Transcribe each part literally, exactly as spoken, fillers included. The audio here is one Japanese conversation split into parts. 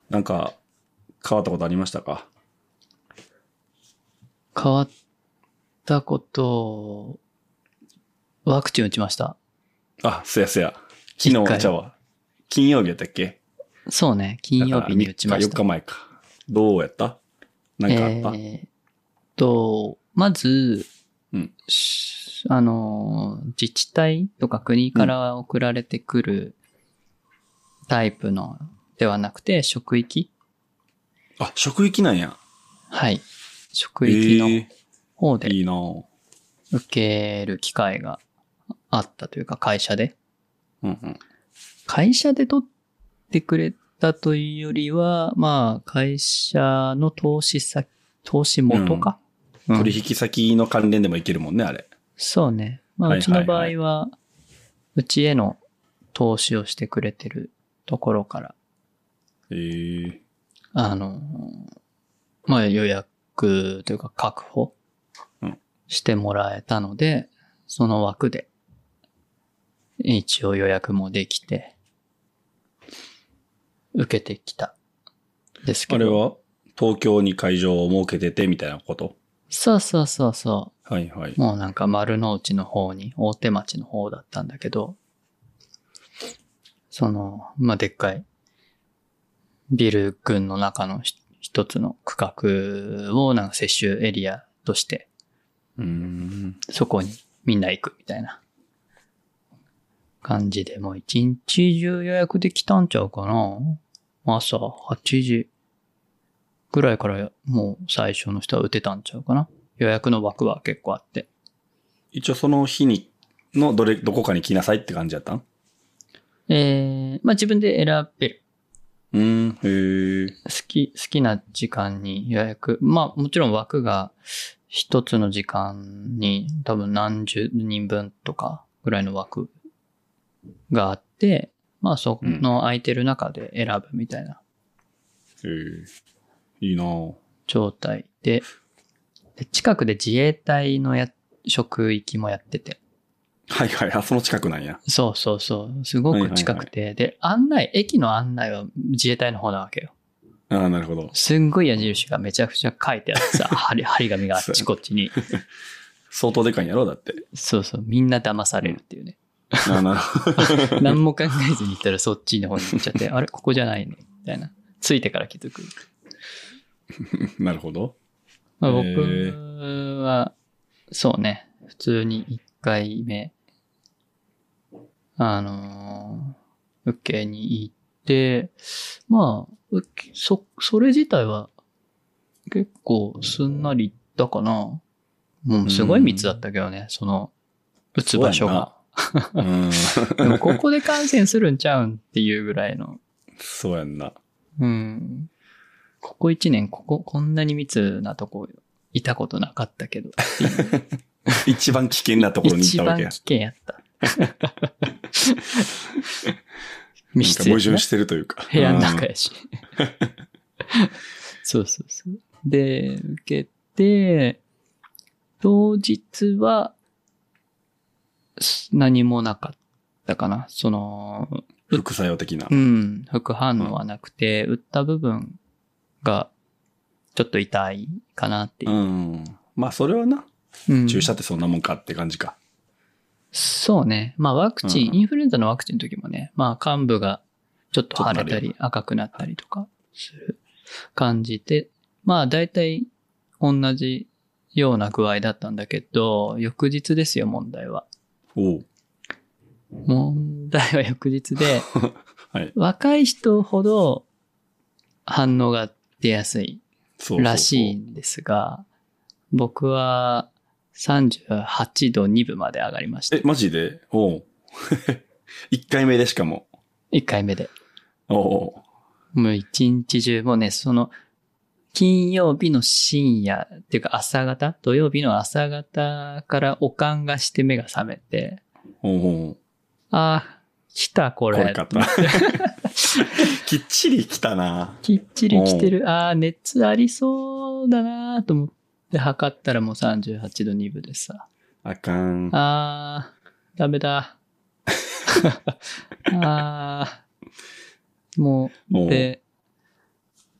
なんか、変わったことありましたか？ 変わったこと、ワクチン打ちました。 あ、すやすや。昨日、じゃあ、金曜日やったっけ？ そうね、金曜日に打ちました。 よっかまえか。どうやった？なんかあった？ えー、っと、まず、 うん、 あの、自治体とか国から送られてくるタイプのではなくて、職域？ あ、職域なんや。 はい。職域の方でいいな受ける機会があったというか、会社で。 うんうん、 会社で取ってくれたというよりは、まあ、会社の投資先、投資元か、 うんうん、取引先の関連でもいけるもんね、あれ。 そうね。まあ、うちの場合は、うちへの投資をしてくれてるところから、 えー、 あの、まあ、予約というか確保してもらえたので、うん、その枠で、一応予約もできて、受けてきた。ですけど。 あれは東京に会場を設けててみたいなこと？ そうそうそうそう。 はいはい。 もうなんか丸の内の方に、大手町の方だったんだけど、その、まあ、でっかいビル群の中の一つの区画をなんか接種エリアとして、 うーん、 そこにみんな行くみたいな感じで、もう一日中予約できたんちゃうかな。朝はちじぐらいからもう最初の人は打てたんちゃうかな。予約の枠は結構あって。 一応その日にのどれ、どこかに来なさいって感じだったん？ えー、まあ自分で選べる。 うん、へー。 好き、好きな時間に予約。まあもちろん枠が一つの時間に多分何十人分とかぐらいの枠があって、まあその空いてる中で選ぶみたいな。 うん、へー。いいなぁ。 状態で、で近くで自衛隊のや、職域もやってて。 はいはい。あ、その近くなんや。 そうそうそう。すごく近くて。はいはいはい、で、案内、駅の案内は自衛隊の方なわけよ。 ああ、なるほど。 すんごい矢印がめちゃくちゃ書いてあってさ、張り、張り紙があっちこっちに。 相当でかいんやろだって。 そうそう。みんな騙されるっていうね。 うん、あなるほど。 何も考えずに行ったらそっちの方に行っちゃって、あれここじゃないね。みたいな。ついてから気づく。 なるほど。 まあ、僕は、そうね。普通にいっかいめ、あのー、受けに行って、まあ、そ、それ自体は結構すんなり行ったかな。もうすごい密だったけどね、その、打つ場所が。うん、でもここで感染するんちゃうんっていうぐらいの。 そうやんな。 うん。ここ一年、ここ、こんなに密なとこ、いたことなかったけど。 一番危険なところに行ったわけや。 一番危険やった。 密室やな。矛盾してるというか。 部屋の中やし。そうそうそう。で、受けて、当日は、何もなかったかな。その、 副作用的な。 うん。副反応はなくて、うん、打った部分が、ちょっと痛いかなっていう。 うん。まあ、それはな。うん、注射ってそんなもんかって感じか。 そうね。まあ、ワクチン、うん、インフルエンザのワクチンの時もね、まあ、幹部がちょっと腫れたり赤くなったりとかする感じで、まあ、だいたい同じような具合だったんだけど、翌日ですよ、問題は。 おう。 問題は翌日で、 はい、 若い人ほど反応が出やすいらしいんですが、僕はさんじゅうはちどにぶまで上がりました。 え、マジで？おう。いっかいめでしかも。 いっかいめで。 おう。 もう一日中、もうね、その、金曜日の深夜っていうか朝方、土曜日の朝方からおかんがして目が覚めて、 おうおう。 ああ、来たこれ。 これかった。きっちり来たな。 きっちり来てる。ああ、熱ありそうだなと思って測ったらもうさんじゅうはちどにぶでさ。 あかん。 ああ、ダメだ。ああ、もう、で、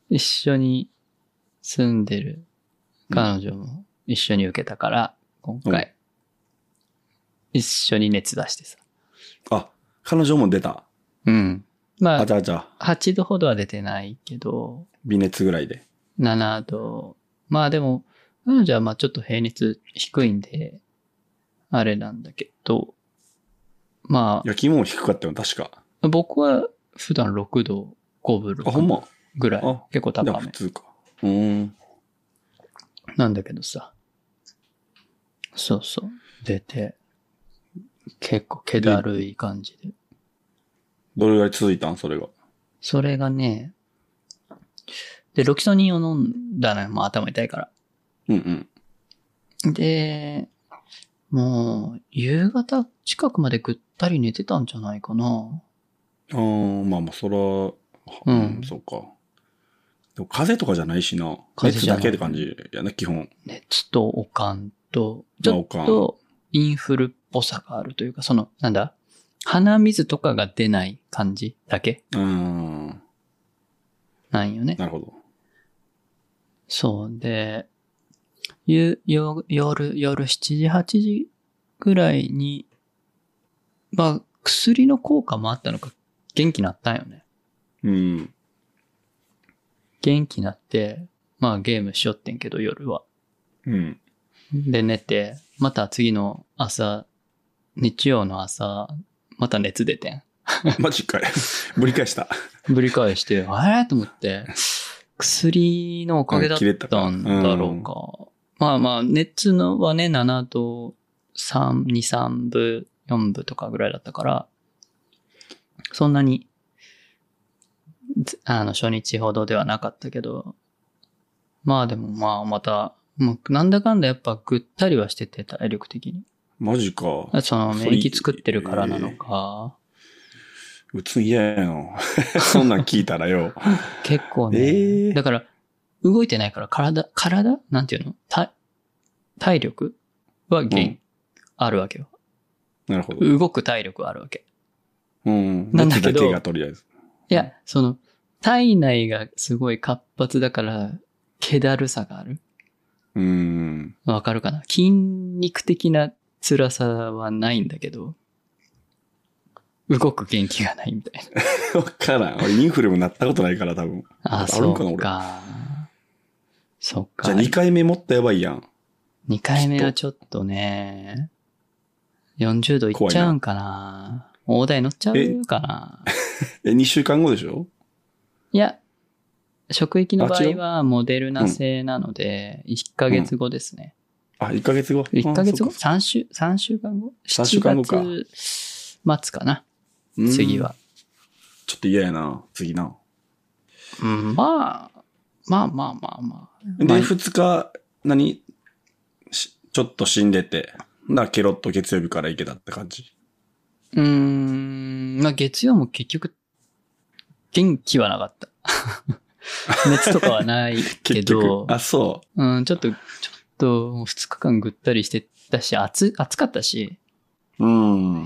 一緒に住んでる彼女も一緒に受けたから、今回、一緒に熱出してさ。 あ、彼女も出た。 うん。まあ、 あ、じゃあじゃあ、 はちどほどは出てないけど、 微熱ぐらいで。 ななど。まあでも、彼女はまあちょっと平熱低いんで、あれなんだけど、ま焼きも低かったよ、確か。 あ、僕は普段ろくどごぶ、 あ、ほんま。 ぐらい。 あ、 結構じゃあ高め。 普通か。うーん。 なんだけどさ。そうそう。出て、結構気だるい感じで。 どれぐらい続いたんそれが。 それがね、で、ロキソニンを飲んだのよ。もう頭痛いから。 うんうん。 で、もう、夕方近くまでぐったり寝てたんじゃないかな。 あー、まあまあ、そら、ううんん、そうか。でも風邪とかじゃないしな。 風邪じゃない熱だけって感じやね、基本。 熱とおかんと、ちょっまあおとインフルっぽさがあるというか、その、なんだ鼻水とかが出ない感じだけうーん。 なんよね。 なるほど。 そうで、ゆ、よ、夜、夜しちじ、はちじぐらいに、まあ、薬の効果もあったのか、元気になったんよね。 うん。 元気になって、まあゲームしよってんけど、夜は。 うん。 で、寝て、また次の朝、日曜の朝、また熱出てん。 マジかい。ぶり返した。 ぶり返して、あれと思って、薬のおかげだったんだろうか。まあまあ、熱のはね、ななどさん、に、さんぶ、よんぶとかぐらいだったから、そんなに、あの、初日ほどではなかったけど、まあでもまあまた、もうなんだかんだやっぱぐったりはしてて、体力的に。 マジか。 その免疫作ってるからなのか。 うつ嫌やの。そんなん聞いたらよ。 結構ね、 えー、 だから、動いてないから体、体なんていうの体、体力は減、うん、あるわけよ。 なるほど。 動く体力はあるわけ。 うん。 なんだけど、 だけがとりあえず。 いや、その、体内がすごい活発だから、気だるさがある。 うーん。 わかるかな？筋肉的な辛さはないんだけど、動く元気がないみたいな。わからん。俺インフルもなったことないから多分。 あ、あるんかな、そうか。そっか。 じゃあにかいめもっとやばいやん。 にかいめはちょっとね、よんじゅうどいっちゃうんかな。大台乗っちゃうかな。 え、にしゅうかんごでしょ？ いや、職域の場合はモデルナ製なので、いっかげつごですね。 うんうん、あ、いっかげつご ? いっかげつご ?さん 週、さんしゅうかんご ?さんしゅうかんごか。 しちがつ末かな。次は。 ちょっと嫌やな、次な。 うん、まあ、まあまあまあまあ。 で、ふつか、何ちょっと死んでて、だケロッと月曜日から行けたって感じ。 うーん、まあ月曜も結局、元気はなかった。熱とかはないけど、 あ、そう。 うん、ちょっと、ちょっと、ふつかかんぐったりしてたし、暑、暑かったし。 うん。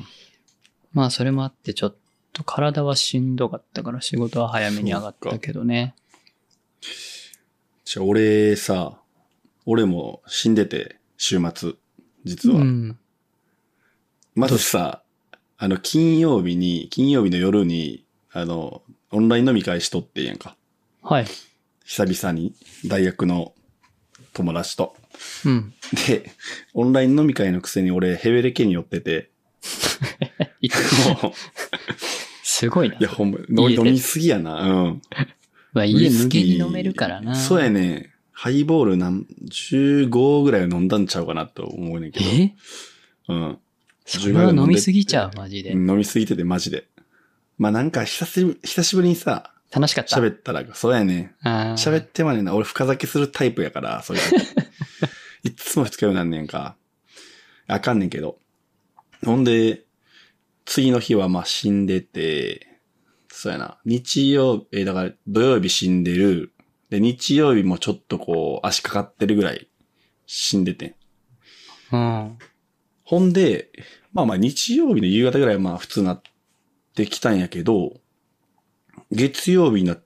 まあ、それもあって、ちょっと体はしんどかったから、仕事は早めに上がったけどね。 じゃあ、俺さ、俺も死んでて、週末、実は。うん、まずさ、あの、金曜日に、金曜日の夜に、あの、オンライン飲み会しとってんやんか。 はい。 久々に、大学の友達と。 うん。 で、オンライン飲み会のくせに俺、ヘベレケに寄ってて。 いつも。すごいな。 いや、ほんま、飲みすぎやな。うん。 まあ、家無限に飲めるからな。 そうやね。ハイボールなんじゅうごぐらいは飲んだんちゃうかなと思うねんけど。 えうん。 それは飲みすぎちゃう、マジで。 飲みすぎてて、マジで。まあなんか、久しぶり、久しぶりにさ、 楽しかった。 喋ったら、そうやね。喋ってまねんな。俺深酒するタイプやから、そういういつも二日酔いなんねんか。あかんねんけど。ほんで、次の日はまあ死んでて、そうやな。日曜、えー、だから土曜日死んでる。で、日曜日もちょっとこう、足かかってるぐらい死んでて。 うん。 ほんで、まあまあ日曜日の夕方ぐらいはまあ普通なってきたんやけど、月曜日になっ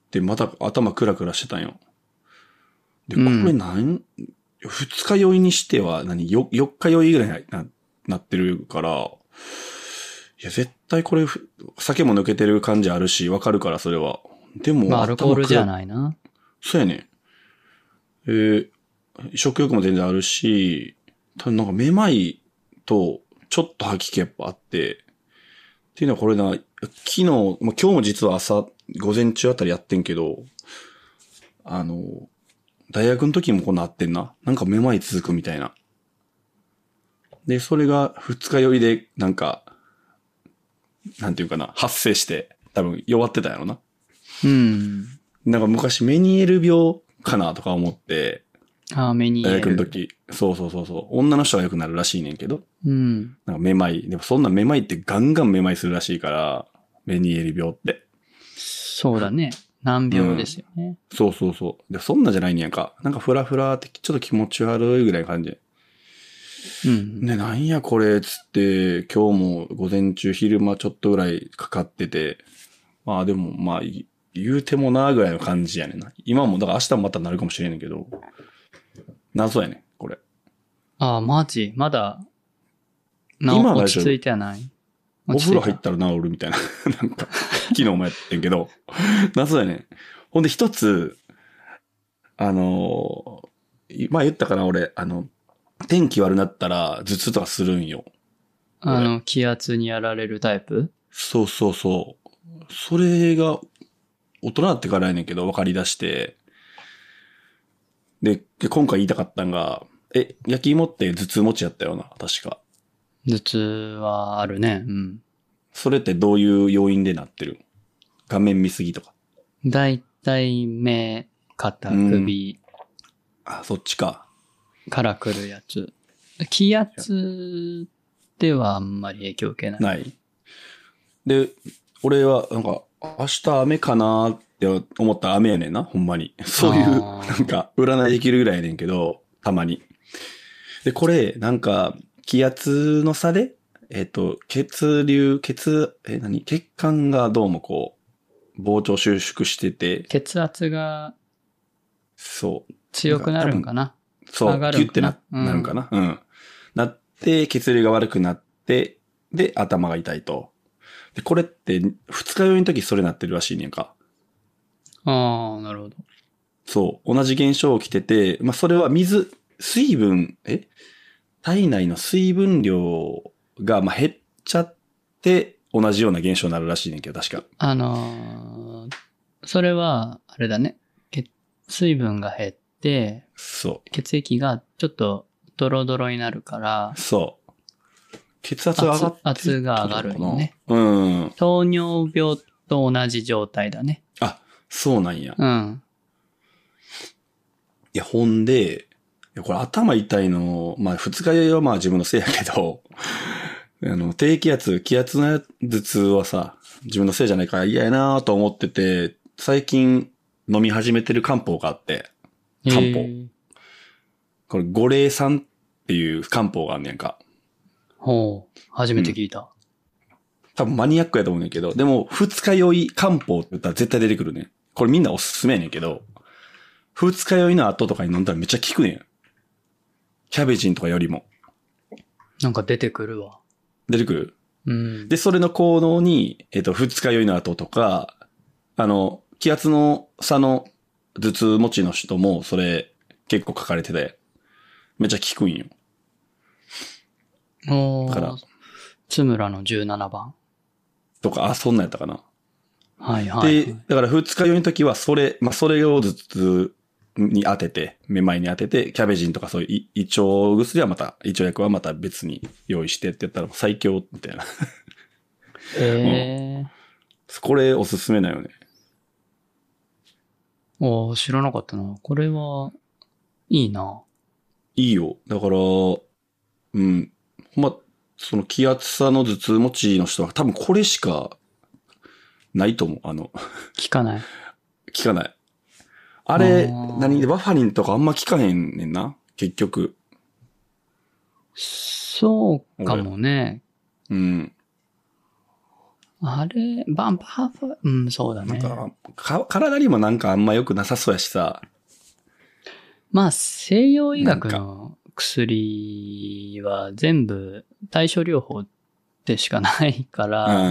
で、また頭クラクラしてたんよ。で、これ何、うん、二日酔いにしては何、よ、四日酔いぐらいな、なってるから、いや、絶対これ、酒も抜けてる感じあるし、わかるから、それは。でも、 まあ、アルコールじゃないな。 そうやね。えー、食欲も全然あるし、ただなんかめまいと、ちょっと吐き気やっぱあって、っていうのはこれな、昨日、まあ、今日も実は朝、午前中あたりやってんけど、あの、大学の時もこんなあってんな。なんかめまい続くみたいな。で、それが二日酔いで、なんか、なんていうかな、発生して、多分弱ってたやろな。 うん。 なんか昔メニエール病かなとか思って、 ああ、メニエール。 大学の時。そうそうそうそう。女の人が良くなるらしいねんけど。 うん。 なんかめまい。でもそんなめまいってガンガンめまいするらしいから、メニエール病って。 そうだね。難病ですよね、 うん。そうそうそう。で、そんなじゃないんやんか。なんかフラフラってちょっと気持ち悪いぐらいの感じ。うん。ね、なんやこれ、つって、今日も午前中昼間ちょっとぐらいかかってて、まあでも、まあ、言うてもなーぐらいの感じやねんな。今も、だから明日もまたなるかもしれんねんけど、謎やねん、これ。 ああ、マジまだ、な今落ち着いてはない。 お風呂入ったら治るみたいな。なんか、昨日もやってんけど、謎やねん。ほんで一つ、あのー、まあ言ったかな、俺、あの、天気悪なったら頭痛とかするんよ。 あの、気圧にやられるタイプ？ そうそうそう。それが、大人になってからやねんけど、分かり出して。で、で今回言いたかったんが、え、焼き芋って頭痛持ちやったよな、確か。 頭痛はあるね。うん。 それってどういう要因でなってる？画面見すぎとか。 だいたい目、肩、首。 あ、そっちか。 から来るやつ。気圧ではあんまり影響受けない。 ない。で、俺はなんか、明日雨かなって思ったら雨やねんな、ほんまに。そういう、なんか、占いできるぐらいやねんけど、たまに。で、これ、なんか、気圧の差で、えっと、血流、血、え、何血管がどうもこう、膨張収縮してて。 血圧が、 そう。 強くなるんかな。 そう、ギュってな、なるんかな。うん。なって、血流が悪くなって、で、頭が痛いと。で、これって、二日酔いの時それなってるらしいねんか。 ああ、なるほど。 そう。同じ現象起きてて、まあ、それは水、水分、え体内の水分量が、まあ、減っちゃって、同じような現象になるらしいねんけど、確か。 あのー、それは、あれだね。水分が減って、 そう。 血液がちょっとドロドロになるから、 そう。血圧が上がってる圧が上がるよね。 うん。 糖尿病と同じ状態だね。 あ、そうなんや。 うん。 いや、ほんで、いやこれ頭痛いの、まあ、二日酔いはまあ自分のせいやけど、あの、低気圧、気圧の頭痛はさ、自分のせいじゃないから嫌やなと思ってて、最近飲み始めてる漢方があって、漢方。これ、五苓散っていう漢方があんねんか。 ほう。初めて聞いた。うん、 多分マニアックやと思うねんけど、でも、二日酔い漢方って言ったら絶対出てくるね。これみんなおすすめやねんけど、二日酔いの後とかに飲んだらめっちゃ効くねん。キャベジンとかよりも。 なんか出てくるわ。 出てくる？ うん。 で、それの効能に、えっと、二日酔いの後とか、あの、気圧の差の頭痛持ちの人もそれ結構書かれてて、めっちゃ効くんよ。 おー。だから、津村のじゅうななばん。 とか、あ、そんなんやったかな。 はいはい、はい。 で、だから二日酔いの時はそれ、まあ、それを頭痛に当てて、めまいに当てて、キャベジンとかそういう胃腸薬はまた、胃腸薬はまた別に用意してって言ったら最強みたいな。 へー。 これおすすめだよね。 おー、知らなかったな。これは、いいな。 いいよ。だから、うん。ほんま、その気圧差の頭痛持ちの人は多分これしかないと思う。あの。 効かない。 効かない。あれ、何でバファリンとかあんま効かへんねんな。結局。 そうかもね。 うん。 あれ、バンパーファ、うん、そうだね。 なんか、か、体にもなんかあんま良くなさそうやしさ。 まあ、西洋医学の薬は全部対症療法でしかないから、うん、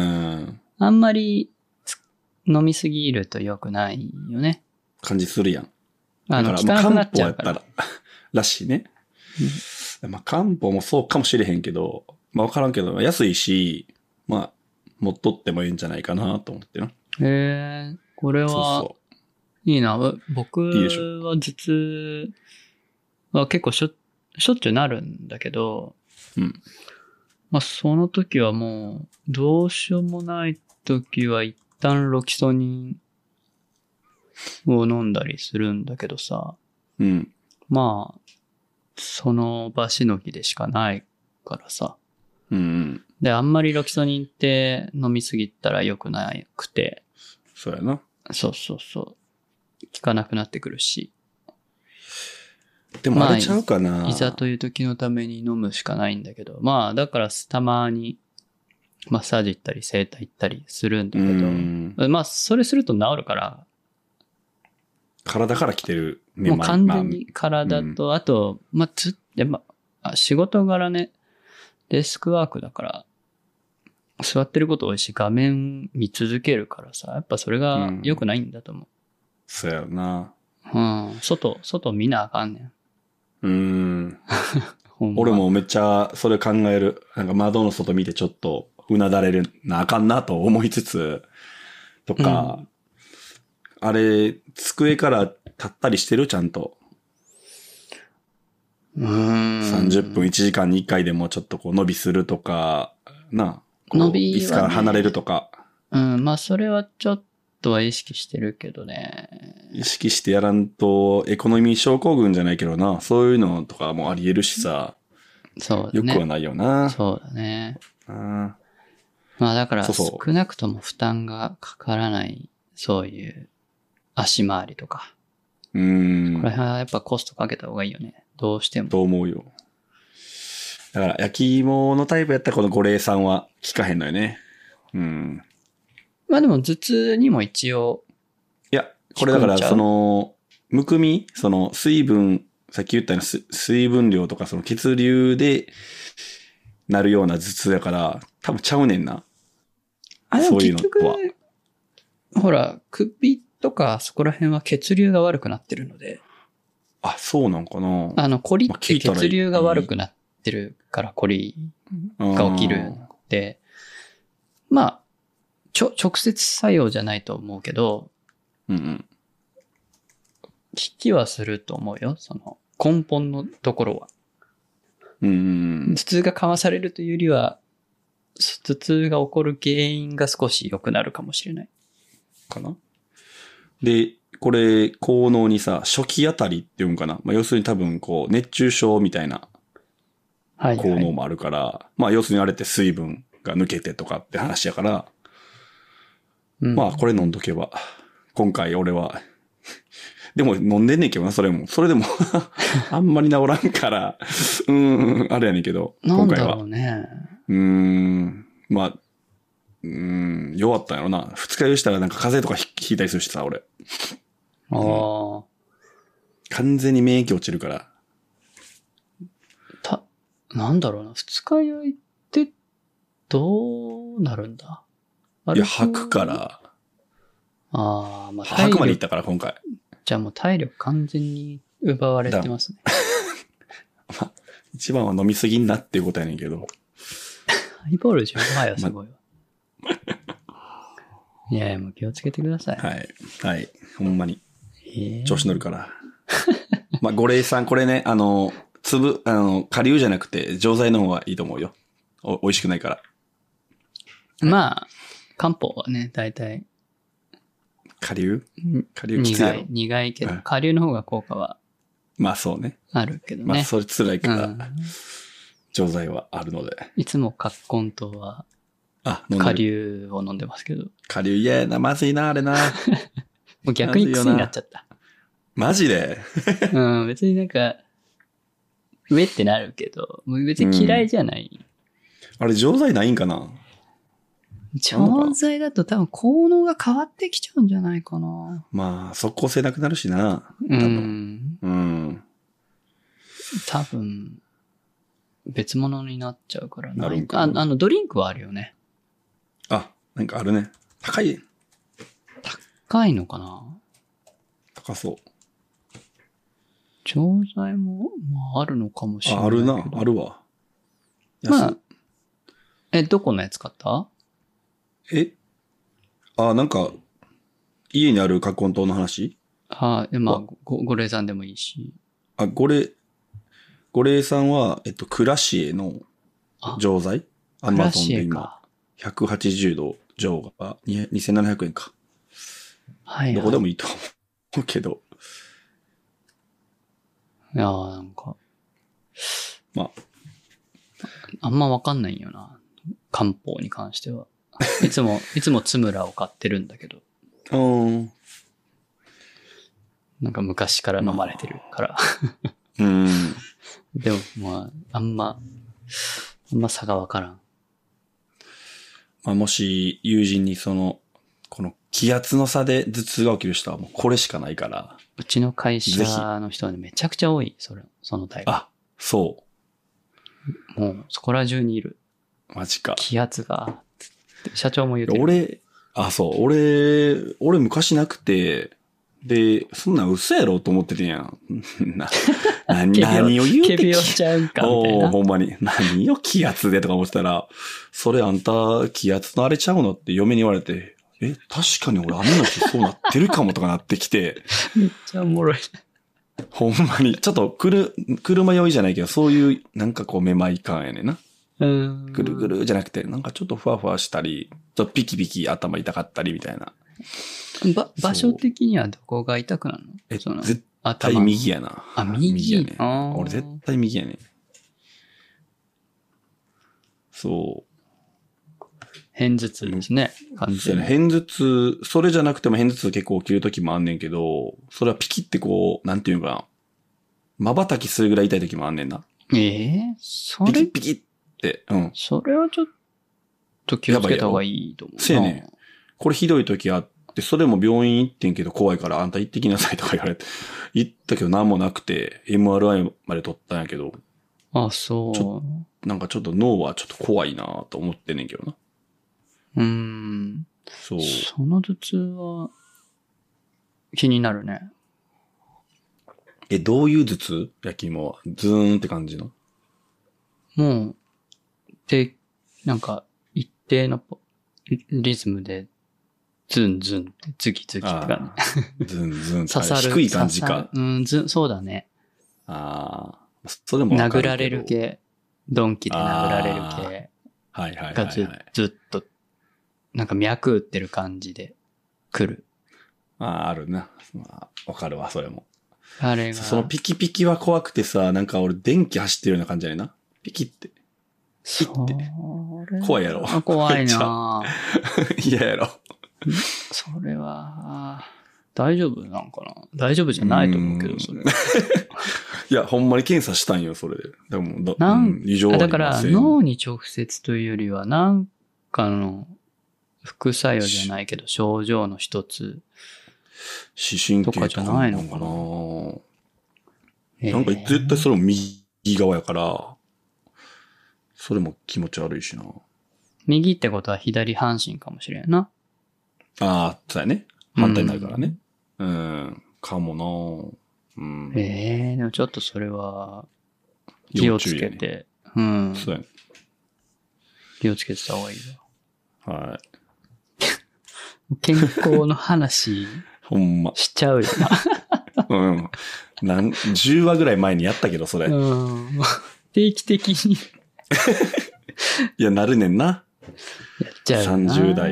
あんまり飲みすぎると良くないよね。 感じするやん。 あの、効かなくなっちゃうから。 漢方やったら、らしいね。うん、まあ、漢方もそうかもしれへんけど、まあわからんけど、安いし、まあ、持っとってもいいんじゃないかなと思ってな。 へえ、これは、そうそういいな。僕は頭痛は結構しょ、しょっちゅうなるんだけど、うん。まあ、その時はもう、どうしようもない時は一旦ロキソニンを飲んだりするんだけどさ、うん。まあ、その場しのぎでしかないからさ。うん、うん。で、あんまりロキソニンって飲みすぎたら良くなくて。 そうやな。 そうそうそう。効かなくなってくるし。 でもあれちゃうかな、 まあ、いざという時のために飲むしかないんだけど。まあ、だからたまにマッサージ行ったり整体行ったりするんだけど。まあ、それすると治るから。 体から来てるね。もう完全に体と、まあ、あと、まあ、つ、やっぱ、仕事柄ね、デスクワークだから、座ってること多いし、画面見続けるからさ、やっぱそれが良くないんだと思う。うん、 そうやろな。 うん。外、外見なあかんねん。 うーん。俺もめっちゃそれ考える。なんか窓の外見てちょっとうなだれるなあかんなと思いつつ、とか、うん、あれ、机から立ったりしてるちゃんと。 うーん。 さんじゅっぷんいちじかんにいっかいでもちょっとこう伸びするとか、な。伸びは、ね、椅子から離れるとか。 うん、まあそれはちょっとは意識してるけどね。 意識してやらんと、エコノミー症候群じゃないけどな、そういうのとかもあり得るしさ。 そうだね。 よくはないよな。 そうだね。うん、まあだから少なくとも負担がかからない、そういう足回りとか。うん。これはやっぱコストかけた方がいいよね。どうしても。 と思うよ。だから焼き芋のタイプやったらこの五苓散は効かへんのよね。うん。 まあでも頭痛にも一応。 いや、これだからその、むくみその水分、さっき言ったような水分量とかその血流でなるような頭痛やから、多分ちゃうねんな。 あ、でも結局、ほら、首とかそこら辺は血流が悪くなってるので。 あ、そうなんかな。 あの、コリって血流が悪くなってるからコリが起きるで、まあ、ちょ、直接作用じゃないと思うけど、うんうん。効きはすると思うよ、その根本のところは。うん。頭痛が緩和されるというよりは、頭痛が起こる原因が少し良くなるかもしれない。 かな。で、これ、効能にさ、初期あたりって言うんかな。まあ、要するに多分、こう、熱中症みたいな効能もあるから、はいはい、まあ、要するにあれって水分が抜けてとかって話やから、うん、まあ、これ飲んどけば、今回俺は、でも飲んでんねんけどな、それも。それでも、あんまり治らんから、うーん、あれやねんけど、今回は。 なんだろうね。 うーん、まあ、うーん、弱ったんやろな。二日酔いしたらなんか風邪とかひいたりするしさ、俺。ああ、うん。完全に免疫落ちるから。 た、なんだろうな。二日酔いってどうなるんだ？ いや、吐くから。 ああ、まあ、 吐くまで行ったから、今回。 じゃあもう体力完全に奪われてますね。 まあ、一番は飲みすぎんなっていうことやねんけど。 ハイボールじゅうごはいはすごいわ。いやいや、もう気をつけてください。 はい。はい。ほんまに。調子乗るから。まあ、五苓散、これね、あの、粒、あの、顆粒じゃなくて、錠剤の方がいいと思うよ。お、美味しくないから。 まあ、漢方はね、大体。 顆粒顆粒きついやろ。 苦い、苦いけど、顆粒の方が効果は。 まあそうね。 あるけどね。 まあそれ辛いから、うん、錠剤はあるので。 いつも葛根湯は、あ、顆粒を飲んでますけど。 顆粒嫌やな、まずいな、あれな。 もう逆に癖になっちゃった。 マジでうん、別になんか、上ってなるけど、もう別に嫌いじゃない。 うん、あれ錠剤ないんかな？ 錠剤だと多分効能が変わってきちゃうんじゃないかな。 まあ、即効性なくなるしな。 多分。うん。うん。多分、別物になっちゃうからな。なるんか。あ、あの、ドリンクはあるよね。 あ、なんかあるね。高い。 高いのかな？ 高そう。 錠剤も、まあ、あるのかもしれない。 あ、あるな。あるわ。 まあ、え、どこのやつ買った？ えあ、なんか、家にあるカコン糖の話？ ああ、まあ、ご、ご霊さんでもいいし。 あ、ご霊、ご霊さんは、えっと、クラシエの錠剤？アマゾンで今、ひゃくはちじゅうど錠がにせんななひゃくえんか。はい、はい。どこでもいいと思うけど。 いやーなんか。 まあ。 あんまわかんないよな。漢方に関しては。いつも、いつもつむらを買ってるんだけど。うん。なんか昔から飲まれてるから。うん。でもまあ、あんま、あんま差がわからん。 まあ、もし友人にその、この気圧の差で頭痛が起きる人はもうこれしかないから。 うちの会社の人はね、めちゃくちゃ多い、それ、そのタイプ。 あ、そう。 もう、そこら中にいる。 マジか。 気圧が、社長も言うてる。 俺、あ、そう、俺、俺昔なくて、で、そんなん嘘やろと思っててんやん。な、何、何を言うてケビオちゃうんかみたいな。 おほんまに。何よ気圧でとか思ってたら、それあんた気圧のあれちゃうのって嫁に言われて、え、確かに俺雨の日そうなってるかもとかなってきて。 めっちゃおもろい。 ほんまに。ちょっとくる、車酔いじゃないけど、そういうなんかこうめまい感やねんな。うんぐるぐるじゃなくて、なんかちょっとふわふわしたり、ちょっとピキピキ頭痛かったりみたいな。 ば、場所的にはどこが痛くなるの？ え、その絶対右やな。 あ、右? 右やね。俺絶対右やね。そう。 偏頭痛ですね。 完全に。偏頭痛、それじゃなくても偏頭痛結構起きる時もあんねんけど、それはピキってこう、なんていうのかな。瞬きするぐらい痛い時もあんねんな。 ええー、それピキピキって、うん。 それはちょっと気をつけた方がいいと思う。 せやねん。これひどい時あって、それも病院行ってんけど怖いからあんた行ってきなさいとか言われて、行ったけど何もなくて、エムアールアイ まで取ったんやけど。 あ、そう。 ちょなんかちょっと脳はちょっと怖いなと思ってんねんけどな。 うーん。 そう。 その頭痛は気になるね。 え、どういう頭痛？焼き芋は。ズーンって感じの？ もう、で、なんか、一定のリズムで、ズンズンって、ズキズキって感じ。ズンズン。 刺さる。 低い感じか。 うん、ず、そうだね。 ああ。それもわかるけど。 殴られる系。ドンキで殴られる系。 はいはいはい、はい。 がず、ずっと、なんか脈打ってる感じで来る。 ああ、あるな。まあ、わかるわ、それも。 あれが。 そのピキピキは怖くてさ、なんか俺電気走ってるような感じやねんな。ピキって。 ピッて。 怖いやろ。 怖いな嫌やろ。 それは、大丈夫なんかな？大丈夫じゃないと思うけど、それ。 いや、ほんまに検査したんよ、それで。でもだ、 なん、 うん、異常ありません。 だから脳に直接というよりは、なんかの副作用じゃないけど、症状の一つ。 視神経とかじゃないのかな、えー、なんか絶対それも右側やから、それも気持ち悪いしな。 右ってことは左半身かもしれんな。 ああ、そうやね。反対になるからね。うん、うんかもな。うん、 ええー、でもちょっとそれは、気をつけて。ね、うん。 そうやね。 気をつけてた方がいいわ。はい。 健康の話。 ほんま。 しちゃうよな。うん。なん、じゅうわぐらい前にやったけど、それ。 うん。定期的に。 いや、なるねんな。 やっちゃうな。 さんじゅう代。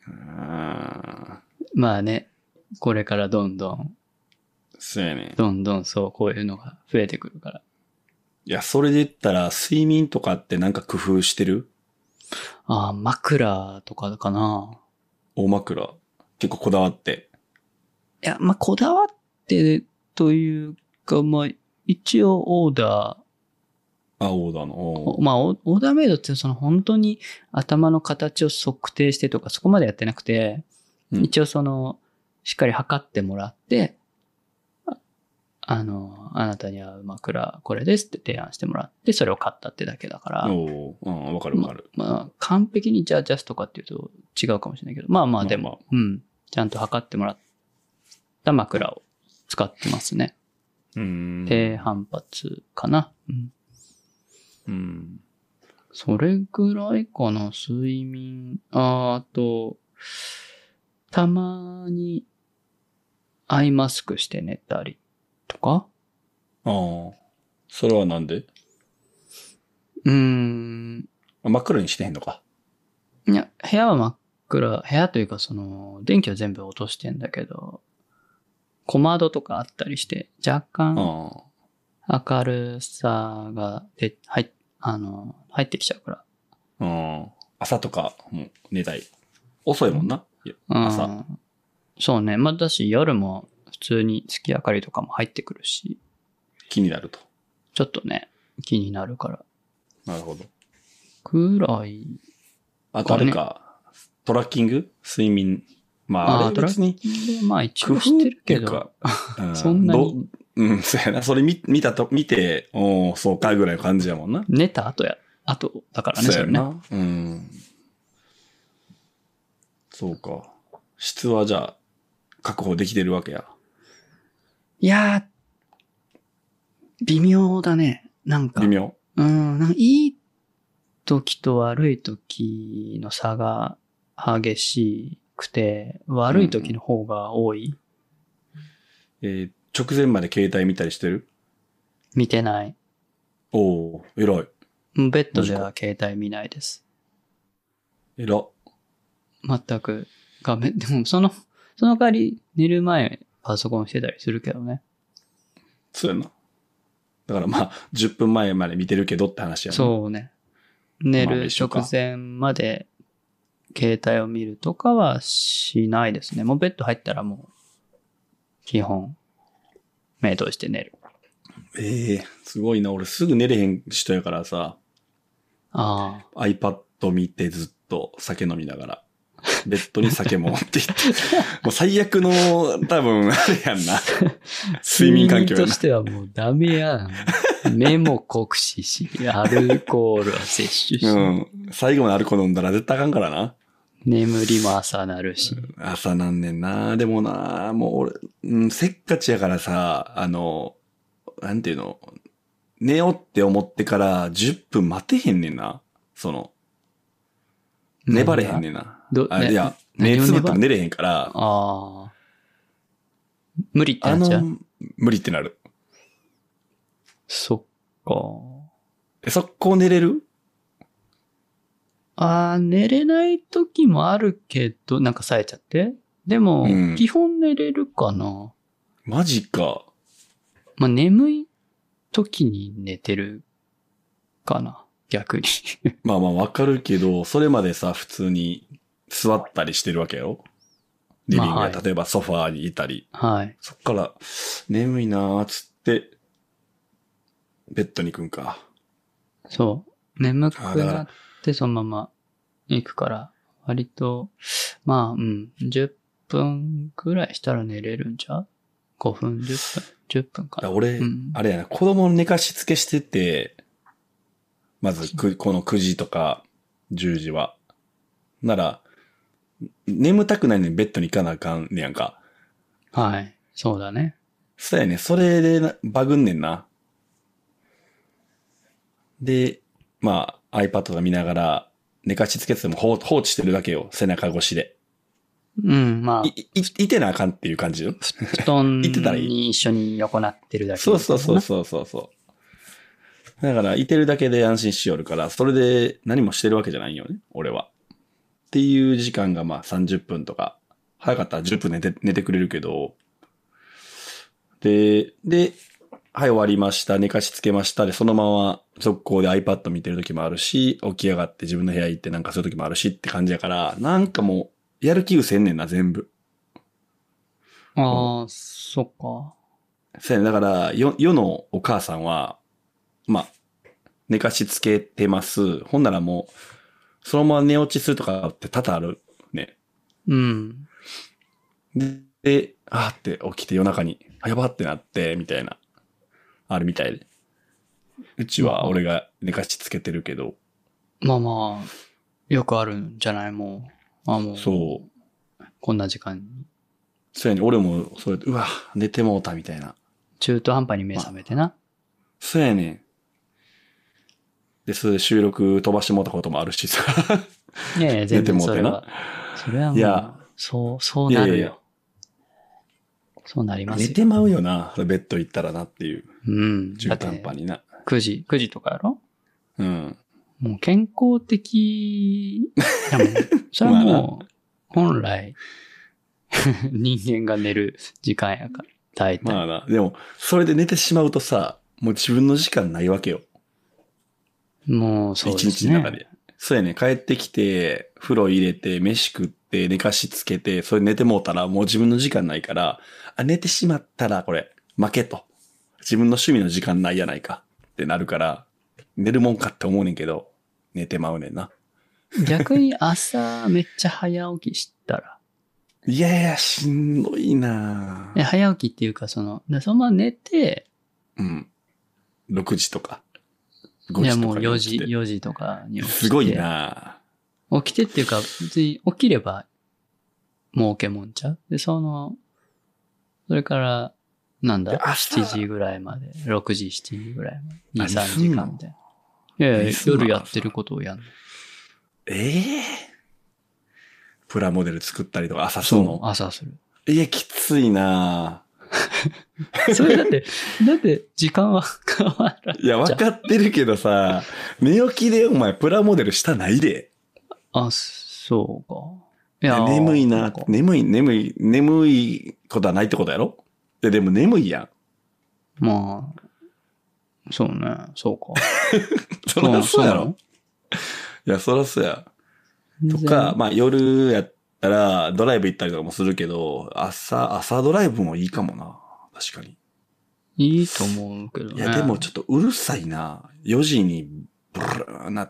まあね、これからどんどん。 そうやね。 どんどんそう、こういうのが増えてくるから。 いや、それで言ったら、睡眠とかってなんか工夫してる？ ああ、枕とかかな。 大枕。結構こだわって。 いや、まあ、こだわってというか、まあ、一応オーダあ、オーダーの。 まあ、オーダーメイドってその本当に頭の形を測定してとかそこまでやってなくて、うん、一応その、しっかり測ってもらって、あ, あの、あなたに合う枕これですって提案してもらって、それを買ったってだけだから。 おうん、わかるわかる。 ま、まあ、完璧にじゃあジャストかっていうと違うかもしれないけど、まあまあでも、まあまあ、うん。ちゃんと測ってもらった枕を使ってますね。 うん。 低反発かな。うん。 うん。 それぐらいかな、睡眠。あ、あと、たまにアイマスクして寝たりとか。 ああ。それはなんで？ うーん。 真っ暗にしてへんのか。 いや、部屋は真っ暗。部屋というかその、電気は全部落としてんだけど、小窓とかあったりして、若干明るさがで、入、あの、入ってきちゃうから。 うん。朝とかも寝たい。遅いもんな。 うん、朝。そうね。まあ、だし夜も普通に月明かりとかも入ってくるし。 気になると。 ちょっとね、気になるから。 なるほど。 くらい、ね。 あとあれか、トラッキング睡眠。まあ、あれ別に。 まあ一応してるけど。 うん、 そんなに。 うん、そうやな。それ見、見たと、見て、おー、そうかぐらいの感じやもんな。 寝た後や、後だからね、 そうやな。 それね。 うん。そうか。質はじゃあ、確保できてるわけや。 いやー、微妙だね。なんか。 微妙。 うん、なんかいい時と悪い時の差が激しくて、悪い時の方が多い。 うん、えー、直前まで携帯見たりしてる？ 見てない。 おー、偉い。 ベッドでは携帯見ないです。 偉っ。 全く画面、でもその、その代わり寝る前パソコンしてたりするけどね。 そうやな。だからまあ、じゅっぷんまえまで見てるけどって話やな。 そうね。寝る直前まで携帯を見るとかはしないですね。もうベッド入ったらもう、基本、目閉じて寝る。 ええー、すごいな。俺すぐ寝れへん人やからさ。 ああ。iPad 見てずっと酒飲みながら。ベッドに酒も持っていって。もう最悪の多分、あれやんな。睡眠環境やな。 睡眠としてはもうダメやん。目も酷使し、アルコールは摂取し。 うん。最後までアルコール飲んだら絶対あかんからな。 眠りも朝なるし。 朝なんねんな。でもな、もう俺、うん、せっかちやからさ、あの、なんていうの、寝ようって思ってからじゅっぷん待てへんねんな。その、粘れへんねんな。どあ、いや、目つぶっても寝れへんから。 ああ。無理ってなっちゃう？あの、 無理ってなる。 そっか。 え、速攻寝れる？ ああ、寝れない時もあるけど、なんか冴えちゃって。でも、うん、基本寝れるかな。 マジか。 まあ、眠い時に寝てるかな。逆に。 まあまあわかるけど、それまでさ、普通に座ったりしてるわけよ。リビングで、まあはい、例えばソファーにいたり。 はい。 そっから、眠いなーつって、ベッドに行くんか。 そう。眠くなってそのまま行くから、割と、まあ、うん、じゅっぷんくらいしたら寝れるんじゃ ?ご 分、じゅっぷん、じゅっぷんかな。 俺、うん、あれやな、子供の寝かしつけしてて、まずく、このくじとかじゅうじは。なら、眠たくないのにベッドに行かなあかんねやんか。 はい。そうだね。 そうやね。それでバグんねんな。で、まあ iPad とか見ながら寝かしつけてても放置してるだけよ。背中越しで。 うん、まあ。 い、い、いてなあかんっていう感じよ。 布団に一緒に横なってるだけ。 そうそうそうそうそうそう。だから、いてるだけで安心しよるから、それで何もしてるわけじゃないよね。俺は。っていう時間がまあさんじゅっぷんとか、早かったらじゅっぷん寝て、寝てくれるけど、で、で、はい終わりました、寝かしつけましたで、そのまま続行で iPad 見てる時もあるし、起き上がって自分の部屋行ってなんかする時もあるしって感じやから、なんかもう、やる気うせんねんな、全部。 ああ、そっか。 そうやね。だから、よ、世のお母さんは、まあ、 寝かしつけてます。ほんならもう、そのまま寝落ちするとかって多々あるね。 うん。 で、であーって起きて夜中に、あ、やばってなって、みたいな。あるみたいで。うちは俺が寝かしつけてるけど。 まあまあ、よくあるんじゃないもう。あ、もう。 そう。 こんな時間に。 そうやね。俺も、それ、うわ、寝てもうたみたいな。 中途半端に目覚めてな。まあ、 そうやね。で、それで収録飛ばしてもうたこともあるしさ。 いやいや、全然それは。それはもう、いやそう、そうなるよ。いやいやそうなりますよ。 寝てまうよな。ベッド行ったらなっていう。 うん。 中途半端にな。 くじ、くじとかやろ？ うん。 もう健康的、いやもう、それはもう、本来、人間が寝る時間やから、大体。 まあな。でも、それで寝てしまうとさ、もう自分の時間ないわけよ。 もう、そうですね。 一日の中で。そうやね。帰ってきて、風呂入れて、飯食って、寝かしつけて、それ寝てもうたら、もう自分の時間ないから、あ、寝てしまったら、これ、負けと。自分の趣味の時間ないやないか。ってなるから、寝るもんかって思うねんけど、寝てまうねんな。 逆に朝めっちゃ早起きしたら。 いやいや、しんどいなぁ。早起きっていうか、その、そのまま寝て、 うん。ろくじとか。ごじとかに起きて。いやもうよじ、よじとかに起きて。 すごいなぁ。起きてっていうか、別に起きれば、儲けもんちゃうで、その、それから、なんだ、しちじぐらいまで、ろくじ、しちじぐらいまで、に、さんじかんみたいな。いやいや、夜やってることをやんの。 ええー、プラモデル作ったりとか朝するの？ そう、朝する。 いや、きついなそれだって、だって時間は変わらん。 いや、わかってるけどさ、寝起きでお前プラモデルしたないで。 あ、そうか。いや、眠いな、眠い、眠い、眠いことはないってことやろ？いや、でも眠いやん。 まあ、そうね、そうか。 そらそうやろ。いや、そらそうや。とか、まあ夜やったらドライブ行ったりとかもするけど、朝、朝ドライブもいいかもな。確かに。 いいと思うけどね。 いや、でもちょっとうるさいな。よじにブルーなって、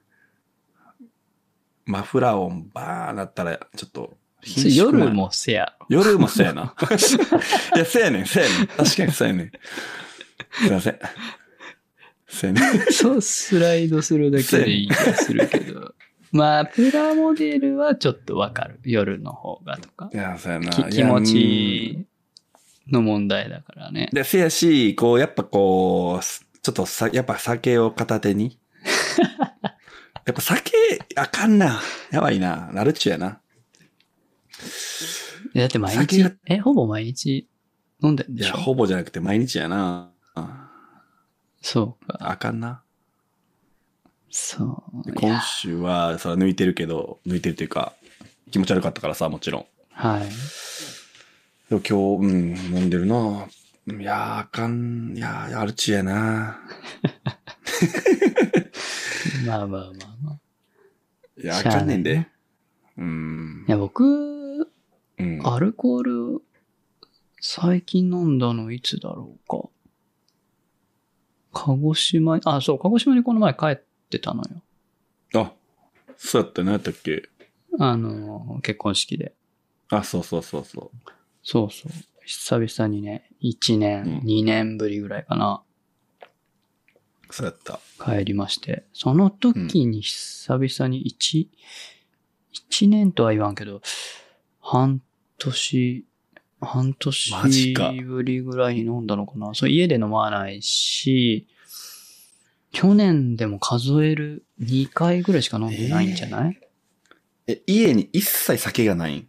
マフラー音バーなったら、ちょっと、 夜もせや。 夜もせやな。いや、せやねん、せやねん。確かにせやねん。すいません。せやねん。 そう、スライドするだけでいい気がするけど。まあ、プラモデルはちょっとわかる。夜の方がとか。 いや、そうやな。 気持ちの問題だからね。 で、せやし、こう、やっぱこう、ちょっとさ、やっぱ酒を片手に。やっぱ酒、あかんな。やばいな。なるっちゅうやな。 だって毎日、え、ほぼ毎日飲んでんでしょ？いや、 ほぼじゃなくて毎日やな。 そうか。 あかんな。 そう。 今週は、それ抜いてるけど、抜いてるっていうか、気持ち悪かったからさ、もちろん。 はい。 でも今日、うん、飲んでるな。いやあかん、いやアルチやな。 まあまあまあまあ。 いや、あかんねんで。うん。 いや、僕、うん、アルコール、最近飲んだのいつだろうか。鹿児島に、あ、そう、鹿児島にこの前帰ってたのよ。 あ、そうやったね、何やったっけ？ あの、結婚式で。 あ、そうそうそうそう。 そうそう。久々にね、いちねん、うん、にねんぶりぐらいかな。 そうやった。 帰りまして。その時に久々にいち、いちねんとは言わんけど、半年、半年ぶりぐらいに飲んだのかな。そう、家で飲まないし、去年でも数えるにかいぐらいしか飲んでないんじゃない？ えー、え、家に一切酒がないん？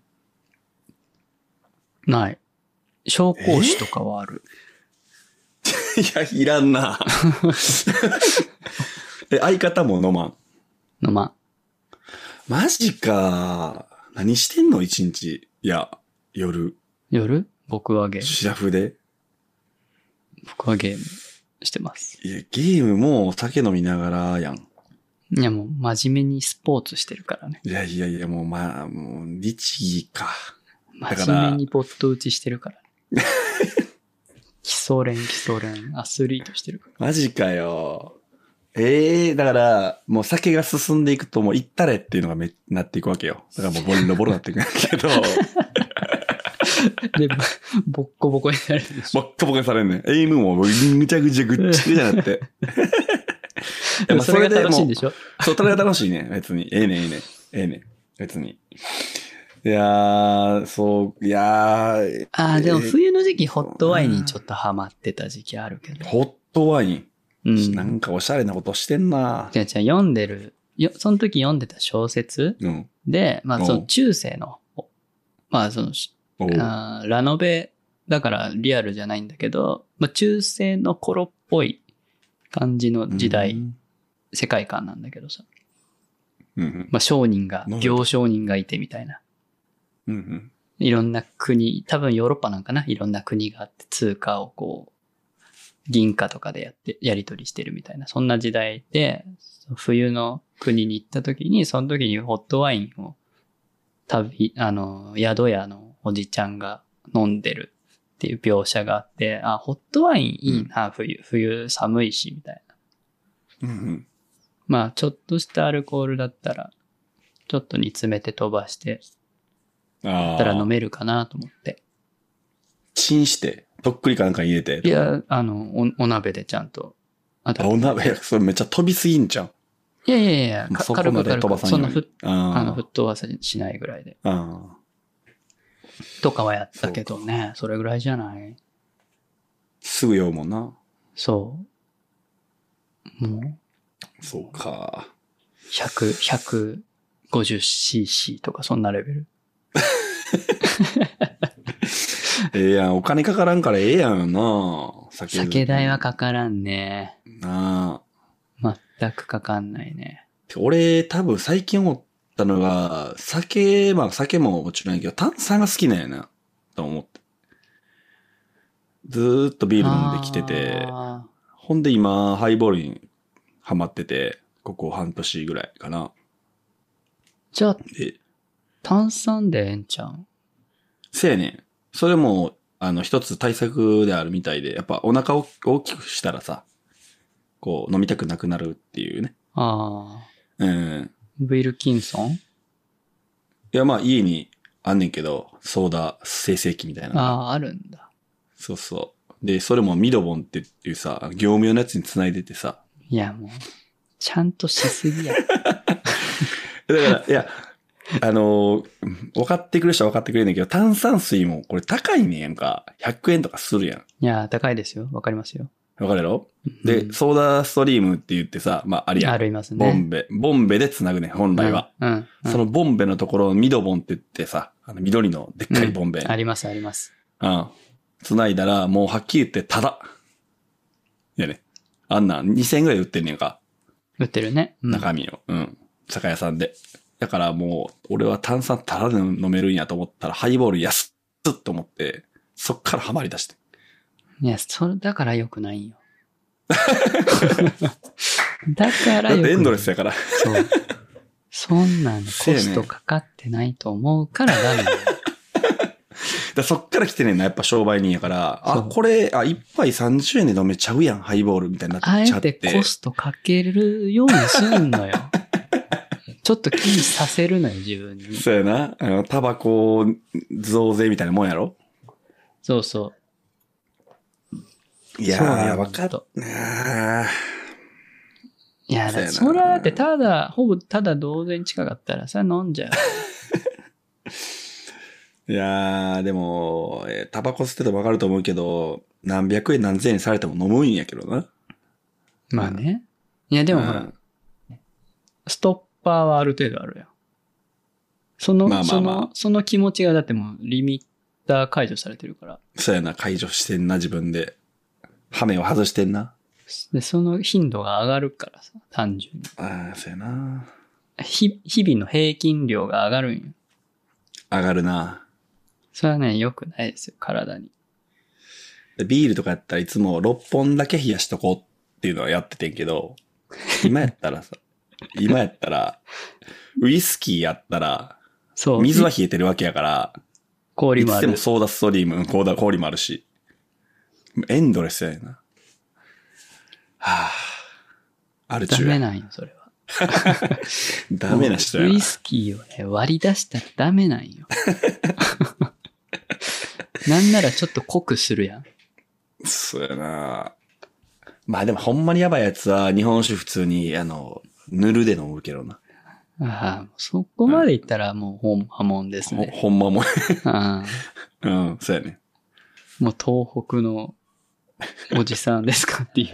ない。紹興酒とかはある。 えー、いや、いらんな。え、相方も飲まん？ 飲まん。 マジか。何してんの一日。いや、夜。 夜？僕はゲーム。 シラフで。 僕はゲームしてます。 いや、ゲームも酒飲みながらやん。 いや、もう真面目にスポーツしてるからね。 いやいやいや、もうまあ、もう、律儀か。 真面目にボット打ちしてるから、ね。基礎練基礎練、アスリートしてるから。 マジかよ。 ええー、だから、もう酒が進んでいくともう行ったれっていうのがめ、なっていくわけよ。だからもうボロボロなっていくんだけど。 で、ボッコボコになるでしょ。 ボッコボコにされんねん。エイムもぐちゃぐちゃぐっちゃぐちゃなって。 でもそれが楽しいんでしょ？ そう、それが楽しいね。別に。ええねん、ええねん。ええねん。別に。いやー、そう、いやー。 ああ、でも冬の時期ホットワインにちょっとハマってた時期あるけど。 ホットワイン。 うん。 なんかおしゃれなことしてんな。 じゃあじゃあ読んでる、よ、その時読んでた小説、うん、で、まあその中世の、まあその、あラノベだからリアルじゃないんだけど、まあ中世の頃っぽい感じの時代、うん、世界観なんだけどさ。うんうん、まあ商人が、行商人がいてみたいな。うんうん、いろんな国、多分ヨーロッパなんかな、いろんな国があって通貨をこう、銀貨とかでやって、やり取りしてるみたいな、そんな時代で、冬の国に行った時に、その時にホットワインを旅、あの、宿屋のおじちゃんが飲んでるっていう描写があって、あ、ホットワインいいな、うん、冬、冬寒いし、みたいな。うんうん、まあ、ちょっとしたアルコールだったら、ちょっと煮詰めて飛ばして、だったら飲めるかなと思って。 チンして、とっくりかなんか入れて。 いや、あの、お、お鍋でちゃんと。 あ、お鍋、それめっちゃ飛びすぎんじゃん。 いやいやいや、軽く軽く、そんなふ、あの、沸騰はしないぐらいで。あとかはやったけどね、それぐらいじゃない。 すぐ酔うもんな。 そう。もうそうか。 ひゃく、ひゃくごじゅっシーシー とかそんなレベル。 ええやん、お金かからんからええやんな。 酒, 酒代はかからんね。 なあ。全くかかんないね。 俺、多分最近思ったのが、酒、まあ酒ももちろんやけど、炭酸が好きなんやな。と思って。ずーっとビール飲んできてて、ほんで今、ハイボールにハマってて、ここ半年ぐらいかな。 じゃあ、炭酸でええんちゃう？ せやねん。それも、あの、一つ対策であるみたいで、やっぱお腹を大きくしたらさ、こう、飲みたくなくなるっていうね。ああ。うん。 ウィルキンソン？いや、まあ、家にあんねんけど、ソーダ生成器みたいな。 ああ、あるんだ。 そうそう。で、それもミドボンっていうさ、業務用のやつに繋いでてさ。 いや、もう、ちゃんとしすぎや。だから、いや、あのー、分かってくれる人は分かってくれるんだけど、炭酸水もこれ高いねんやんか。ひゃくえんとかするやん。 いや、高いですよ。分かりますよ。 分かるやろ、うん、で、ソーダストリームって言ってさ、まあ、ありやん。 ありますね。 ボンベ。ボンベで繋ぐねん、本来は。うん。うんうん、そのボンベのところをミドボンって言ってさ、あの緑のでっかいボンベ。 うん、あります、あります。 うん。繋いだら、もうはっきり言ってただ。いやね。あんなんにせんえんぐらい売ってんねんか。 売ってるね。 うん、中身を。うん。酒屋さんで。だからもう、俺は炭酸ただで飲めるんやと思ったら、ハイボール安っと思って、そっからハマり出して。 いや、それ、だから良くないよ。だから良くない。 だってエンドレスやから。 そう。そんなんコストかかってないと思うからダメだよ。 だそっから来てねんな、やっぱ商売人やから、あ、これ、あ、一杯さんじゅうえんで飲めちゃうやん、ハイボールみたいになっちゃって。 あえてコストかけるようにすんのよ。ちょっと気にさせるのよ、自分に。 そうやな。あの、タバコ増税みたいなもんやろ？ そうそう。 いやー、わかっあいや、だそれはだってただ、ほぼただ同然近かったらさ、飲んじゃう。いやー、でも、えー、タバコ吸っててもわかると思うけど、何百円何千円されても飲むんやけどな。 まあね。いや、でもほら、うん、ストッパーはある程度あるやん。その、まあまあまあ、その、その気持ちがだってもうリミッター解除されてるから。 そうやな、解除してんな、自分で。ハメを外してんな。 で、その頻度が上がるからさ、単純に。 ああ、そうやな。 ひ、日々の平均量が上がるんよ。 上がるな。 それはね、良くないですよ、体に。 ビールとかやったらいつもろっぽんだけ冷やしとこうっていうのはやっててんけど、今やったらさ、今やったら、ウイスキーやったら、そう。水は冷えてるわけやから、 氷もある。 いつでもソーダストリーム、氷氷もあるし、エンドレスやな。はぁ、 アルチューや。 ダメなんよ、それは。 ダメな人やな。 ウイスキーをね、割り出したらダメなんよ。なんならちょっと濃くするやん。 そうやな。まあでもほんまにやばいやつは日本酒普通に、あの、ぬるで飲むけどな。 ああ、そこまでいったらもうほんまもんですほね。 ほんまも。 ああ、 うん、そうやね。 もう東北のおじさんですかっていう。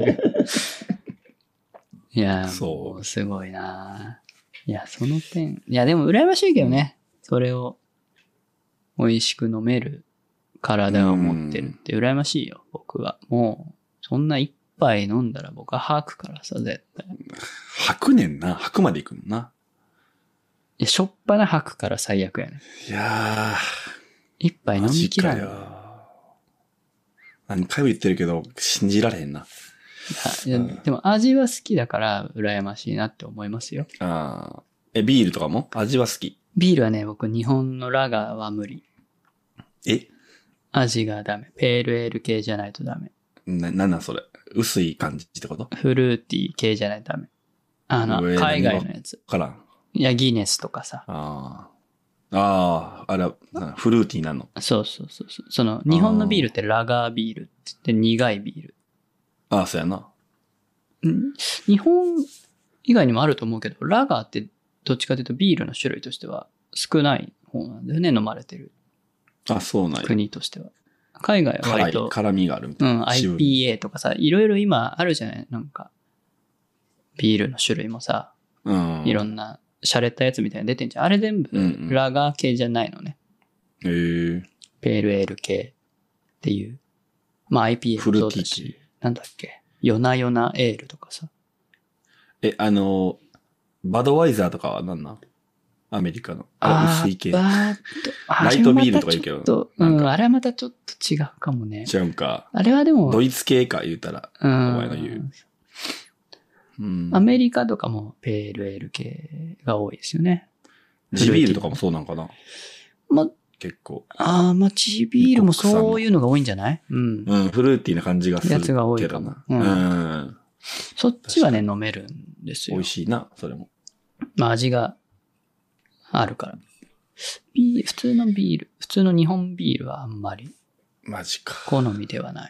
いや、 そうもうすごいな。いや、その点。いや、でも羨ましいけどね。それを美味しく飲める体を持ってるって羨ましいよ、僕は。もう、そんな一杯飲んだら僕は吐くからさ、絶対。 吐くねんな。吐くまで行くもんな。 いや、しょっぱな吐くから最悪やね。 いやー。 一杯飲みきらん。 マジかよ。何回も言ってるけど、信じられへんな。 いや、いやでも味は好きだから羨ましいなって思いますよ。 ああ。え、ビールとかも味は好き？ ビールはね、僕日本のラガーは無理。 え味がダメ。ペールエール系じゃないとダメ。 な、なんなんそれ。薄い感じってこと？ フルーティー系じゃないとダメ。あの、 上海外のやつ。 わからん。 いや、ギネスとかさ。 ああ。ああ、あれ、なフルーティーになるの。 そうそうそうそう。その、日本のビールってラガービールって言って苦いビール。 ああ、そうやな。 ん日本以外にもあると思うけど、ラガーってどっちかというとビールの種類としては少ない方なんだよね、飲まれてるあ、そうなんや。 国としては。海外は辛い、 割と、 辛みがあるみたいな。 うん、アイピーエー とかさ、いろいろ今あるじゃないなんか、ビールの種類もさ、 うん。 いろんな、洒落たやつみたいに出てんじゃん。あれ全部うんうん、 ラガー系じゃないのね。 へえ。 ペールエール系っていう。まあ アイピーエー もそうだし、なんだっけ。夜な夜なエールとかさ。 え、あの、バドワイザーとかは何なん？アメリカの。あれ薄い系。 バーッと、 ライトビールとか言うけどあれはまたちょっと、うん、あれはまたちょっと違うかもね。 違うんか。 あれはでも、 ドイツ系か言うたら、 うん、 お前の言う。うん、 アメリカとかもペールエール系が多いですよね。 地ビールとかもそうなんかな。 ま、 結構。 ああ、まあ、地ビールもそういうのが多いんじゃない？うん。 うん、フルーティーな感じがする。 やつが多いかも。うん。うん、そっちはね、飲めるんですよ。 美味しいな、それも。 まあ、味があるから。ビール、普通のビール、普通の日本ビールはあんまり。 マジか。 好みではない。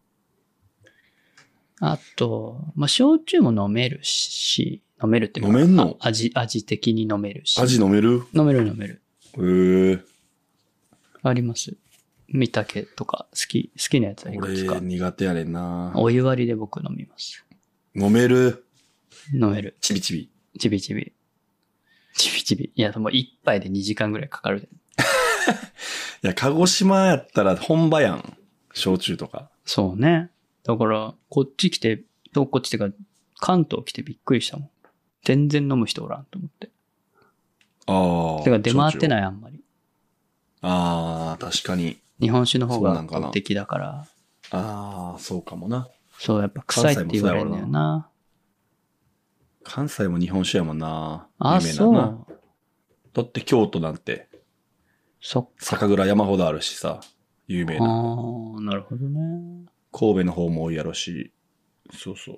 あと、まあ、焼酎も飲めるし、飲めるっていうか、 飲めんの？ 味、味的に飲めるし。 味飲める？ 飲める飲める。 へえ。 あります。見たけとか、好き、好きなやつはいくつか。 俺苦手やねんな。 お湯割りで僕飲みます。 飲める？ 飲める。 ちびちび。 ちびちび。ちびちび。いや、もう一杯でにじかんぐらいかかる。 いや、鹿児島やったら本場やん。焼酎とか。 そうね。だから、こっち来て、とこっちってか、関東来てびっくりしたもん。全然飲む人おらんと思って。 ああ。 てか出回ってい。 ないあんまり。 ああ、確かに。 日本酒の方が圧倒的だから。 ああ、そうかもな。 そう、やっぱ臭いって言われるんだよな。 関西も日本酒やもんな。 あ、 有名なそう。 だって京都なんて、 そっか。 酒蔵山ほどあるしさ、有名な。 ああ、なるほどね。 神戸の方も多いやろし、そうそう。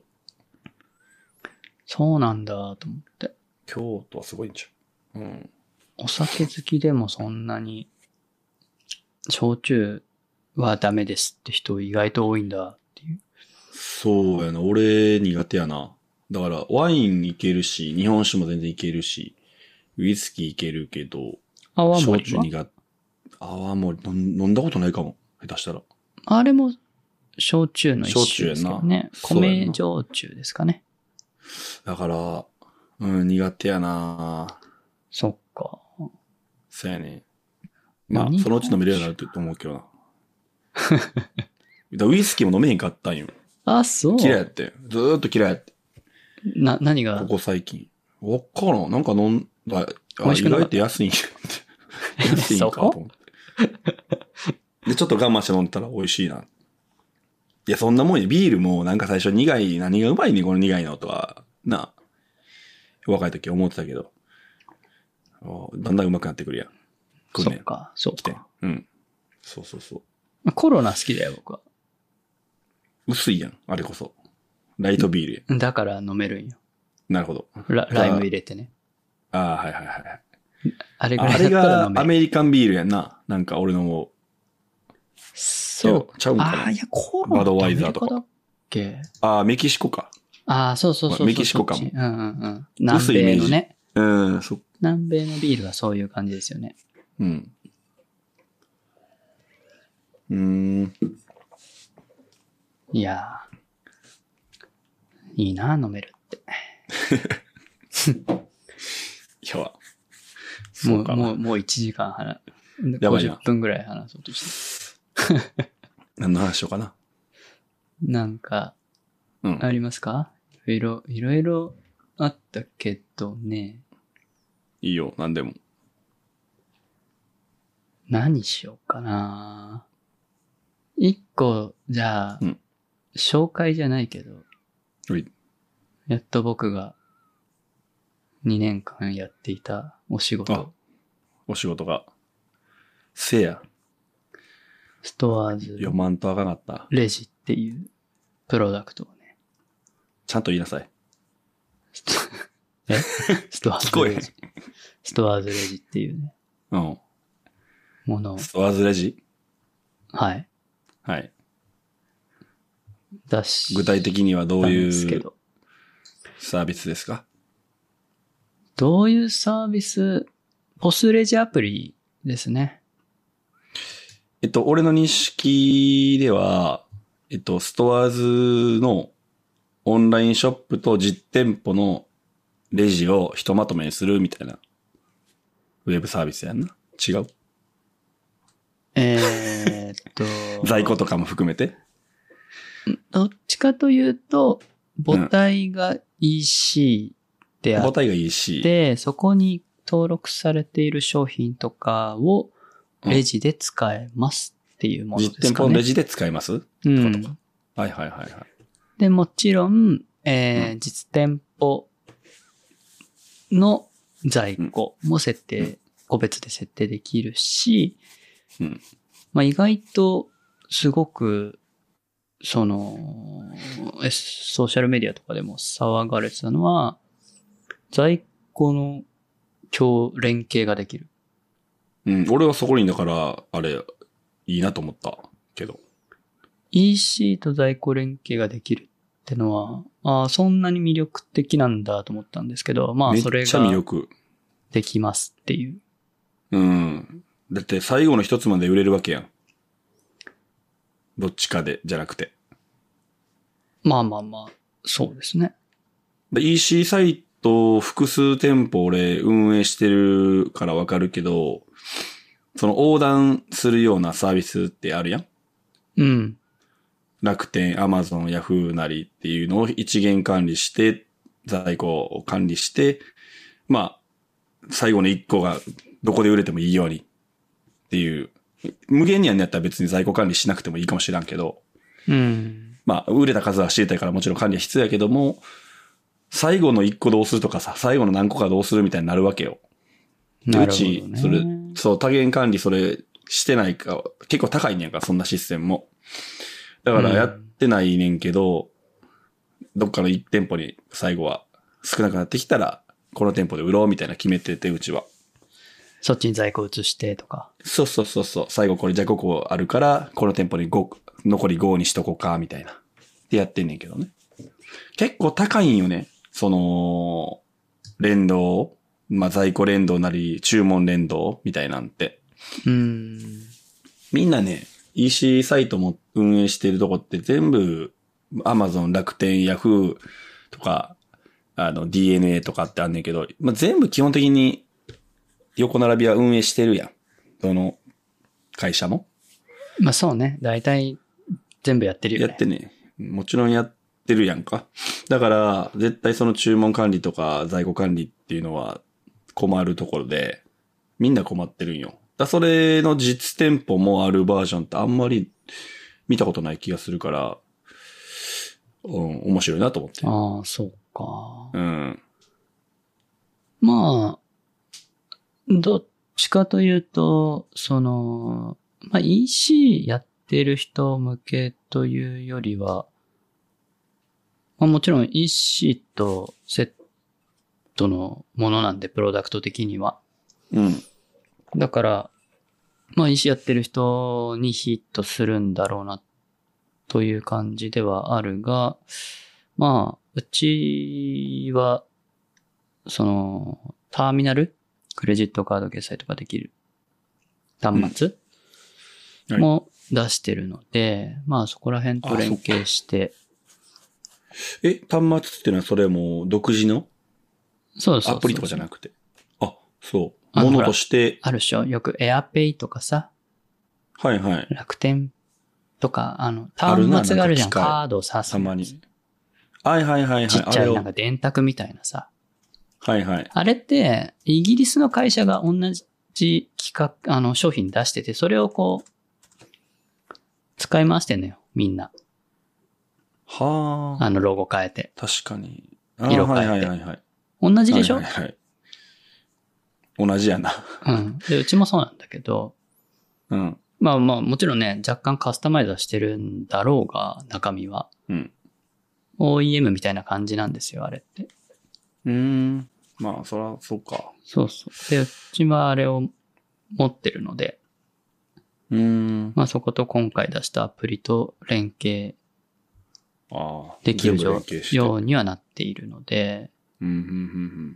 そうなんだと思って。 京都はすごいんちゃう。うん。 お酒好きでもそんなに、焼酎はダメですって人意外と多いんだっていう。 そうやな。俺苦手やな。だからワインいけるし、日本酒も全然いけるし、ウイスキーいけるけど、 泡盛は焼酎苦手。泡盛飲んだことないかも。下手したら。 あれも焼酎の一種ですけどね。 焼酎やな。 米焼酎ですかね。 だから、うん、苦手やな。 そっか。 そうやね。まあ、そのうち飲めるようになると思うけどな。ウイスキーも飲めへんかったんよ。 あ、そう。 嫌いやって。ずーっと嫌いやって。 な、何がここ最近。わっからん。なんか飲んだ、あ、意外と安いんやって。安いんかと思って。で、ちょっと我慢して飲んだら美味しいな。いや、そんなもんや。ビールもなんか最初苦い、何がうまいねんこの苦いのとは、な、若い時思ってたけど。だんだん上手くなってくるやん。 そっか、そうか。 うん。そうそうそう。 コロナ好きだよ、僕は。 薄いやん、あれこそ。ライトビールや。 だから飲めるんよ。 なるほど。 ラ, ライム入れてね。 ああ、はいはいはい。 あれぐらいあれだったら飲める。 がアメリカンビールやんな。なんか俺のもう。 そう。 ちゃうんかな。 ああ、いや、コロナバドワイザーとか。 アメリカだっけ？ ああ、メキシコか。 ああ、そうそうそうそう。 メキシコかも。 うんうんうん。南米のね。 うん、そ南米のビールはそういう感じですよね。 うん。うーん。 いやー、いいな、飲めるって。 いや、 もう、もう、もういちじかん話、ごじゅっぷんぐらい話そうとして。 何の話しようかな。 なんか、 うん。 ありますか？いろいろ、いろいろあったけどね。 いいよ、何でも。 何しようかな。一個、じゃあ、 うん、 紹介じゃないけど、 はい。 やっと僕がにねんかんやっていたお仕事。 お仕事が。せや。 ストアーズ。 読まんとあかんかった。 レジっていうプロダクトをね。 ちゃんと言いなさい。 えストアーズレジ。ストアーズレジっていうね。 うん。 ものを。 ストアーズレジ？ はい。 はい。 出し。 具体的にはどういうサービスですか？ どういうサービス？ポスレジアプリですね。 えっと、俺の認識では、えっと、ストアーズのオンラインショップと実店舗のレジをひとまとめにするみたいなウェブサービスやんな。違う？ えー、っと。 在庫とかも含めて？ どっちかというと、母体が イーシー であって、 母体が イーシー。 で、そこに登録されている商品とかをレジで使えますっていうものですかね。 実店舗のレジで使えます？ うん。 はいはいはいはい。 で、もちろん、えーうん、 実店舗の在庫も設定、うん、個別で設定できるし、 うん、 まあ意外とすごく、その、ソーシャルメディアとかでも騒がれてたのは、在庫の共連携ができる。 うん、俺はそこにだから、あれ、いいなと思ったけど。 イーシー と在庫連携ができるってのは、ああ、そんなに魅力的なんだと思ったんですけど、まあそれが。めっちゃ魅力。できますっていう。 うん。だって最後の一つまで売れるわけやん。どっちかで、じゃなくて。 まあまあまあ、そうですね。 イーシー サイト複数店舗俺運営してるからわかるけど、その横断するようなサービスってあるやん。 うん。 楽天、アマゾン、ヤフーなりっていうのを一元管理して、在庫を管理して、まあ、最後の一個がどこで売れてもいいようにっていう、無限にやんやったら別に在庫管理しなくてもいいかもしれんけど、 うん。 まあ、売れた数は知りたいからもちろん管理は必要やけども、最後の一個どうするとかさ、最後の何個かどうするみたいになるわけよ。 なるほどね。 うち、それ、そう、多元管理それしてないか、結構高いねんか、そんなシステムも。だからやってないねんけど、うん、どっかの一店舗に最後は少なくなってきたら、この店舗で売ろうみたいな決めてて、うちは。 そっちに在庫移してとか。 そうそうそうそう。最後これじゃあごこあるから、この店舗にご、残りごにしとこうか、みたいな。ってやってんねんけどね。結構高いんよね。その、連動、まあ、在庫連動なり、注文連動みたいなんて。 うーん。 みんなね、イーシー サイトも運営してるとこって全部、Amazon、楽天、Yahoo とか、あの ディーエヌエー とかってあんねんけど、まあ、全部基本的に横並びは運営してるやん。どの会社も。 まあそうね。大体全部やってるよね。 やってね。もちろんやってるやんか。だから、絶対その注文管理とか在庫管理っていうのは困るところで、みんな困ってるんよ。だそれの実店舗もあるバージョンってあんまり見たことない気がするから、うん、面白いなと思って。 ああ、そうか。 うん。 まあ、どっちかというと、その、まあ イーシー やってる人向けというよりは、まあもちろん イーシー と接トのものなんで、プロダクト的には。 うん。 だから、まあ イーシー やってる人にヒットするんだろうな、という感じではあるが、まあ、うちは、その、ターミナルクレジットカード決済とかできる端末、 うん、はい、 も出してるので、まあそこら辺と連携して。 え、端末っていうのはそれも独自のそうそうそうそう。 アプリとかじゃなくて。あ、そう。ものとして。 あるでしょ？よく AirPay とかさ。 はいはい。 楽天とか、あの、端末があるじゃん。カードを挿す。 たまに。はいはいはいはい。 ちっちゃいなんか電卓みたいなさ。 はいはい。 あれって、イギリスの会社が同じ企画、あの、商品出してて、それをこう、使い回してんのよ、みんな。 はあ。 あの、ロゴ変えて。 確かに。 色変えて。 はいはいはいはい。 同じでしょ？ はいはいはい。同じやな。 うん。で、うちもそうなんだけど、 うん。 まあまあ、もちろんね、若干カスタマイズはしてるんだろうが、中身は。 うん。 オーイーエム みたいな感じなんですよ、あれって。 うーん。まあ、そら、そうか。 そうそう。で、うちはあれを持ってるので、 うーん。 まあそこと今回出したアプリと連携できるようにはなっているので、 うんうんうんうん、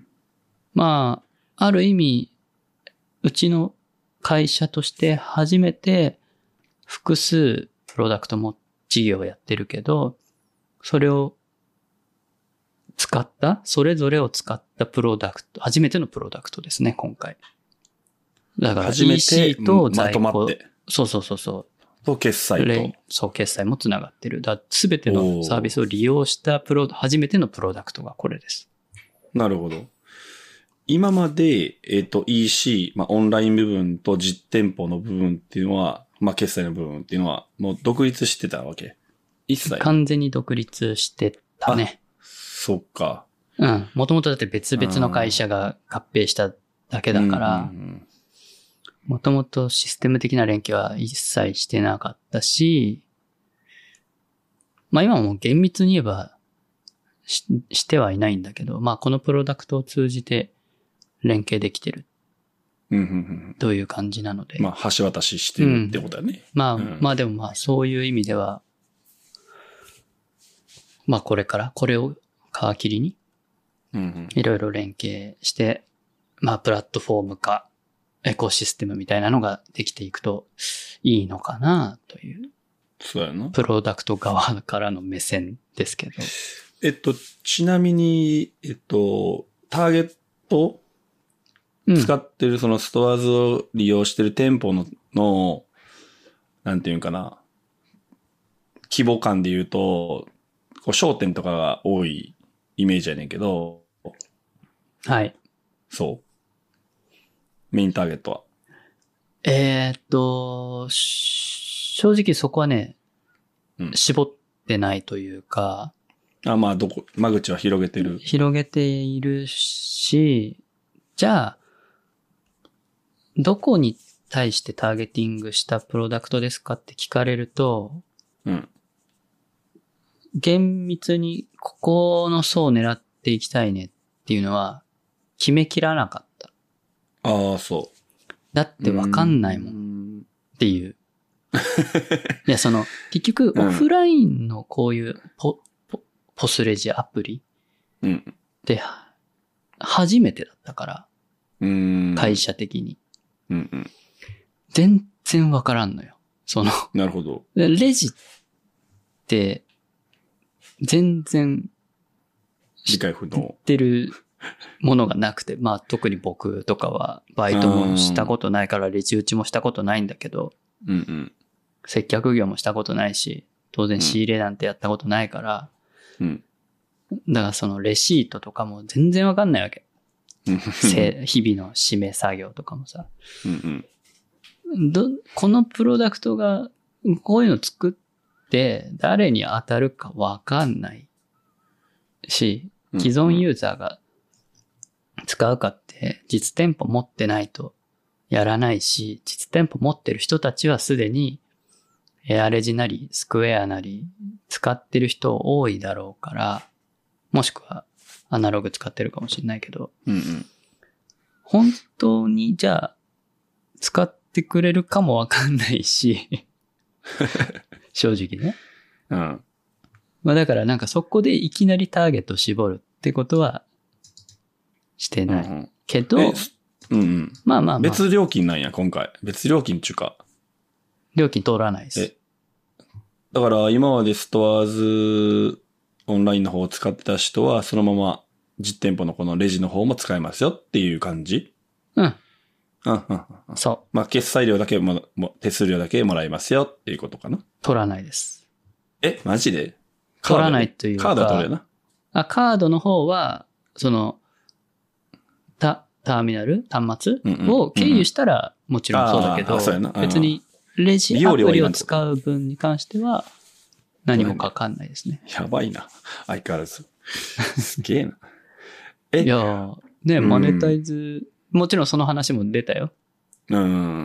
まあ、ある意味、うちの会社として初めて複数プロダクトも事業をやってるけど、それを使った、それぞれを使ったプロダクト、初めてのプロダクトですね、今回。だから イーシー と在庫、まとまって。そうそうそうそう。 と決済と。 そう、決済もつながってる。だすべてのサービスを利用したプロ、初めてのプロダクトがこれです。 なるほど。今まで、えっと、イーシー、まあ、オンライン部分と実店舗の部分っていうのは、まあ、決済の部分っていうのは、もう独立してたわけ？一切。 完全に独立してたね。 そっか。 うん。もともとだって別々の会社が合併しただけだから、もともとシステム的な連携は一切してなかったし、まあ今も厳密に言えばし、してはいないんだけど、まあこのプロダクトを通じて連携できてる。という感じなので。 まあ橋渡ししてるってことだね。うん、 まあ、うん、まあでもまあそういう意味では、まあこれからこれを皮切りに、いろいろ連携して、まあプラットフォーム化、エコシステムみたいなのができていくといいのかなという。 そうやな。 プロダクト側からの目線ですけど。 えっと、ちなみに、えっと、ターゲット、うん、使ってるそのストアーズを利用してる店舗の、の、なんていうかな、規模感で言うと、こう商店とかが多いイメージやねんけど。 はい。 そう。メインターゲットは。 えー、っと、正直そこはね、うん、絞ってないというか。 あ、まあ、どこ、間口は広げてる。 広げているし、じゃあ、どこに対してターゲティングしたプロダクトですかって聞かれると、うん。厳密にここの層を狙っていきたいねっていうのは決めきらなかった。 ああ、そう。 だってわかんないもんっていう。いや、その、結局オフラインのこういうポ、ポ、ポスレジアプリって初めてだったから、うん、会社的に。うんうん、全然わからんのよ。その。 なるほど。 レジって、全然、 理解不能。 知ってるものがなくて、まあ特に僕とかはバイトもしたことないからレジ打ちもしたことないんだけど、うんうん、接客業もしたことないし、当然仕入れなんてやったことないから、うん、だからそのレシートとかも全然わかんないわけ。日々の締め作業とかもさ、うんうん、どこのプロダクトがこういうの作って誰に当たるかわかんないし、既存ユーザーが使うかって実店舗持ってないとやらないし、実店舗持ってる人たちはすでにエアレジなりスクエアなり使ってる人多いだろうから、もしくはアナログ使ってるかもしれないけど、 うんうん。 本当にじゃあ、使ってくれるかもわかんないし、正直ね。 うん。 まあだからなんかそこでいきなりターゲットを絞るってことはしてない。うんうん、けど、 うんうん。 まあまあまあ。 別料金なんや、今回。別料金っていうか。 料金通らないです。 え、だから今までストアーズオンラインの方を使ってた人は、そのまま実店舗のこのレジの方も使えますよっていう感じ？ うん。 うんうんうん。 そう。 まあ、決済料だけも、も手数料だけもらえますよっていうことかな。 取らないです。 え、マジで？ 取らないというか。 カードは取るよな。 あ、カードの方は、その、タ、ターミナル端末を経由したらもちろんそうだけど、別にレジアプリを使う分に関しては何もかかんないですね。 やばいな。相変わらず。すげえな。えいやね、マネタイズ、もちろんその話も出たよ。 うん。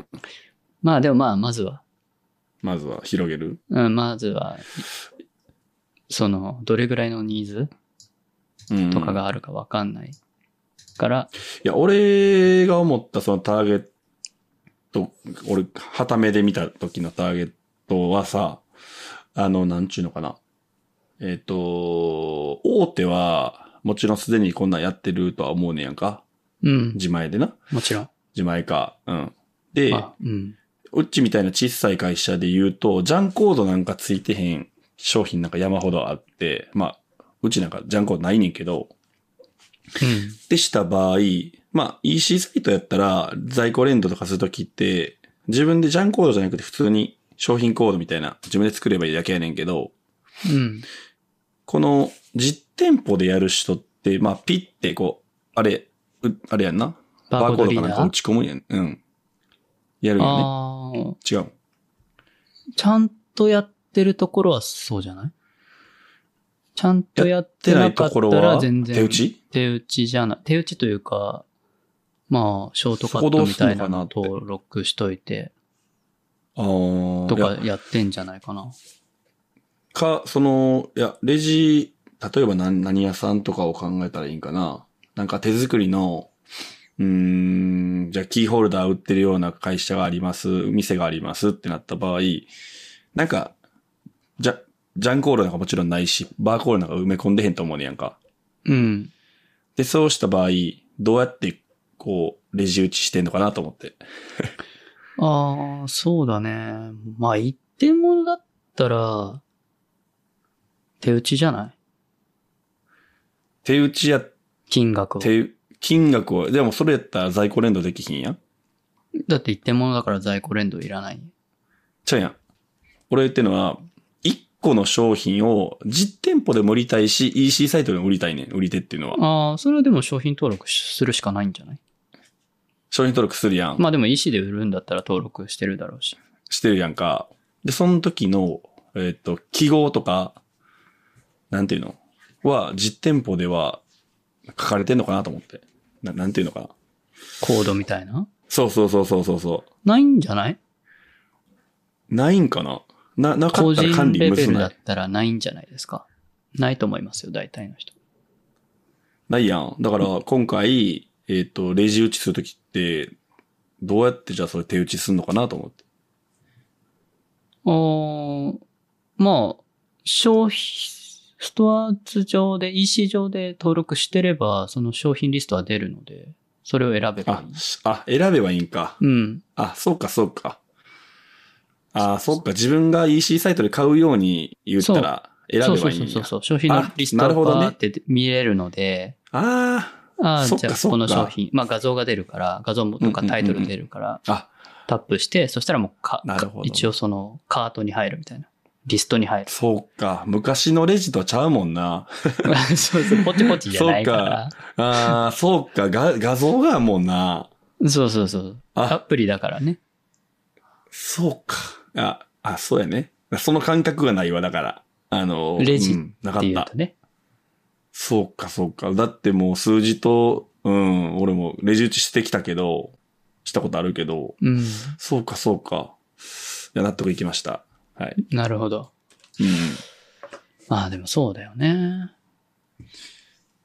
まあでもまあ、まずは。 まずは広げる？ うん、まずは、その、どれぐらいのニーズとかがあるかわかんないから。 いや、俺が思ったそのターゲット、俺、旗目で見た時のターゲットはさ、あの、なんちゅうのかな。えっと、大手は、もちろんすでにこんなんやってるとは思うねやんか。 うん。 自前でな。 もちろん。 自前か。うん。で、 うん、 うちみたいな小さい会社で言うと、ジャンコードなんかついてへん商品なんか山ほどあって、まあ、うちなんかジャンコードないねんけど、 うん。 でした場合、まあ、イーシー サイトやったら、在庫連動とかするときって、自分でジャンコードじゃなくて普通に商品コードみたいな、自分で作ればいいだけやねんけど、 うん。 この実店舗でやる人って、まあ、ピッてこう、あれ、あれやんな。バーコードかなんか打ち込むやん。うん。やるよね。あ違う。 ちゃんとやってるところはそうじゃない？ちゃんとやってなかったら全然。 手打ち？ 手打ちじゃない。手打ちというか、まあ、ショートカットみたいなの登録しといて、 あーとかやってんじゃないかな。 か、その、いや、レジ、例えば何、何屋さんとかを考えたらいいんかな。なんか手作りの、うーん、じゃあキーホルダー売ってるような会社があります、店がありますってなった場合、なんか、じゃ、ジャンコードなんかもちろんないし、バーコードなんか埋め込んでへんと思うねやんか。 うん。 で、そうした場合、どうやって、こう、レジ打ちしてんのかなと思って。 ああ、そうだね。まあ、一点物だったら、手打ちじゃない？ 手打ちや、 金額を。 手、金額を、でもそれやったら在庫連動できひんやん。 だって一点物だから在庫連動いらない。 ちゃうやん。俺言ってるのは、一個の商品を実店舗でも売りたいし、イーシー サイトでも売りたいねん。売り手っていうのは。 ああ、それはでも商品登録するしかないんじゃない？ 商品登録するやん。 まあでも イーシー で売るんだったら登録してるだろうし。 してるやんか。で、その時の、えっと、記号とか、なんていうのは、実店舗では書かれてんのかなと思って。ななんていうのかな。 コードみたいな？ そうそうそうそうそうそう。 ないんじゃない？ ないんかなな、なかったら管理むずない。 個人レベルだったらないんじゃないですか。ないと思いますよ、大体の人。 ないやん。だから、今回、えっと、レジ打ちするときって、どうやってじゃあそれ手打ちすんのかなと思って。 あー、まあ、消費、ストアーズ上で、イーシー 上で登録してれば、その商品リストは出るので、それを選べばいい。 あ、あ、選べばいいんか。 うん。 あ、そうか、そうか。あ、そうか。自分が イーシー サイトで買うように言ったら、選べばいいんや。 そうそうそうそう。商品のリストがバーって見れるので、 ああ、 ああ、じゃあこの商品、まあ画像が出るから、画像とかタイトル出るから、うんうんうん、あタップして、そしたらもうか、なるほど一応そのカートに入るみたいな。リストに入る。 そうか。昔のレジとちゃうもんな。 そうそう、ポチポチじゃないから。 そうか。ああ、そうか。が画像があるもんな。 そうそうそう。アプリだからね。 そうか。あ、あ、そうやね。その感覚がないわ、だから。あの、 レジって言うとね。 うん、そうか、そうか。だってもう数字と、うん、俺もレジ打ちしてきたけど、したことあるけど、 うん、 そうか、そうか。いや、納得いきました。はい。 なるほど。 うん。 まあでもそうだよね。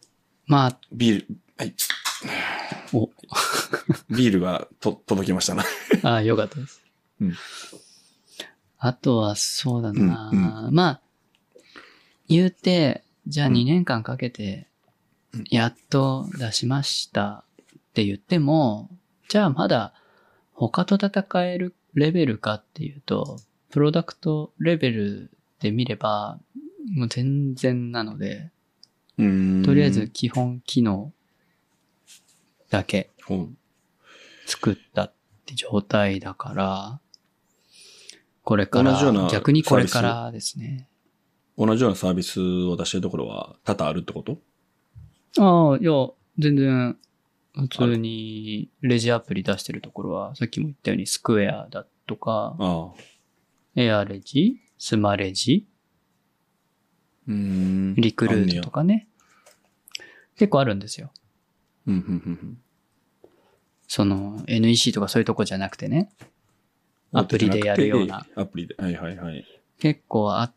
まあ。 ビール、はい。 おビールがと届きましたな。 ああ、よかったです。 うん。 あとは、そうだな、 うんうん、 まあ、言うて、じゃあにねんかんかけて、やっと出しましたって言っても、じゃあまだ他と戦えるレベルかっていうと、プロダクトレベルで見れば、もう全然なので、 うーんとりあえず基本機能だけ作ったって状態だから、これから、逆にこれからですね。 同じようなサービスを出してるところは多々あるってこと？ ああ、いや、全然、普通にレジアプリ出してるところは、さっきも言ったようにスクエアだとか、 ああエアレジ、スマレジ、 うーんリクルートとかね。結構あるんですよ。 うんうんうんうん、 その エヌイーシー とかそういうとこじゃなくてね。アプリでやるような。 アプリで。はいはいはい。 結構あって、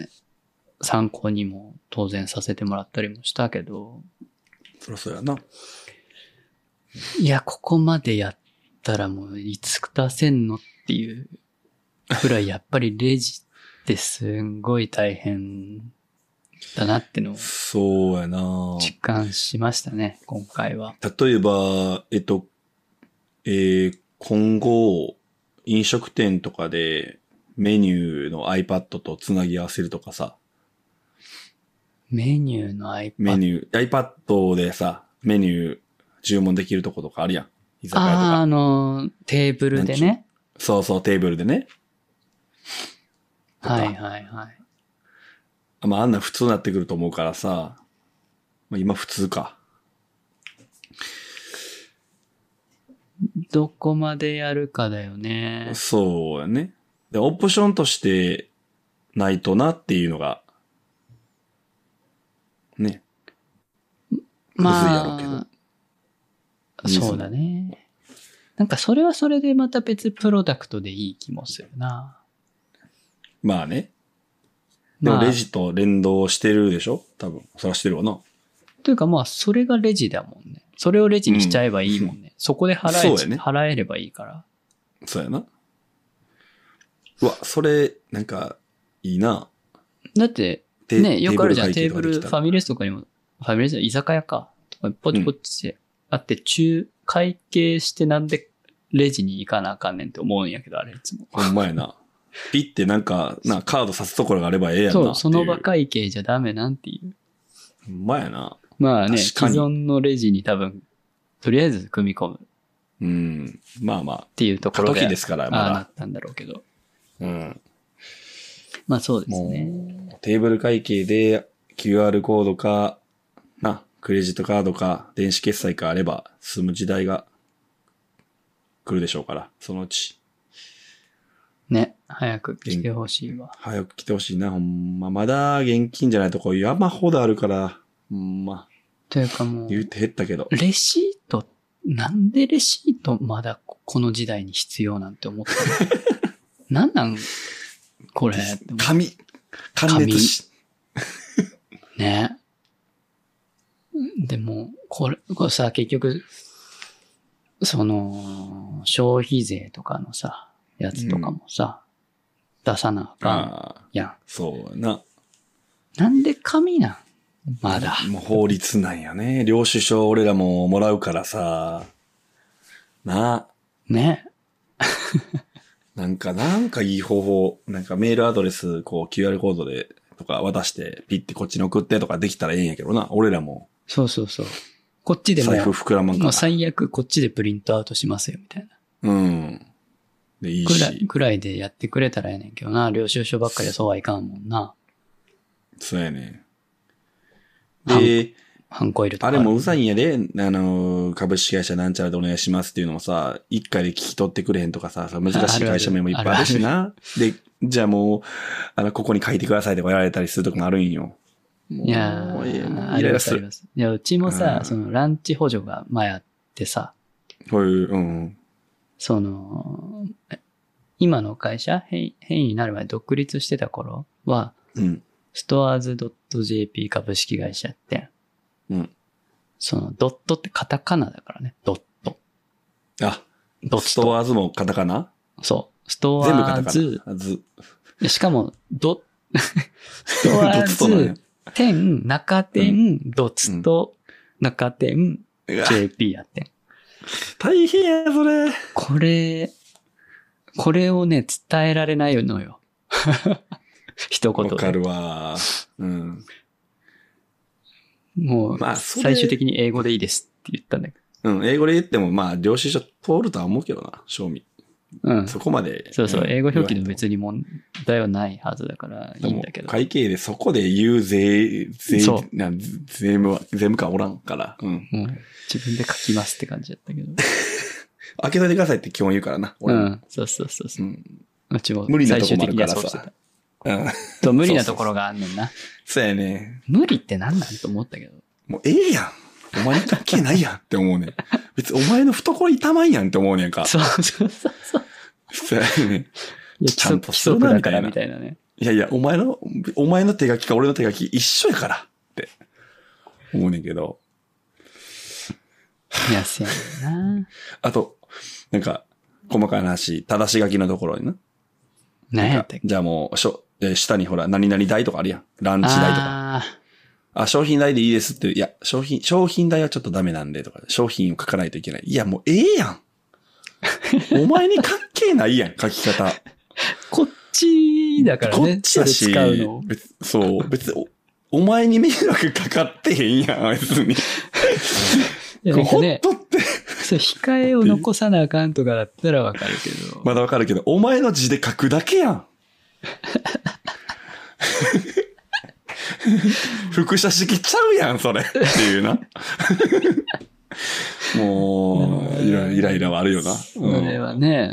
参考にも当然させてもらったりもしたけど。 そりゃそうやな。 いや、ここまでやったらもういつ出せんのっていうくらいやっぱりレジってすんごい大変だなってのをそうやな実感しましたね、今回は。 例えば、えっと、えー、今後、飲食店とかでメニューの iPad とつなぎ合わせるとかさ。 メニューの iPad。 メニュー、iPad でさ、メニュー注文できるとことかあるやん。居酒屋とか。 ああ、あの、テーブルでね。 そうそう、テーブルでね。 はいはいはい。 まあ、あんな普通になってくると思うからさ。まあ、今普通か。 どこまでやるかだよね。 そうやね。で、オプションとしてないとなっていうのが、ね。 まあ、 むずいやろうけど。 そうだね。なんかそれはそれでまた別プロダクトでいい気もするな。ままあね。でもレジと連動してるでしょ多分。そらしてるわな。 というかまあ、それがレジだもんね。それをレジにしちゃえばいいもんね。うん、そこで払え、そうやね、払えればいいから。 そうやな。うわ、それ、なんか、いいな。 だって、ね、よくあるじゃん。テーブル、ファミレスとかにも、ファミレス居酒屋か。とかポチポチしてあって、うん、中、会計してなんでレジに行かなあかんねんって思うんやけど、あれいつも。 ほんまやな。ピッてなんか、な、カード刺すところがあればええやんな。 そう、その場会計じゃダメなんていう。 ほんまやな。 まあね、既存のレジに多分、とりあえず組み込む。 うん。まあまあ。 っていうところで。 過渡期ですから、まだ。 ああなったんだろうけど。 うん。 まあそうですね。 テーブル会計で キューアール コードか、な、クレジットカードか、電子決済かあれば済む時代が来るでしょうから、そのうち。 ね、早く来てほしいわ。 早く来てほしいな、ほんま。まだ現金じゃないとこ山ほどあるから、ほんま。 というかもう、 言うて減ったけど。 レシート、なんでレシートまだこの時代に必要なんて思ったのなんなんこれ。 紙。紙熱紙。 ね。でも、これ、これさ、結局、その、消費税とかのさ、やつとかもさ、うん、出さなあかんやん。 そうな。 なんで紙なんまだ。 もう法律なんやね。領収書俺らももらうからさ。な。 ね。 なんか、なんかいい方法、なんかメールアドレス、こう キューアール コードで、とか渡して、ピッてこっちに送ってとかできたらええんやけどな。俺らも。 そうそうそう。こっちでも。 財布膨らまんから。 もう最悪こっちでプリントアウトしますよ、みたいな。うん。で、いいし。 くらい、くらいでやってくれたらええねんけどな。領収書ばっかりはそうはいかんもんな。 そうやね。で、 ハンコイルとか。 あれもうざいんやで、あの、株式会社なんちゃらでお願いしますっていうのもさ、一回で聞き取ってくれへんとかさ、難しい会社名もいっぱいあるしな。で、じゃあもう、あの、ここに書いてくださいとか言われたりするとこもあるんよ。 いやー、イライラする。いや、うちもさ、そのランチ補助が前あってさ、 こういう、うん。 その、今の会社、ヘイ、ヘイになる前独立してた頃は、 うん。 ストアーズ .jp 株式会社って、 うん。 そのドットってカタカナだからね。ドット。 あ、 ドット。 ストアーズもカタカナ？ そう。ストアーズ。 全部カタカナ。ズ。 しかも、ド、ストアーズ、点、中点、うん、ドツと、中点、ジェーピー やってん。 大変や、それ。 これ、これをね、伝えられないのよ。一言で。 わかるわ。うん。 もう、まあ、最終的に英語でいいですって言ったんだけど。うん、英語で言っても、まあ、領収書通るとは思うけどな、賞味。うん。そこまで。 そうそう、英語表記で別に問題はないはずだからいいんだけど。 会計でそこで言う税、税、な税務は、税務官おらんから。うん。 もう自分で書きますって感じだったけど。 開けといてくださいって基本言うからな。 俺うん。そうそうそうそう。うん、うちも無理なとこもあるからさ。 うん。そう、無理なところがあんねんな。 そうやね。 無理ってなんなんと思ったけど。 もうええやん。お前に関係ないやんって思うねん。別にお前の懐痛まんやんって思うねんか。 そうそうそうそう。 そうやね。 ちゃんとするなみたいな。みたいなね。 いやいや、お前の、お前の手書きか俺の手書き一緒やからって思うねんけど。 いや、せやな。 あと、なんか、細かい話、正し書きのところにな。 何やったっけ？ じゃあもう、しょ、下にほら、何々代とかあるやん。ランチ代とか。あ、商品代でいいですって。いや、商品、商品代はちょっとダメなんでとか、商品を書かないといけない。いや、もうええやん。お前に関係ないやん、書き方。 こっちだからね。 こっちやし、使うの別そう、別にお、お前に迷惑かかってへんやん、別に。 いや、なんかね、ほっとって。そう、控えを残さなあかんとかだったらわかるけど。 まだわかるけど、お前の字で書くだけやん。複写式ちゃうやん、それ。っていうな。もう、いろいろイライラはあるよな。 それはね、うん、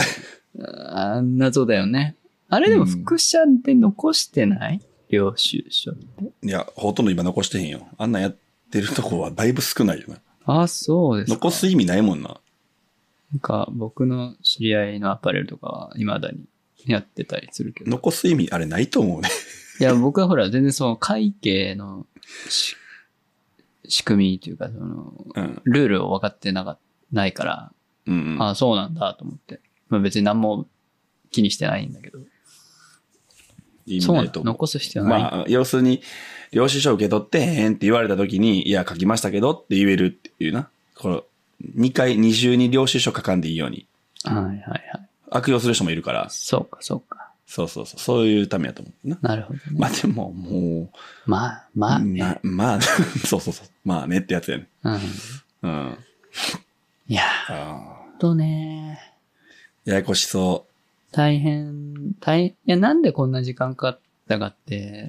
あんなそうだよね。あれでも複写って残してない？領収書って。 いや、ほとんど今残してへんよ。あんなんやってるとこはだいぶ少ないよな。 あ、そうですか。 残す意味ないもんな。 なんか、僕の知り合いのアパレルとかは未だにやってたりするけど。 残す意味あれないと思うね。 いや、僕はほら、全然その会計のし仕組みというか、その、うん、ルールを分かってなか、ないから、うんうん、ああ、そうなんだと思って。まあ別に何も気にしてないんだけど。 意味ないと思う。 残す必要ない。 まあ、要するに、領収書受け取ってへんって言われた時に、いや、書きましたけどって言えるっていうな。この、にかい、二重に領収書書かんでいいように。 はいはいはい。 悪用する人もいるから。 そうか、そうか。 そうそうそう。そういうためやと思うな。 なるほどね。 まあでも、もう。 まあ、まあ、ね。 ま、まあ、そうそうそう。まあねってやつやね。うん。うん。 いやー。とねややこしそう。 大変、大変、いや、なんでこんな時間かかったかって、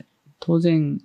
当然、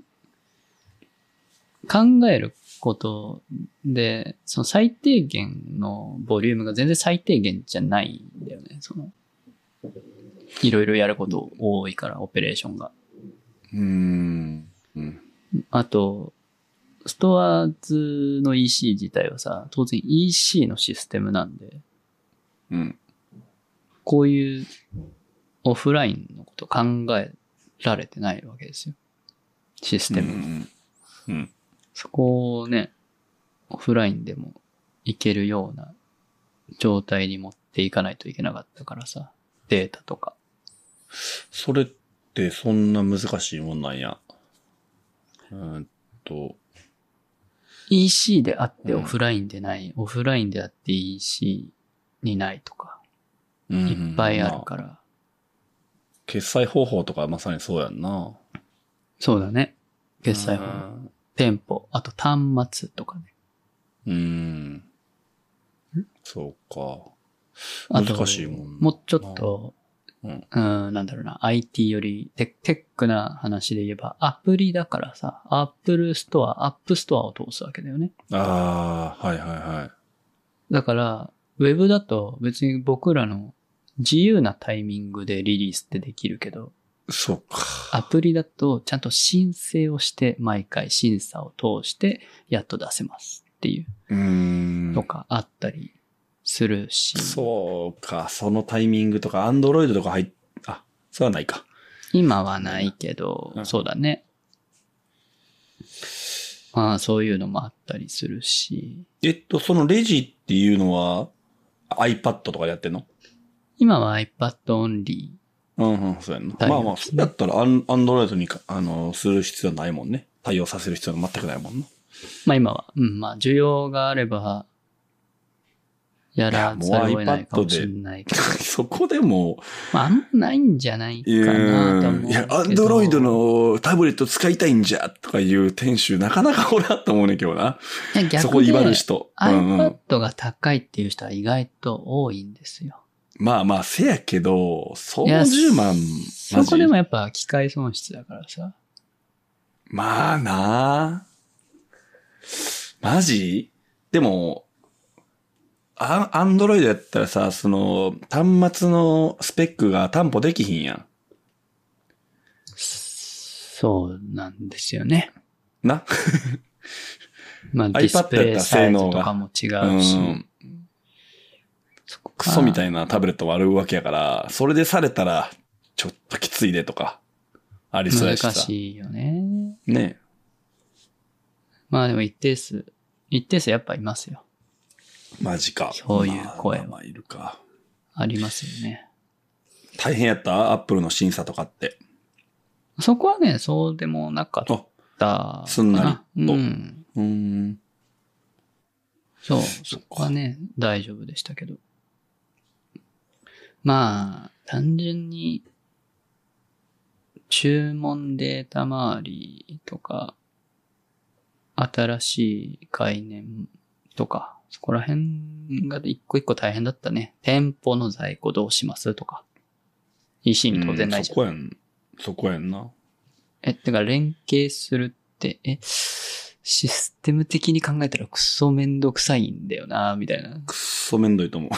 考えることで、その最低限のボリュームが全然最低限じゃないんだよね。その、いろいろやること多いから、オペレーションが。 うーん。うん、 あと、ストアーズの イーシー 自体はさ、当然 イーシー のシステムなんで、 うん、 こういうオフラインのこと考えられてないわけですよ。システム。うんうん、そこをね、オフラインでもいけるような状態に持っていかないといけなかったからさ、データとか。 それってそんな難しいもんなんや。うーんと。 イーシー であってオフラインでない、うん、オフラインであって イーシー にないとか、うん、いっぱいあるから、まあ。 決済方法とかまさにそうやんな。 そうだね。決済方法。店舗、あと端末とかね。 うーん。そうか。難しいもん。 もうちょっと、うん、うん、なんだろうな、アイティー よりテックな話で言えば、アプリだからさ、アップルストア、アップストアを通すわけだよね。 ああ、はいはいはい。 だから、ウェブだと別に僕らの自由なタイミングでリリースってできるけど、 そうか。 アプリだとちゃんと申請をして、毎回審査を通して、やっと出せますっていう。 うーん。 とかあったりするし。 そうか、そのタイミングとか、アンドロイドとか入っ、あ、それはないか。 今はないけど、うん、そうだね。 まあそういうのもあったりするし。 えっと、そのレジっていうのは iPad とかでやってんの？ 今は iPad オンリうんうん、そうやんな。 対応まあまあ、そうやったらアン、アンドロイドにか、あの、する必要ないもんね。対応させる必要が全くないもんな。 ー。まあ今は、うん、まあ需要があれば、やらざるを得ないかもしれないけど。 そこでも、 まああんまないんじゃないかなと思うけど。 いや、アンドロイドのタブレット使いたいんじゃとかいう店主なかなかおらんと思うねんけどな。 いや逆にそこ言わる人。うんうん、 iPad が高いっていう人は意外と多いんですよ。 まあまあ、せやけど、そのじゅうまん、 そこでもやっぱ機械損失だからさ。 まあなあ。マジでも、アアンドロイドやったらさ、その、端末のスペックが担保できひんやん。 そうなんですよね。 なまあディスプレイサイズとかも違うし。うん、 クソみたいなタブレットもあるわけやから、それでされたら、ちょっときついでとか、ありそうやしさ。 難しいよね。 ね。 まあでも一定数、一定数やっぱいますよ。 マジか。 そういう声は。 まあ、まあいるか。 ありますよね。 大変やったアップルの審査とかって。 そこはね、そうでもなかった。 すんなりと。 うん。 うーん。 そう、そこはね、大丈夫でしたけど。まあ、単純に、注文データ周りとか、新しい概念とか、そこら辺が一個一個大変だったね。店舗の在庫どうしますとか。イーシー に当然ないじゃん。 うん、そこやん。そこやんな。 え、てか連携するって、え、システム的に考えたらクソめんどくさいんだよな、みたいな。 くっそめんどいと思う。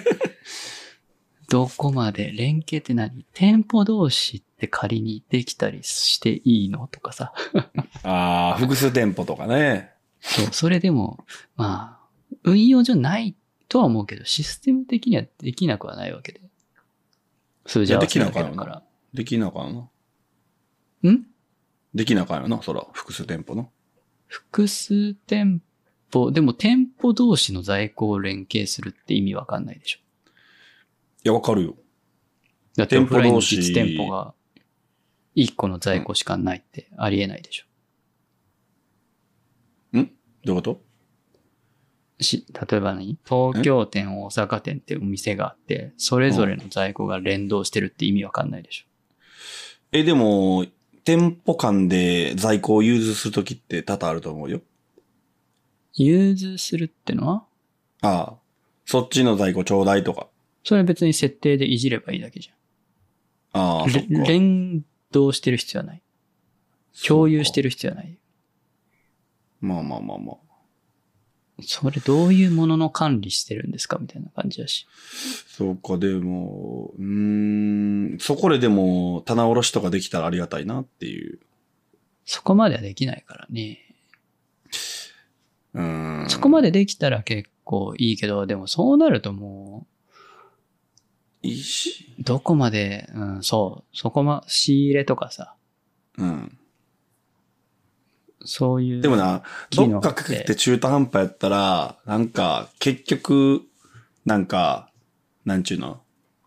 どこまで連携って何？店舗同士って仮にできたりしていいのとかさ。 ああ、複数店舗とかね。 そう、それでも、まあ、運用上ないとは思うけど、システム的にはできなくはないわけで。数字合わせるだけだから。 できなあかんな。 んできなあかんよな、そら、複数店舗の。 複数店舗、でも店舗同士の在庫を連携するって意味わかんないでしょ。 いや、わかるよ。 だってオフラインの実店舗がいっこの在庫しかないってありえないでしょ。ん？どういうこと？ し、例えば何？東京店、大阪店ってお店があって、それぞれの在庫が連動してるって意味わかんないでしょ。 え、でも、店舗間で在庫を融通するときって多々あると思うよ。 融通するってのは？ ああ。そっちの在庫ちょうだいとか。 それは別に設定でいじればいいだけじゃん。ああ、そっか。 連動してる必要はない。共有してる必要はない。 まあまあまあまあ。 それどういうものの管理してるんですかみたいな感じだし。 そうか、でも、うーん、そこででも棚卸しとかできたらありがたいなっていう。 そこまではできないからね。 うーん。 そこまでできたら結構いいけど、でもそうなるともう、 いいし。 どこまで、うん、そう、そこま、仕入れとかさ。 うん。 そういう。 でもな、どっかかけて中途半端やったら、なんか、結局、なんか、なんちゅうの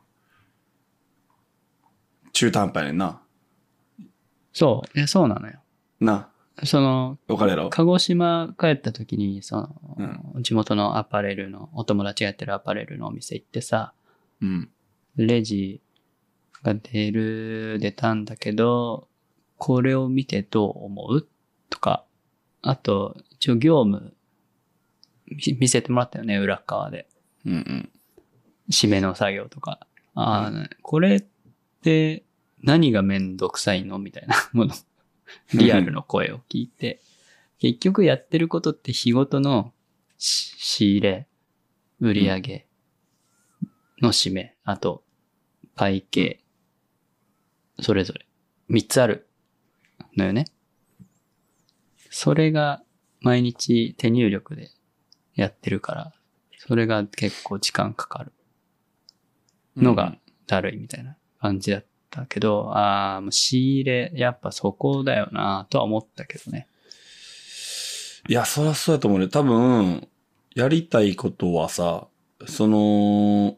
中途半端やねんな。 そう、え、そうなのよ。 な。 その、 わかるやろ？ 鹿児島帰った時に、その、 うん、 地元のアパレルの、お友達がやってるアパレルのお店行ってさ、 うん。 レジが出る、出たんだけど、これを見てどう思う？とか、あと、一応業務、見せてもらったよね、裏側で。 うんうん。 締めの作業とか。ああ、うん、これって何がめんどくさいのみたいなもの。リアルの声を聞いて。結局やってることって日ごとの仕入れ、売り上げの締め、あと、会計、それぞれみっつあるのよね。それが毎日手入力でやってるから、それが結構時間かかるのがだるいみたいな感じだったけど、うん、ああ、仕入れ、やっぱそこだよなとは思ったけどね。 いや、そりゃそうやと思うね。多分、やりたいことはさ、その、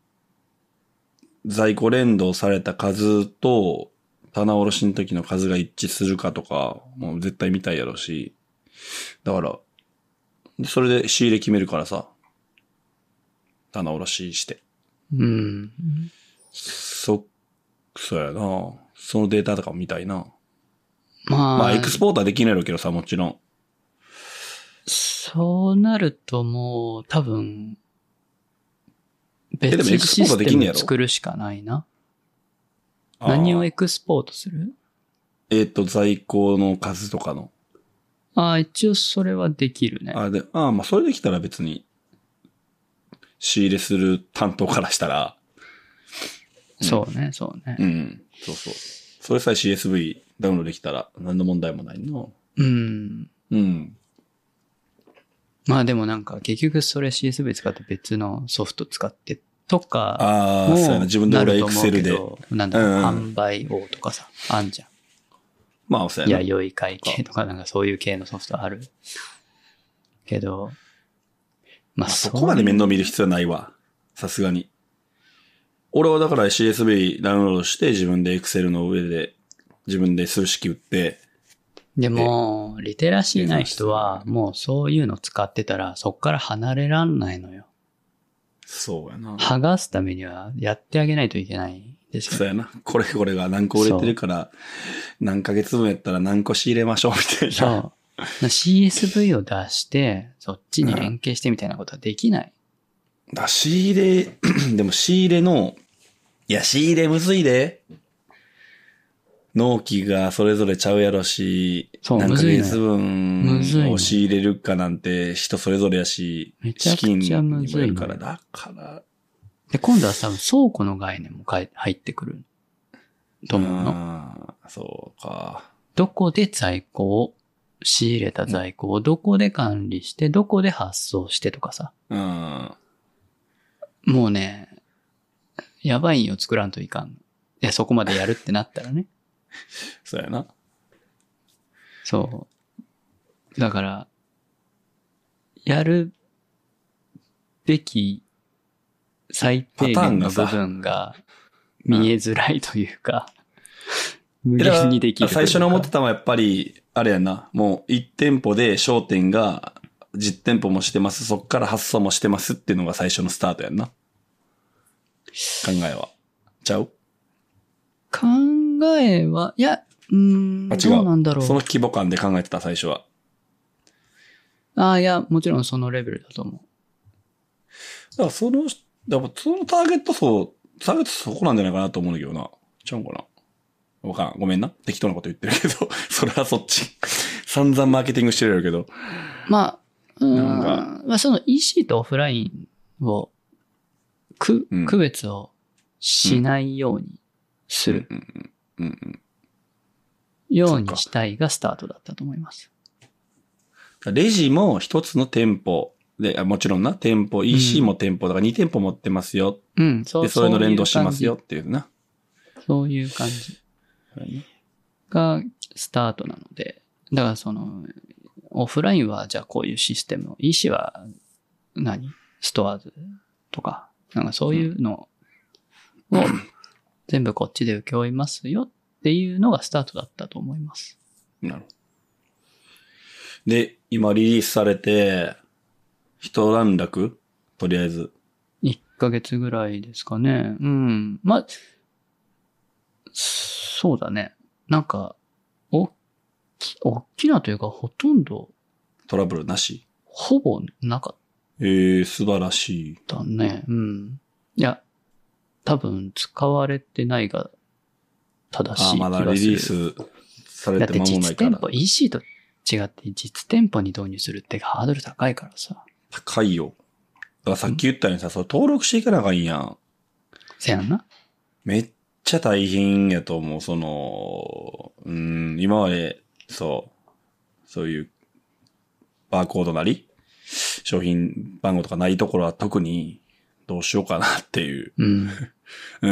在庫連動された数と、棚卸しの時の数が一致するかとか、もう絶対見たいやろし。だから、それで仕入れ決めるからさ、棚卸しして。 うん。 そ、そうやな。そのデータとかも見たいな。 まあ、 まあ、エクスポートはできないやろうけどさ、もちろん。 そうなるともう、多分、 え、でもエ別クスポーシステトできんねやろ？ ム作るしかないな。 あー何をエクスポートする？ えっと、在庫の数とかの。 ああ、一応それはできるね。 あで、ああ、まあ、それできたら別に、仕入れする担当からしたら、 そうね、そうね。 うん。そうそう。それさえ シーエスブイ ダウンロードできたら何の問題もないの。 うん。 うん。 まあでもなんか結局それ シーエスブイ 使って別のソフト使ってとかああ、そうやな。 も自分で俺はなると思う Excel で。 けど、なんだろう、 うんうん販売王とかさ、あんじゃん。 まあ、そうやな。 弥生会計とかなんかそういう系のソフトある。けど、まあそこまで面倒見る必要はないわ。さすがに。俺はだから シーエスブイ ダウンロードして自分で Excel の上で自分で数式打って。 でも、リテラシーない人はもうそういうの使ってたらそっから離れらんないのよ。 そうやな。 剥がすためにはやってあげないといけないですよ。 そうやな。これこれが何個売れてるから、何ヶ月分やったら何個仕入れましょうみたいな。 そう。シーエスブイ を出して、そっちに連携してみたいなことはできない。 うん、だ仕入れ、でも仕入れの、いや仕入れむずいで。納期がそれぞれちゃうやろし、 そう、 何ヶ月分分を仕入れるかなんて人それぞれやし、 めちゃくちゃむずい資金にもよるから、だから。 で、今度は多分倉庫の概念も入ってくると思うの。 ああ、そうか。 どこで在庫を、仕入れた在庫をどこで管理して、どこで発送してとかさ。 うん。 もうね、やばいんよ、作らんといかん。いや、そこまでやるってなったらね。 そうやな。 そう。だから、やるべき最低限の部分が見えづらいというか、無限にできるというか。 最初に思ってたのはやっぱり、あれやな、もういち店舗で商店が実店舗もしてます、そっから発送もしてますっていうのが最初のスタートやんな。考えは。ちゃう？ 考えは、いや、うーん、 あ、違う。 どうなんだろう。 その規模感で考えてた、最初は。 ああ、いや、もちろんそのレベルだと思う。 だからその、やっぱそのターゲット層、ターゲット層そこなんじゃないかなと思うんだけどな。ちゃうんかな。わからん。ごめんな。適当なこと言ってるけど、それはそっち。散々マーケティングしてるやろけど。 まあ、うんなんかまあ、その イーシー とオフラインを、く、 うん区別をしないようにする。 うんうんうんうんようにしたいがスタートだったと思います。 レジも一つの店舗で、もちろんな、店舗、イーシー も店舗だからに店舗持ってますよ。 うん、そうで、それの連動しますよそういう感っていうな。 じそういう感じがスタートなので、だからその、オフラインはじゃあこういうシステムを、イーシー は何？ストアーズとか、なんかそういうのを全部こっちで請け負いますよっていうのがスタートだったと思います。 なるほど。で、今リリースされて、一段落？とりあえず。 いっかげつぐらいですかね。うん。まあ、そうだね。なんか、おっき、おっきなというかほとんど、 トラブルなし？ ほぼなかっえー、素晴らしい。 たね。うん。いや、多分使われてないが正しい気がする。 あ、まだリリースされだってて間もないから。 実店舗、イーシー と違って実店舗に導入するってハードル高いからさ。 高いよ。だからさっき言ったようにさ、それ登録していかなあかんやん。 せやんな。 めっちゃ大変やと思う。その、うん、今まで、そう、そういう、バーコードなり、商品番号とかないところは特に、どうしようかなっていう。 うん。 うん。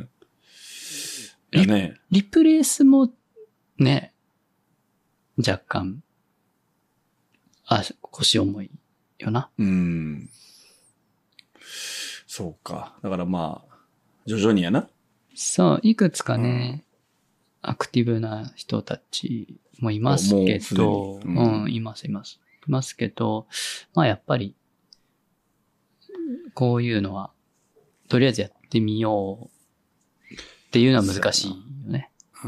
いやね。 リプレイスも、ね、若干、 あ、腰重いよな。 うん。そうか。だからまあ、徐々にやな。 そう、いくつかね、うん、アクティブな人たちもいますけど、う, うん、うん、いますいます。いますけど、まあやっぱり、こういうのは、とりあえずやってみようっていうのは難しいよね。 うん。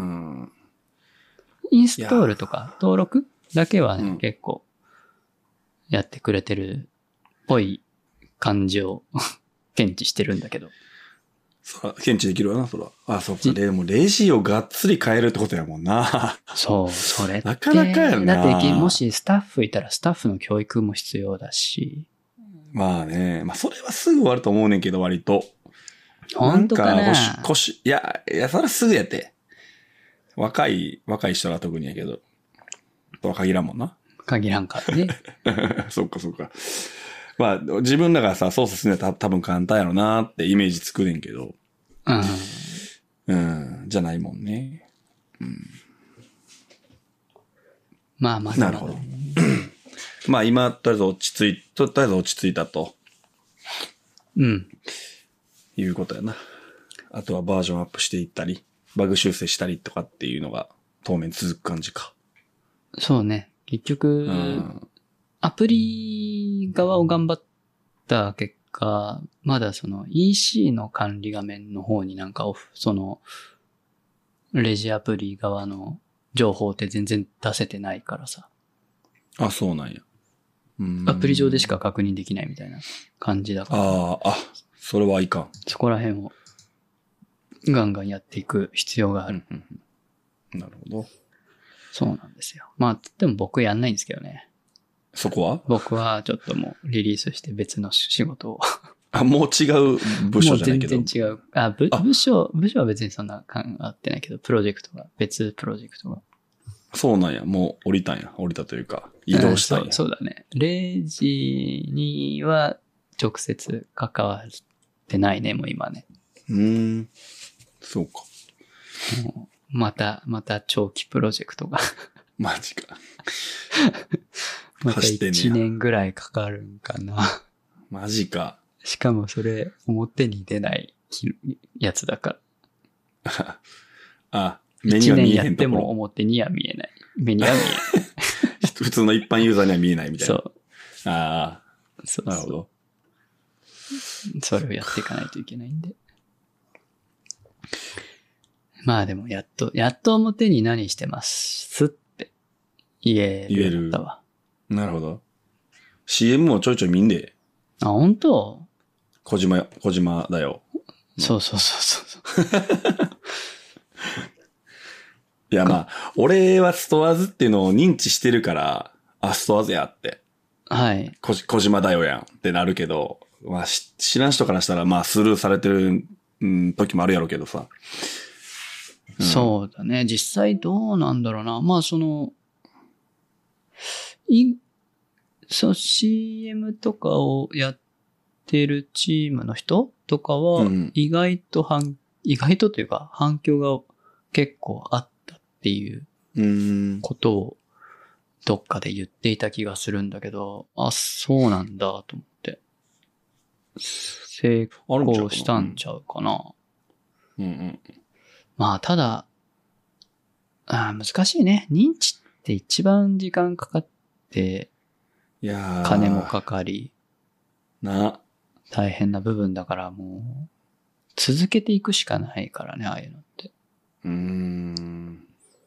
インストールとか登録だけはね、うん、結構やってくれてるっぽい感じを検知してるんだけど。 そう、検知できるわな、そら。あ、そっか。でもレジをがっつり変えるってことやもんな。 そう、それって。 なかなかやな。 だって、もしスタッフいたらスタッフの教育も必要だし。 まあね。まあそれはすぐ終わると思うねんけど、割と。 本当かな。 なんか、腰、いや、いや、それはすぐやって。若い、若い人は特にやけど。とは限らんもんな。 限らんからね。 そっかそっか。まあ、自分らがさ、操作するのは多分簡単やろなってイメージつくねんけど。 うん。 うん。じゃないもんね。うん。 まあまあ、 なるほど。まあ今、とりあえず落ち着い、とりあえず落ち着いたと。 うん。 いうことやな。あとはバージョンアップしていったり、バグ修正したりとかっていうのが当面続く感じか。 そうね。結局、うん、アプリ側を頑張った結果、まだその イーシー の管理画面の方になんかオフ、その、レジアプリ側の情報って全然出せてないからさ。 あ、そうなんや。 うーん、アプリ上でしか確認できないみたいな感じだから。 ああ、あ、それはいかん。 そこら辺をガンガンやっていく必要がある。 うんうんうん、なるほど。 そうなんですよ。まあ、でも僕やんないんですけどね。 そこは？ 僕はちょっともうリリースして別の仕事を。 あ、もう違う部署じゃないけど。 もう全然違う。あ、部、部署、部署は別にそんな関わってないけど、プロジェクトが、別プロジェクトが。 そうなんや。もう降りたんや。降りたというか、移動したんや。 うん、そう、そうだね。レジには直接関わってないね、もう今ね。 うーん。そうか。 もうまた、また長期プロジェクトが。 マジか。 またいちねんぐらいかかるんかな。 マジか。 しかもそれ、表に出ないやつだから。 あ、目には見えへんところ。いちねんやっても表には見えない。目には見えない。 普通の一般ユーザーには見えないみたいな。 そう。 ああ。 そうそう。なるほど。それをやっていかないといけないんで。まあでもやっと、やっと表に何してますって言えるようになったわ。 なるほど。シーエム もちょいちょい見んで。 あ、本当？ 小島、小島だよ。 そうそうそうそう。 いやまあ、俺はストアーズっていうのを認知してるから、あ、ストアーズやって。 はい。 こ、小島だよやんってなるけど、まあ、知らん人からしたらまあスルーされてる、うん、時もあるやろうけどさ。 うん、そうだね。実際どうなんだろうな。まあその、い、そう、シーエム とかをやってるチームの人とかは、意外と反、うん、意外とというか反響が結構あったっていうことをどっかで言っていた気がするんだけど、あ、そうなんだと思って。成功したんちゃうかな。 うんうん、 まあ、ただ、あ、難しいね。認知って一番時間かかって、 いや金もかかり、 な、 大変な部分だからもう、続けていくしかないからね、ああいうのって。 うーん。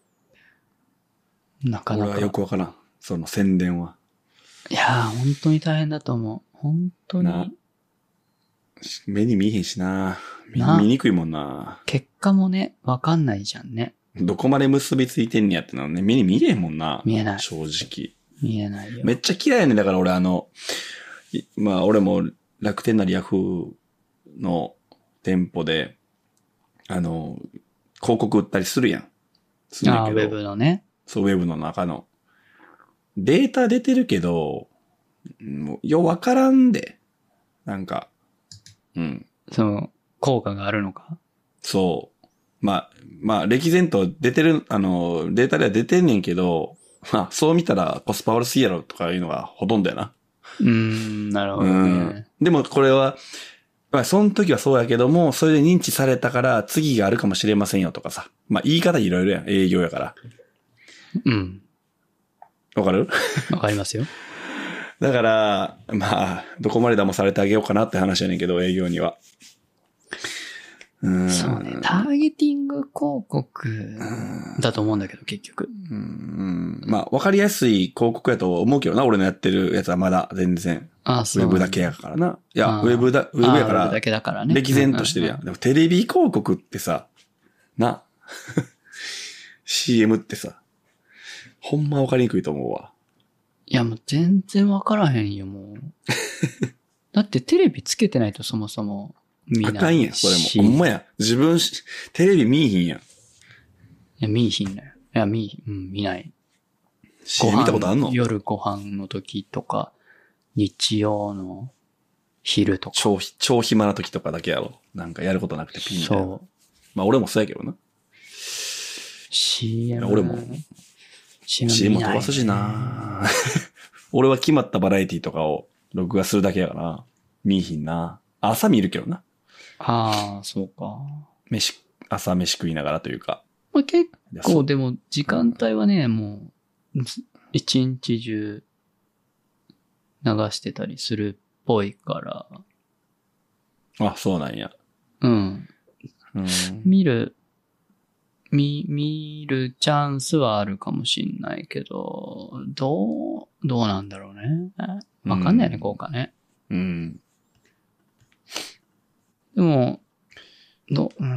なかなか。 俺はよくわからん。その宣伝は。 いやー、本当に大変だと思う。本当に。 目に見えへんしな。見見にくいもんな。 結果もね、わかんないじゃんね。 どこまで結びついてんねやってのはね、目に見えへんもんな。 見えない。 正直。 見えないよ。 めっちゃ嫌いやねん。だから俺あの、まあ俺も楽天なりヤフーの店舗で、あの、広告売ったりするやん。するんやけど。 ああ、ウェブのね。 そう、ウェブの中の。データ出てるけど、もうよ、わからんで。なんか、うん。 その、効果があるのか？ そう。まあ、まあ、歴然と出てる、あの、データでは出てんねんけど、 まあ、そう見たらコスパ悪すぎやろとかいうのがほとんどやな。 うーん、なるほどね。 うん。でもこれは、まあ、その時はそうやけども、それで認知されたから次があるかもしれませんよとかさ。まあ、言い方いろいろやん。営業やから。 うん。 わかる？ わかりますよ。 だから、まあ、どこまで騙されてあげようかなって話やねんけど、営業には。 うん、そうね。ターゲティング広告だと思うんだけど、結局。 うん、まあ、わかりやすい広告やと思うけどな、俺のやってるやつはまだ全然。 ああ、そう。 ウェブだけやからな。いや、ウェブだ、ウェブやから。ウェブだけだからね。 歴然としてるやん。でもテレビ広告ってさ、な。シーエム ってさ、ほんまわかりにくいと思うわ。 いや、もう全然わからへんよ、もう。だってテレビつけてないとそもそも見ないし。 あかんやん、それも。ほんまや。自分、テレビ見いひんやん。いや、見いひんね。いや、見、うん、見ない。 シーエム 見たことあんの？ 夜ご飯の時とか、日曜の昼とか。 超、超暇な時とかだけやろ。なんかやることなくてピンみたいな。そう。まあ俺もそうやけどな。 シーエム。 俺も。シーエム も飛ばすしな俺は決まったバラエティとかを録画するだけやから、見いひんな。朝見るけどな。 ああ、そうか。 飯、朝飯食いながらというか。 まあ、結構でも時間帯はね、もう、一日中流してたりするっぽいから。 あ、そうなんや。 うん。うん、見る、見、見るチャンスはあるかもしんないけど、どう、どうなんだろうね。わかんないね、効果ね。 うん。 でも、ど、うん。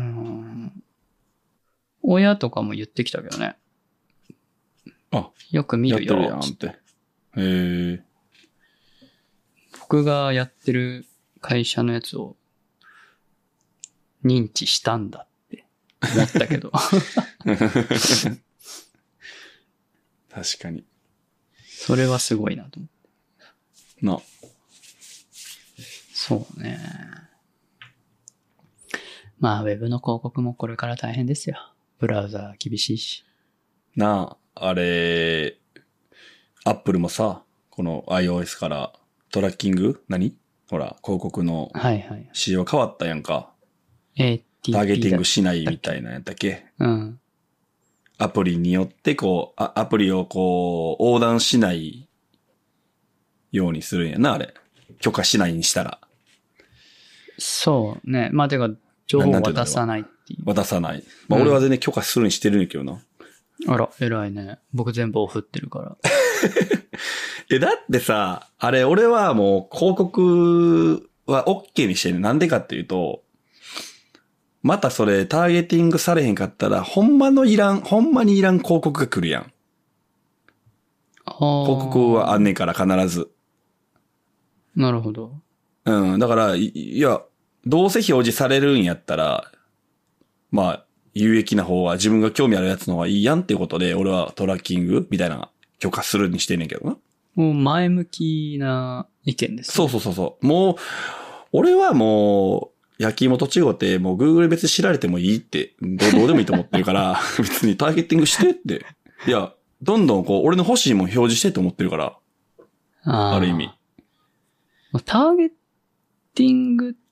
親とかも言ってきたけどね。 あ、 よく見るよ。 やってるやんって。へえ。 僕がやってる会社のやつを認知したんだって思ったけど。 確かに。 それはすごいなと思って。 な。 そうね。まあ、ウェブの広告もこれから大変ですよ。ブラウザー厳しいし。 なあ、あれ、アップルもさ、この iOS からトラッキング何ほら、広告の仕様変わったやんか。 はいはい、 ターゲティングしないみたいなやったっけ？ うん。 アプリによってこう、アプリをこう、横断しないようにするんやな、あれ。許可しないにしたら。 そうね。まあ、てか、情報を渡さないっていう。 渡さない。まあ、俺は全然許可するにしてるんやけどな。 うん、あら、偉いね。僕全部オフってるから。 え、だってさ、あれ、俺はもう広告は OK にしてる。なんでかっていうと、またそれターゲティングされへんかったら、ほんまのいらん、ほんまにいらん広告が来るやん。広告はあんねんから必ず。 なるほど。 うん。だから、い, いや、どうせ表示されるんやったら、まあ、有益な方は自分が興味あるやつの方がいいやんっていうことで、俺はトラッキングみたいな許可するにしてんねんけどな。 もう前向きな意見です、ね。 そうそうそうそう。もう、俺はもう、焼き芋と違って、もう Google 別に知られてもいいって、どう、どうでもいいと思ってるから、別にターゲティングしてって。いや、どんどんこう、俺の欲しいもん表示してって思ってるから。あ, ある意味。 ターゲティングって、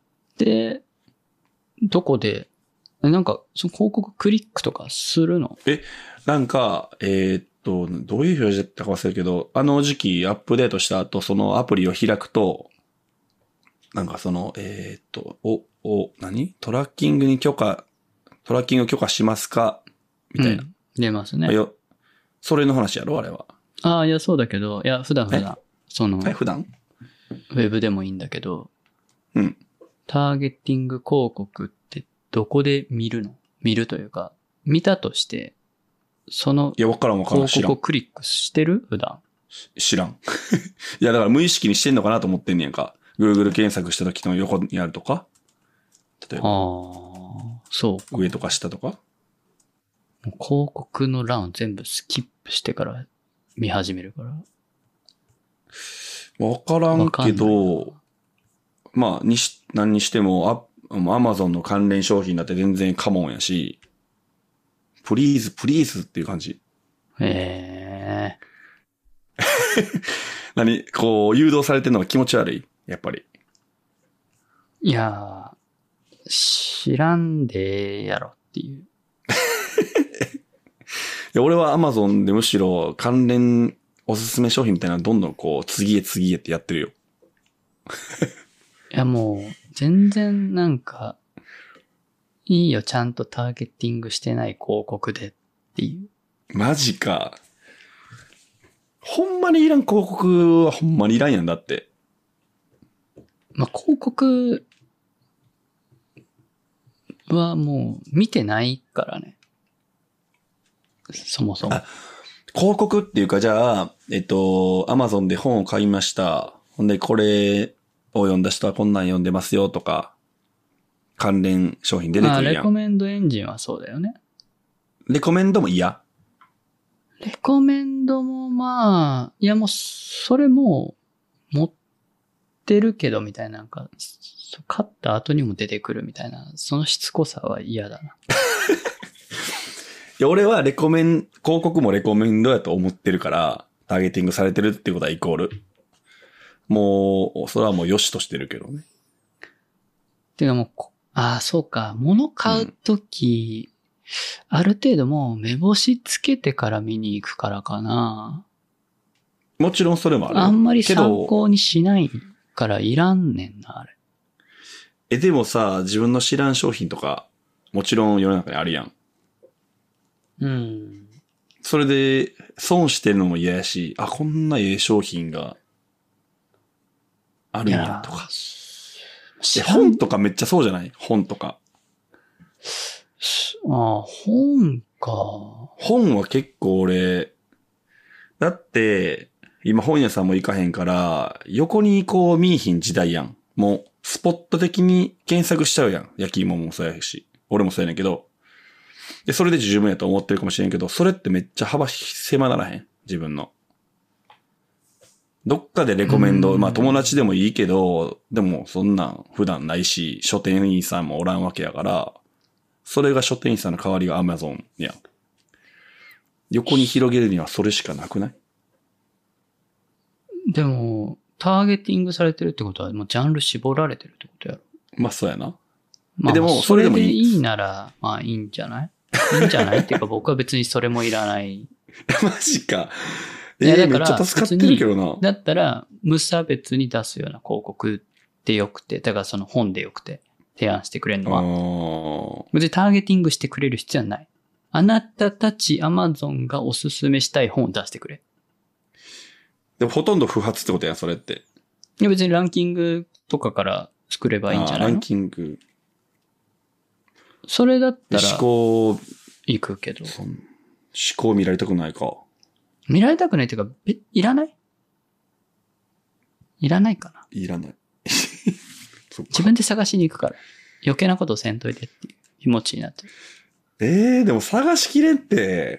どこで、なんか、その広告クリックとかするの？ え、なんか、えー、っと、どういう表示だったか忘れるけど、あの時期アップデートした後、そのアプリを開くと、なんかその、えー、っと、お、お、何？トラッキングに許可、トラッキング許可しますかみたいな。うん、 出ますね。 よ、それの話やろあれは。 ああ、いや、そうだけど、いや、普段普段。その、 え、普段？ ウェブでもいいんだけど、 うん。 ターゲティング広告ってどこで見るの？見るというか、見たとして、その、 いや、わからんわからん。 広告をクリックしてる？普段。 知らん。いや、だから無意識にしてんのかなと思ってんねやんか。Google 検索した時の横にあるとか。例えば。 ああ、そう。 上とか下とか。 広告の欄を全部スキップしてから見始めるから。 わからんけど、まあ、にし、何にしても、あ、Amazon の関連商品だって全然カモンやし、プリーズ、プリーズっていう感じ。 へえ。 何こう、誘導されてるのが気持ち悪いやっぱり。 いやー、知らんでやろっていう。 いや俺は Amazon でむしろ関連おすすめ商品みたいなのどんどんこう、次へ次へってやってるよ。 いやもう、全然なんか、いいよ、ちゃんとターゲティングしてない広告でっていう。 マジか。ほんまにいらん広告はほんまにいらんやんだって。 まあ、広告はもう見てないからね。そもそも。 広告っていうかじゃあ、えっと、Amazon で本を買いました。ほんでこれを読んだ人はこんなん読んでますよとか、関連商品出てくるやん。 あ、レコメンドエンジンはそうだよね。 レコメンドも嫌？ レコメンドもまあ、いやもう、それもう持ってるけどみたいな、なんか、買った後にも出てくるみたいな、そのしつこさは嫌だな。いや、俺はレコメン、広告もレコメンドやと思ってるから、ターゲティングされてるってことはイコール。もう、それはもう良しとしてるけどね。 てかもう、ああ、そうか。物買うとき、うんある程度もう目星つけてから見に行くからかな。 もちろんそれもある。 あんまり参考にしないからいらんねんな、あれ。 え、でもさ、自分の知らん商品とか、もちろん世の中にあるやん。 うん。 それで、損してるのも嫌やし、あ、こんなええ商品があるんやとか。え、本とかめっちゃそうじゃない？本とか。 ああ、本か。 本は結構俺、だって、今本屋さんも行かへんから、横にこう見いひん時代やん。もう、スポット的に検索しちゃうやん。焼き芋もそうやし。俺もそうやねんけど。で、それで十分やと思ってるかもしれんけど、それってめっちゃ幅狭ならへん。自分の。どっかでレコメンド、まあ友達でもいいけど、でもそんなん普段ないし、書店員さんもおらんわけやから、それが書店員さんの代わりが Amazon やん。横に広げるにはそれしかなくない？ でも、ターゲティングされてるってことは、もうジャンル絞られてるってことやろ。 まあそうやな。 まあ、 でも、 それでいいなら、まあいいんじゃない？いいんじゃないっていうか僕は別にそれもいらない。 マジか。えー、めっちゃ助かってるけどな。 だったら、無差別に出すような広告でよくて、だからその本でよくて提案してくれるのは、別にターゲティングしてくれる必要はない。あなたたち Amazon がおすすめしたい本を出してくれ。 でもほとんど不発ってことやん、それって。 いや別にランキングとかから作ればいいんじゃないの？ ランキング。 それだったら、 思考、 行くけど。 思考見られたくないか。 見られたくないっていうか、いらないいらないかな。 いらない。 自分で探しに行くから。余計なことせんといてっていう気持ちになってる。 ええー、でも探しきれんって、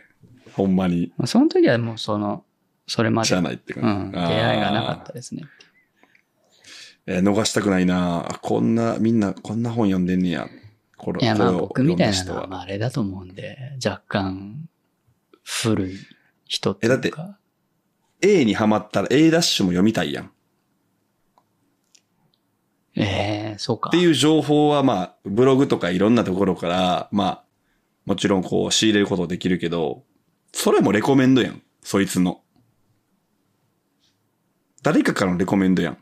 ほんまに。 まあ、その時はもうその、それまで。 じゃないって感じ。うん。出会いがなかったですね。 えー、逃したくないな。こんな、みんなこんな本読んでんねや。これいやまあ僕みたいなのはまああれだと思うんで、若干古い人っていうか。 え、だって A にハマったら A ダッシュも読みたいやん。 ええー、そうか。 っていう情報はまあ、ブログとかいろんなところから、まあ、もちろんこう仕入れることできるけど、それもレコメンドやん。そいつの。誰かからのレコメンドやん。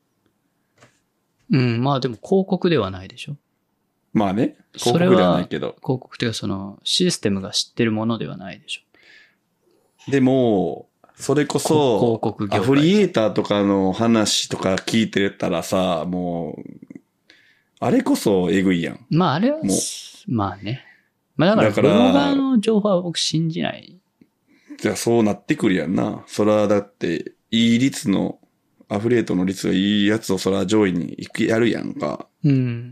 うん、まあでも広告ではないでしょ。 まあね、広告ではないけど。 広告っていうかそのシステムが知ってるものではないでしょ。 でも、それこそ、 広告業界アフリエーターとかの話とか聞いてたらさ、もう、あれこそえぐいやん。 まああれは、もうまあね。まあだから、ブロガーの情報は僕信じない。 じゃあそうなってくるやんな。そらだって、いい率の、アフリエイトの率がいいやつをそら上位に行くやるやんか。 うん。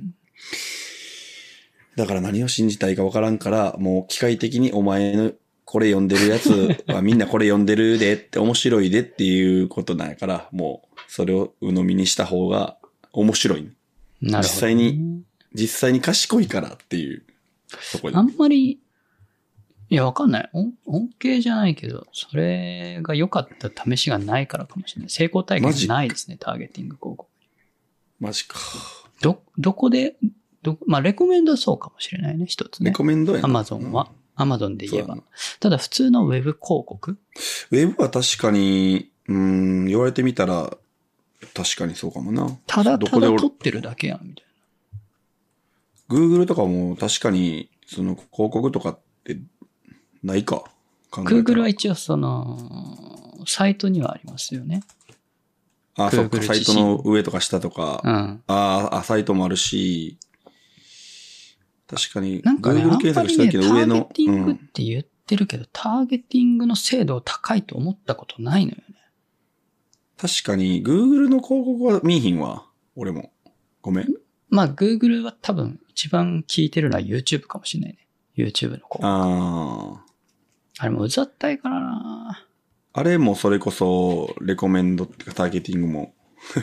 だから何を信じたいかわからんから、もう機械的にお前のこれ読んでるやつはみんなこれ読んでるでって面白いでっていうことなんやから、もうそれを鵜呑みにした方が面白い。 なるほど、ね。 実際に、実際に賢いからっていうところあんまりいや、わかんない。恩恩恵じゃないけど、それが良かった試しがないからかもしれない。成功体験がないですね、ターゲティング広告。 マジか。 ど、どこで、ど、まあ、レコメンドはそうかもしれないね、一つね。 レコメンドやな。 アマゾンは。アマゾンで言えばそう。 ただ普通のウェブ広告ウェブは確かに、うーん、言われてみたら、確かにそうかもな。 ただただどこで俺撮ってるだけやん、みたい Google とかも確かに、その広告とかってないか。考えな。 たら Google は一応その、サイトにはありますよね。 あ、そっか、 Google サイトの上とか下とか。 うん。 ああ、サイトもあるし、確かに、 なんかね、 Google あん検まりね、 索したけど、 ターゲ上の、 ティングっうん。 て言ってるけど、ターゲティングの精度高いと思ったことないのよね。 確かに、Google の広告は見えひんわ。俺も。ごめん。 まあ、Google は多分一番聞いてるのは YouTube かもしれないね。YouTube の広告。 ああ。 あれもうざったいからな。 あれもそれこそ、レコメンドっていうかターゲティングも。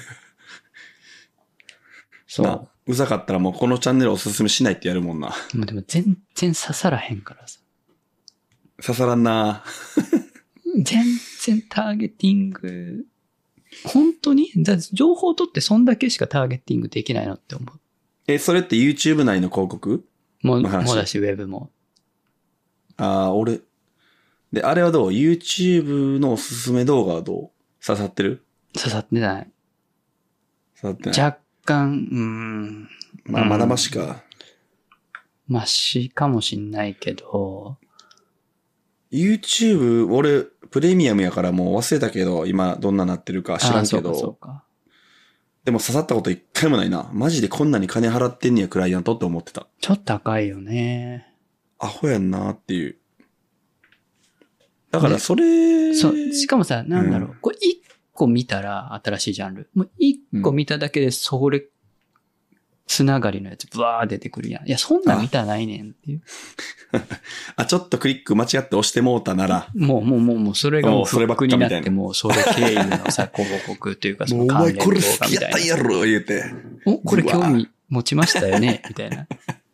そう。 なうざかったらもうこのチャンネルおすすめしないってやるもんな。 もうでも全然刺さらへんからさ。 刺さらんな。 全然ターゲティング、本当にだ情報を取ってそんだけしかターゲティングできないのって思う。 え、それって YouTube 内の広告もう、 の話もうだし、ウェブも。 ああ、俺。で、あれはどう ?YouTube のおすすめ動画はどう刺さってる刺さってない。 刺さってない。 若干、うーん。 まあ、まだましか。 マシかもしんないけど。 YouTube、俺、プレミアムやからもう忘れたけど、今どんななってるか知らんけど。 あ、そうかそうか。 でも刺さったこと一回もないな。マジでこんなに金払ってんねや、クライアントって思ってた。 ちょっと高いよね。 アホやんなっていう。だからそれ、 そう。しかもさ、なんだろう。 うんこれ一個見たら新しいジャンル。もう一個見ただけでそれ、つながりのやつブワー出てくるやん。いや、そんなん見たないねんっていう。 あ、ちょっとクリック間違って押してもうたなら。 もう、もう、もう、もう、それがもうもうそればっかフックになみたいなって、もう、それ経由のさ、広告というか、そもうおの関連動前これ好画みたいな。 きやったんやろ言うて。 お、これ興味持ちましたよねみたいな。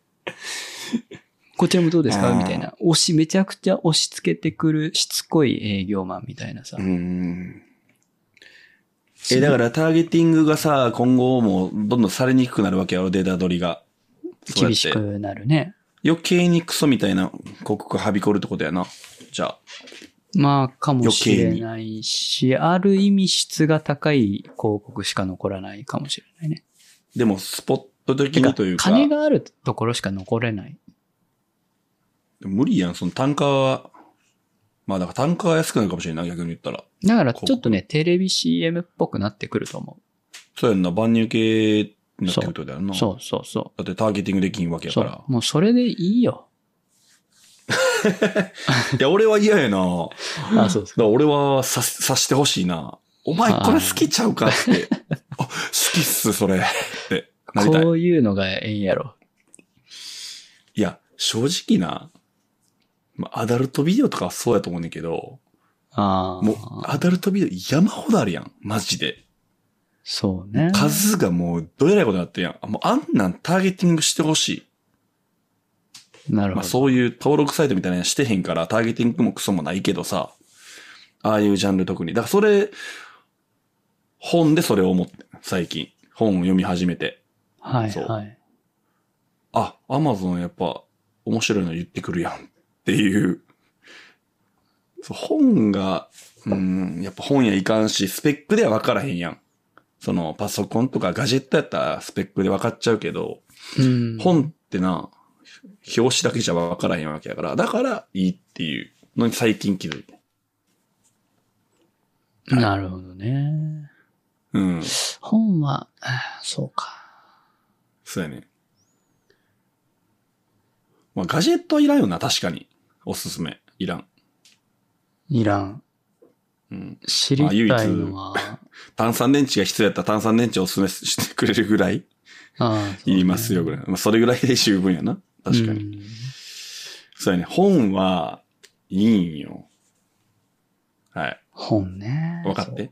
こちらもどうですかみたいな。押し、めちゃくちゃ押し付けてくるしつこい営業マンみたいなさ。 うーん。え、だからターゲティングがさ、今後もどんどんされにくくなるわけやろ、データ取りが。そうやって厳しくなるね。 余計にクソみたいな広告がはびこるってことやな。じゃあ。 まあ、かもしれないし、ある意味質が高い広告しか残らないかもしれないね。 でも、スポット的にというか。 金があるところしか残れない。 無理やん、その単価は。まあだから単価は安くなるかもしれない、逆に言ったら。 だからちょっとね、テレビ シーエム っぽくなってくると思う。 そうやんな、万入系になってくるってことだよな。 そうそうそう。 だってターゲティングできんわけやそう。 から。 もうそれでいいよ。 いや、俺は嫌やな。 あ、そうですか。 だから俺はさ、さしてほしいな。お前これ好きちゃうかって。あ、好きっす、それ。って。なりたい。 こういうのがええんやろ。 いや、正直な、まあ、アダルトビデオとかはそうやと思うねんけど、 ああ。 もう、アダルトビデオ山ほどあるやん。マジで。 そうね。 数がもう、どえらいことになってるやん。あもう、あんなんターゲティングしてほしい。 なるほど。 まあ、そういう登録サイトみたいなのしてへんから、ターゲティングもクソもないけどさ、ああいうジャンル特に。だからそれ、本でそれを思って、最近。本を読み始めて。 はいそうはい。 あ、アマゾンやっぱ面白いの言ってくるやんっていう。そう本が、うん、やっぱ本やいかんし、スペックでは分からへんやん。そのパソコンとかガジェットやったらスペックで分かっちゃうけど、 うん。 本ってな、表紙だけじゃ分からへんわけやから、だからいいっていうのに最近気づいて。 なるほどね。 うん。 本は、あそうか。 そうやね。まあガジェットはいらんよな、確かに。おすすめ。いらん。 いらん。 うん。 知りたいのは、 炭酸電池が必要やったら炭酸電池をおすすめしてくれるぐらいああ、 言いますよぐらい。まあそれぐらいで十分やな。確かに。 うんそうやね。本はいいんよ。はい。 本ね。 分かって。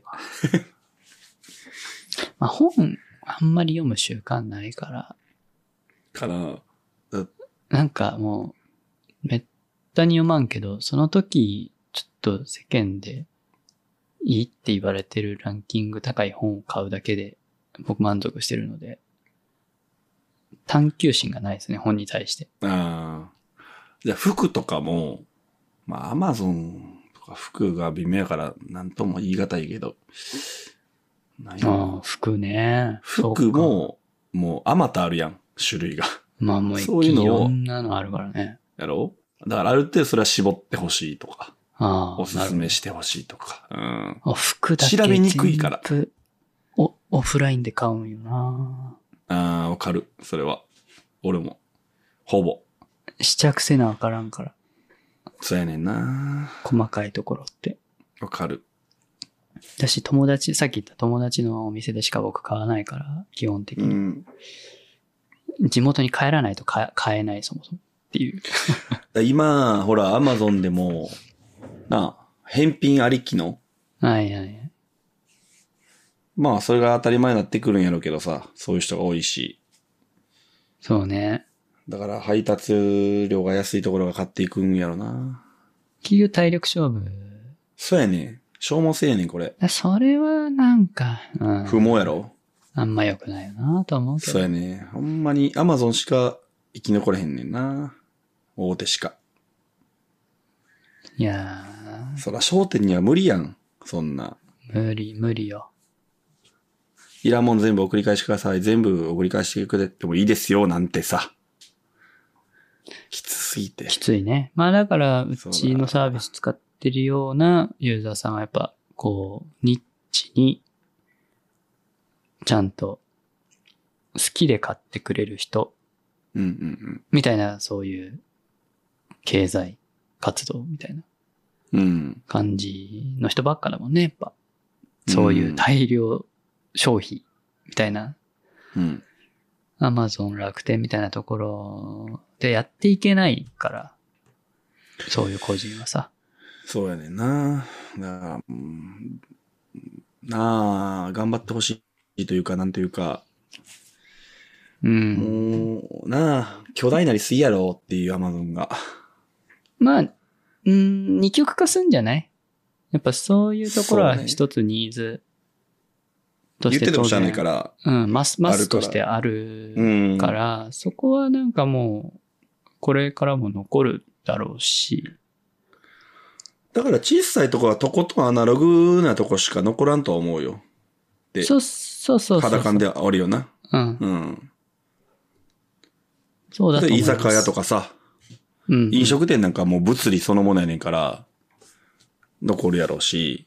まあ、本、あんまり読む習慣ないから、 かな。 なんかもう、めったに読まんけど、その時、ちょっと世間でいいって言われてるランキング高い本を買うだけで、僕満足してるので、探求心がないですね、本に対して。 ああ。じゃあ服とかも、まあアマゾンとか服が微妙やからなんとも言い難いけど。 ああ、服ね。 服も、もうあまたあるやん、種類が。 まあもうそういうのいろんなのあるからね。 やろうだからある程度それは絞ってほしいとか。 ああ。 おすすめしてほしいとか。うん。 あ、服だけ調べにくいから。 お、オフラインで買うんよな。 ああ、わかる。それは。俺も。ほぼ。 試着せなわからんから。 そうやねんな。 細かいところって。 わかる。 だし、友達、さっき言った友達のお店でしか僕買わないから、基本的に。うん、地元に帰らないと買えない、そもそも。っていう。 今、ほら、アマゾンでも、なあ、返品ありきの。 はいはい。 まあ、それが当たり前になってくるんやろうけどさ、そういう人が多いし。 そうね。 だから配達料が安いところが買っていくんやろな。 結局体力勝負。 そうやね。消耗性やねん、これ。 それはなんか、 うん、不毛やろあんま良くないよなと思うけど。 そうやね。ほんまにアマゾンしか生き残れへんねんな。大手しか。 いやー。そら商店には無理やん。そんな。 無理、無理よ。 いらんもん全部送り返してください。全部送り返してくれてもいいですよ、なんてさ。きつすぎて。 きついね。まあだから、うちのサービス使ってるようなユーザーさんはやっぱ、こう、ニッチに、ちゃんと、好きで買ってくれる人、 うんうんうん、 みたいな、そういう、経済活動みたいな、感じの人ばっかだもんね、やっぱ。そういう大量消費、みたいな。 うん。 アマゾン、楽天みたいなところでやっていけないから、そういう個人はさ。 そうやねんな。だから、うん、なあ、頑張ってほしいというか、なんというか、 うん。 もう、なあ、巨大なりすぎやろっていうアマゾンが。 まあ、うん、二極化すんじゃない？やっぱそういうところは一つニーズとして当然。言っててもしゃあないから。うん、マス、マスとしてあるから、うん、そこはなんかもう、これからも残るだろうし。 だから小さいとこはとことんアナログなとこしか残らんとは思うよ。で、 そうそうそうそう。 肌感ではあるよな。 うん。 うん。 そうだと思います。 居酒屋とかさ、うん、うん。飲食店なんかもう物理そのものやねんから、残るやろうし。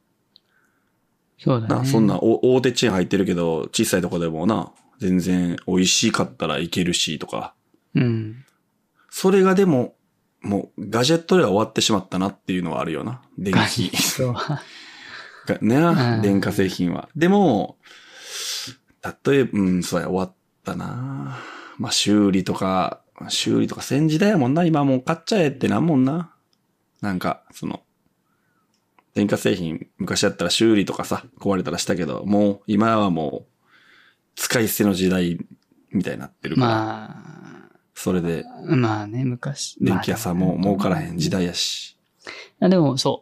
そうだね。 な、そんな大手チェーン入ってるけど、小さいとこでもな、全然美味しかったらいけるしとか。 うん。 それがでも、もうガジェットでは終わってしまったなっていうのはあるよな。電気。 そう。 ね、うん、電化製品は。でも、例えば、うん、そうや、終わったな。まあ、修理とか、修理とか戦時代やもんな。今もう買っちゃえってなんもんな。なんか、その、電化製品、昔だったら修理とかさ、壊れたらしたけど、もう、今はもう、使い捨ての時代みたいになってるから。まあ、それで。 まあね、昔。 電気屋さんも儲からへん時代やし。 あ、でも、そう。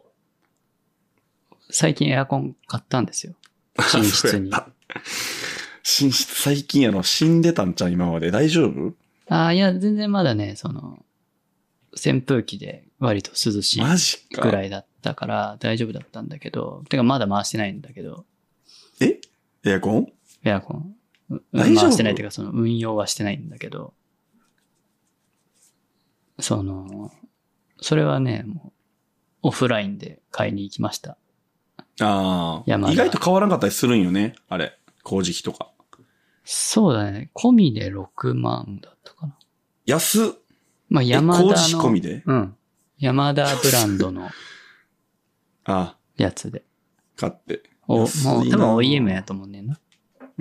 最近エアコン買ったんですよ。寝室に。 寝室最近やろ、死んでたんちゃう今まで。大丈夫？ ああ、いや、全然まだね、その、扇風機で割と涼しいくらいだったから大丈夫だったんだけど、てかまだ回してないんだけど。 え？エアコン？ エアコン。回してないっていうかその運用はしてないんだけど、その、それはね、もうオフラインで買いに行きました。 ああ。意外と変わらなかったりするんよね。あれ。工事費とか。 そうだね。込みでろくまんだったかな。 安っ。 まあ、山田の。 工事費込みで？ うん。山田ブランドの。 ああ。 やつで。 買って。 お、もう多分 オーイーエム やと思うねんな。 うん。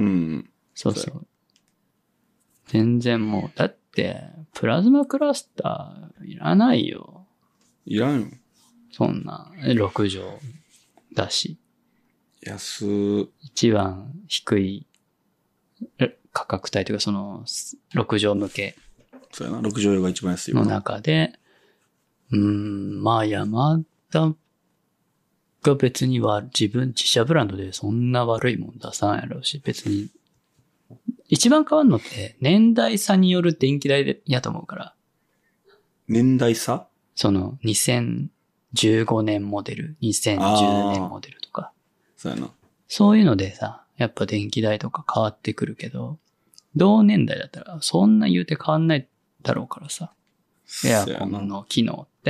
そうそう。全然もう、だって、プラズマクラスターいらないよ。 いらんよ。 そんな、ろくじょうだし。 安ー。 一番低い価格帯というか、その、ろくじょう向け。 そうやな、ろくじょう用が一番安いの中で、 うーん、まあ山田が別には自分自社ブランドでそんな悪いもん出さんやろうし、別に。一番変わんのって年代差による電気代でやと思うから。 年代差？ そのにせんじゅうごねんモデル、にせんじゅうねんモデルとか。 そうやな。 そういうのでさ、やっぱ電気代とか変わってくるけど、同年代だったらそんな言うて変わんないだろうからさ。エアコンの機能って。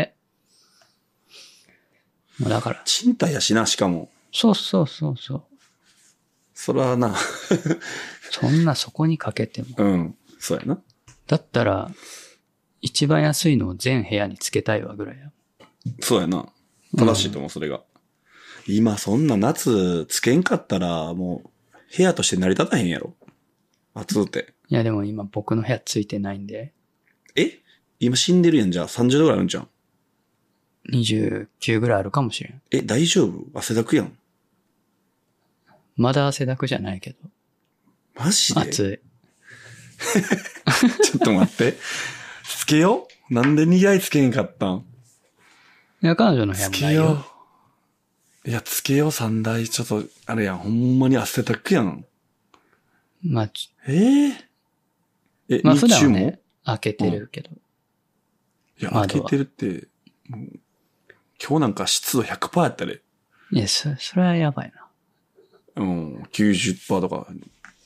だから。 賃貸やしな、しかも。 そうそうそうそう。 それはな。 そんなそこにかけても。 うん。そうやな。 だったら、一番安いのを全部屋につけたいわぐらいや。 そうやな。正しいと思う、それが。今そんな夏つけんかったら、もう、部屋として成り立たへんやろ。暑うて。 いやでも今僕の部屋ついてないんで。 え？今死んでるやんじゃあ。さんじゅうどぐらいあるんじゃん。 にじゅうきゅうぐらいあるかもしれん。 え、大丈夫？汗だくやん。 まだ汗だくじゃないけど。 マジで？ 暑い。ちょっと待って。つけよう？なんでにだいつけんかったん？ いや、彼女の部屋もないよ。 つけよう。いや、つけようさんだい。ちょっと、あれやん。ほんまに汗だくやん。 まあ、 えー、え、 まあ普日中も？ 段はね、開けてるけど。 いや、開けてるって、もう今日なんか湿度 ひゃくパーセント やったで。 いや、そ、それはやばいうな。 ん、きゅうじゅっパーセント とか。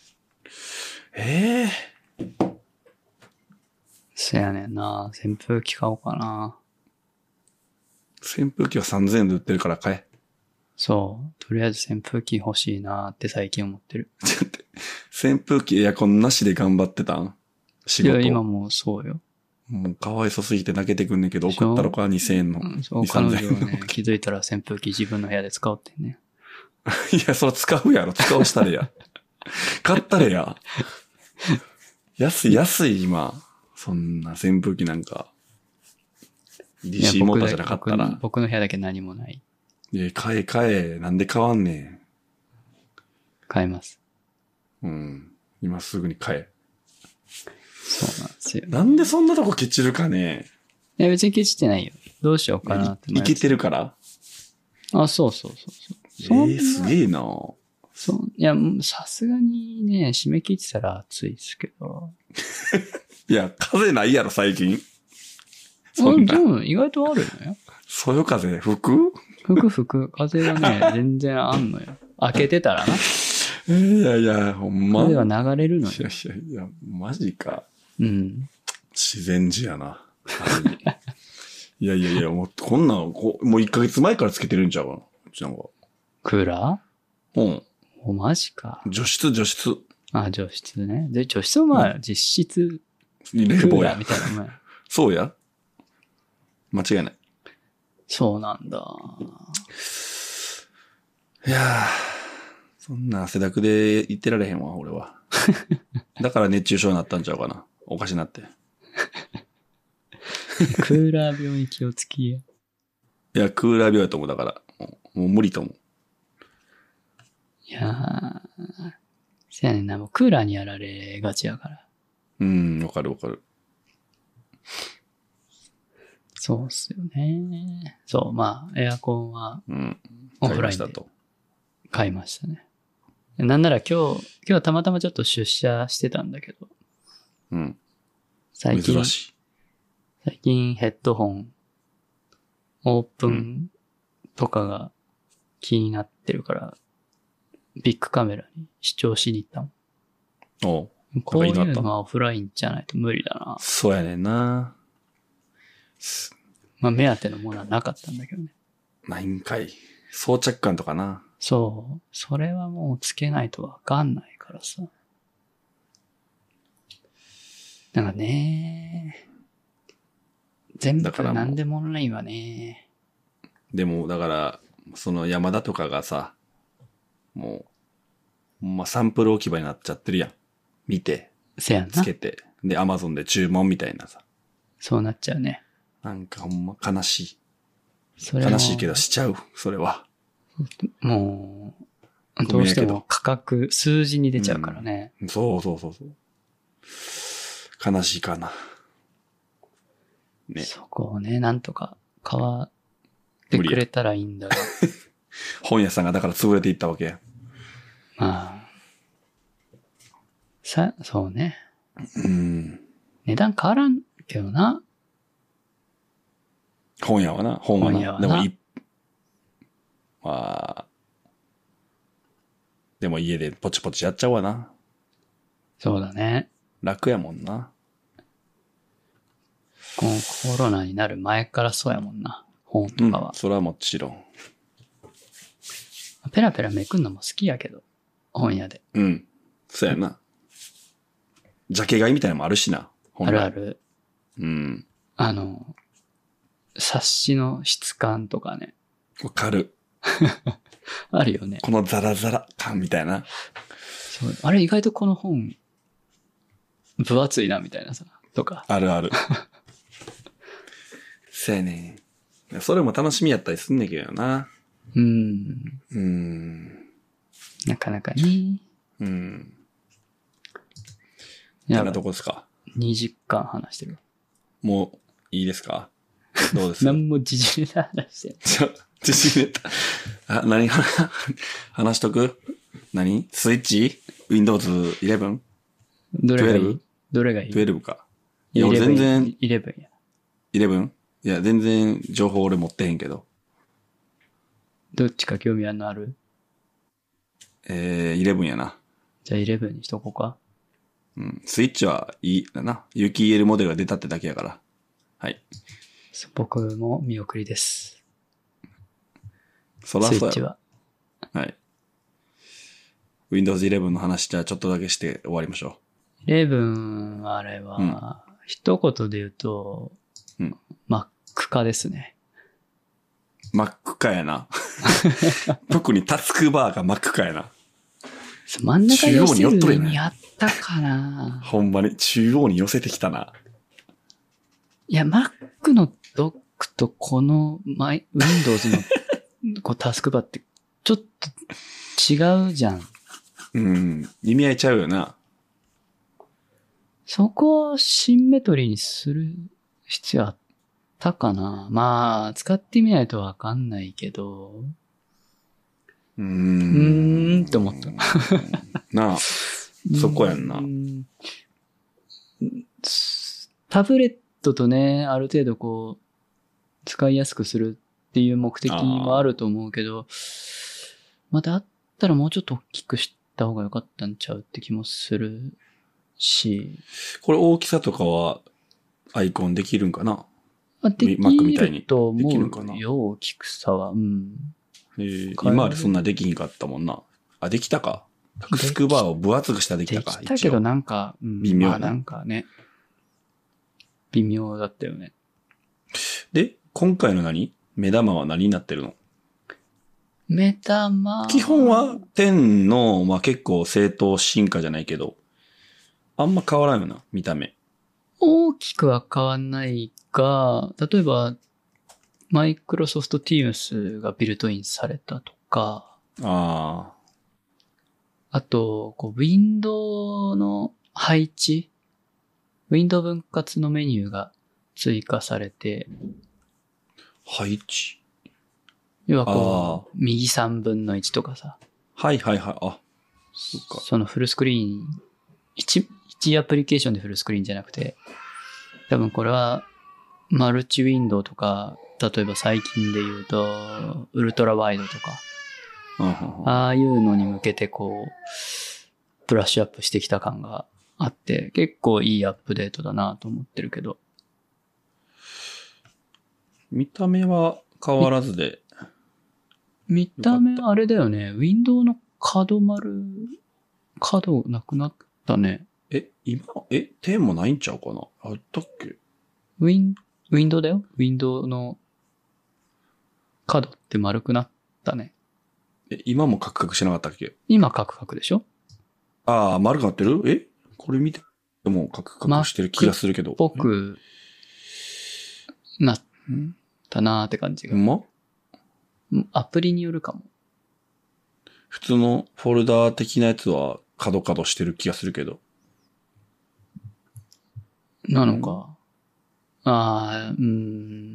ええー。 そやねんな。扇風機買おうかな。 扇風機はさんぜんえんで売ってるから買え。 そう。とりあえず扇風機欲しいなって最近思ってる。 ちょっと待って、扇風機エアコンなしで頑張ってたん？仕事。 いや、今もうそうよ。 もうかわいそすぎて泣けてくんねんけど、送ったろかにせんえんの。 うん、そう、 に、 彼さんぜんえんの。 女はね、気づいたら扇風機自分の部屋で使おうってね。 いや、それ使うやろ。使わしたれや。買ったれや。安い、安い、今。そんな扇風機なんか。ディーシー モーターじゃなかったら。 僕, 僕の部屋だけ何もない。 いや、買え、買え。なんで買わんねん。 買います。 うん。今すぐに買え。 そうなんですよ。 なんでそんなとこケチるかね。 いや、別にケチってないよ。どうしようかなって。 いけてるから。 あ、そうそうそうそう。 ええー、すげえな。 そう。いや、さすがにね、締め切ってたら暑いですけど。 いや、風ないやろ、最近。 そんな。でも、意外とあるのよ。 そよ風吹く？ 吹く吹く。風がね、全然あんのよ。開けてたらな。 いやいや、ほんま。 風は流れるのよ。 いやいやいや、マジか。 うん。 自然児やな。いやいやいや、もう、こんなんこ、もういっかげつまえからつけてるんちゃうかな。うちなんか。 クーラー？うん。 お、マジか。 除湿、除湿。 あ、除湿ね。で、除湿もまあ、実質、 冷房や。 みたいなもんや。 そうや。間違いない。 そうなんだ。 いやー、そんな汗だくで言ってられへんわ、俺は。だから熱中症になったんちゃうかな。おかしなって。 クーラー病に気をつきや。 いや、クーラー病やと思う。だから、もうもう無理と思う。 いやー、せやねんな、もうクーラーにやられがちやから。 うん、わかるわかる。 そうっすよね。そう、まあ、エアコンは、 うん。 オフラインで買いましたね。なんなら今日、今日たまたまちょっと出社してたんだけど。 うん。 最近、 珍しい。 最近ヘッドホン、オープンとかが気になってるから、ビッグカメラに視聴しに行ったもん。 おう。 こういうのはオフラインじゃないと無理だな。 そうやねんな。 まあ目当てのものはなかったんだけどね。 ないんかい。装着感とかな。 そう。それはもうつけないとわかんないからさ。なんかね、全部なんでもオンラインはね。 でも、だから、その山田とかがさ、もう、まあ、サンプル置き場になっちゃってるやん。見て。 せやんな。 つけて。で、アマゾンで注文みたいなさ。 そうなっちゃうね。 なんかほんま悲しい。 それ悲しいけどしちゃう。それは。 もう、どうしても価格、数字に出ちゃうからね。 うん、そうそうそうそう。悲しいかな。 ね。そこをね、なんとか買わってくれたらいいんだが。 本屋さんがだから潰れていったわけや。 まあ。さ、そうね。 うん。 値段変わらんけどな。 本屋はな、本はな。 本屋はなでもい、まあ、でも家でポチポチやっちゃうわな。 そうだね。 楽やもんな。 このコロナになる前からそうやもんな。本とかは。 うん、それはもちろん。 ペラペラめくんのも好きやけど。本屋で。 うん。そうやな。ジャケ買いみたいなのもあるしな。 あるある。 うん。 あの、冊子の質感とかね。 わかる。 あるよね。 このザラザラ感みたいな。 そう。あれ意外とこの本、分厚いなみたいなさ。とか。 あるある。そうやね。それも楽しみやったりすんねんけどな。 うん。 うん。 なかなかね。 うん。 いやこんなとこですか。 にじかん話してる。 もういいですか。どうですか。 何も時事ネタ話してる。 ちょ、自信ネタ。あ、何話しとく何スイッチ ?ウィンドウズイレブン? どれがいいじゅうに? どれがいいじゅうにか。いや、俺全然、 イレブンや。 イレブン? いや、全然情報俺持ってへんけど。 どっちか興味あるのある？ えー、イレブンやな。 じゃあイレブンにしとこうか。 うん。スイッチはいいだな。有機 イーエル モデルが出たってだけやから。はい。 僕も見送りです。 そらそうや。 スイッチは。 はい。ウィンドウズイレブン の話じゃあちょっとだけして終わりましょイレブン、あれは、うん、一言で言うと、 うん。 Mac 化ですね。 Mac 化やな。特にタスクバーが Mac 化やな。 真ん中に寄せるにあったかな。 ほんまに中央に寄せてきたな。 いや、Mac のドックとこのマイ Windows のこうタスクバーってちょっと違うじゃん。 うん。意味合いちゃうよな。 そこをシンメトリーにする必要あったかな。まあ、使ってみないとわかんないけど。 うーん。 うーんって思った。 なあ。そこやんな。 タブレットとね、ある程度こう、使いやすくするっていう目的もあると思うけど、まあ、だったらもうちょっと大きくした方が良かったんちゃうって気もするし。 これ大きさとかはアイコンできるんかな？ まあ、できると思うよ、大きくさは。うん。 えー、今までそんなできひんかったもんな。あ、できたか。タスクバーを分厚くしたらできたか。 できたけどなんか、うん、微妙な。まあ、なんかね。微妙だったよね。 で、今回の何？目玉は何になってるの？ 目玉基本はじゅうの、まあ、結構正当進化じゃないけど、あんま変わらんよな、見た目。 大きくは変わんないが、例えば、マイクロソフト Teams がビルトインされたとか、 ああ。 あと、こう、ウィンドウの配置、ウィンドウ分割のメニューが追加されて、 配置要はこう、右さんぶんのいちとかさ。 はいはいはい。あ、そっか。 そのフルスクリーン、1、1アプリケーションでフルスクリーンじゃなくて、多分これは、マルチウィンドウとか、例えば最近で言うと、ウルトラワイドとか、 うんうんうん、 ああいうのに向けてこう、ブラッシュアップしてきた感があって、結構いいアップデートだなと思ってるけど。 見た目は変わらずで。 見た目あれだよね。ウィンドウの角丸、角なくなったね。 え、今、え、点もないんちゃうかな？あったっけ？ ウィン、ウィンドウだよ。ウィンドウの角って丸くなったね。 え、今もカクカクしてなかったっけ？ 今カクカクでしょ？ ああ、丸くなってる？え？これ見てもカクカクしてる気がするけど。 僕、なったなーって感じが。 ほんま？ アプリによるかも。 普通のフォルダー的なやつは角角してる気がするけど。 なのか。 ああ、うん、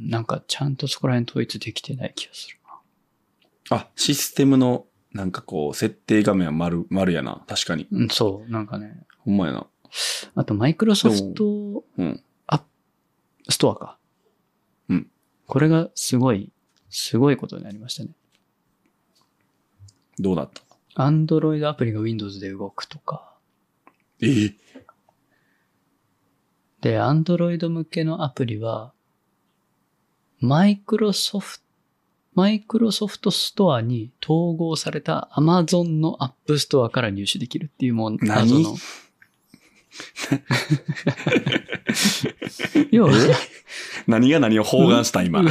なんかちゃんとそこら辺統一できてない気がするな。あ、システムの、なんかこう、設定画面は丸、丸やな。確かに。 うん、そう、なんかね。 ほんまやな。 あと、マイクロソフト、 うん。 アップストアか。 うん。 これがすごい、すごいことになりましたね。 どうだった？ Android アプリが Windows で動くとか。 えー、 で、Android 向けのアプリは、マイクロソフト、マイクロソフトストアに統合された Amazon のアップストアから入手できるっていうもん、謎の。要は何が何を包含した今。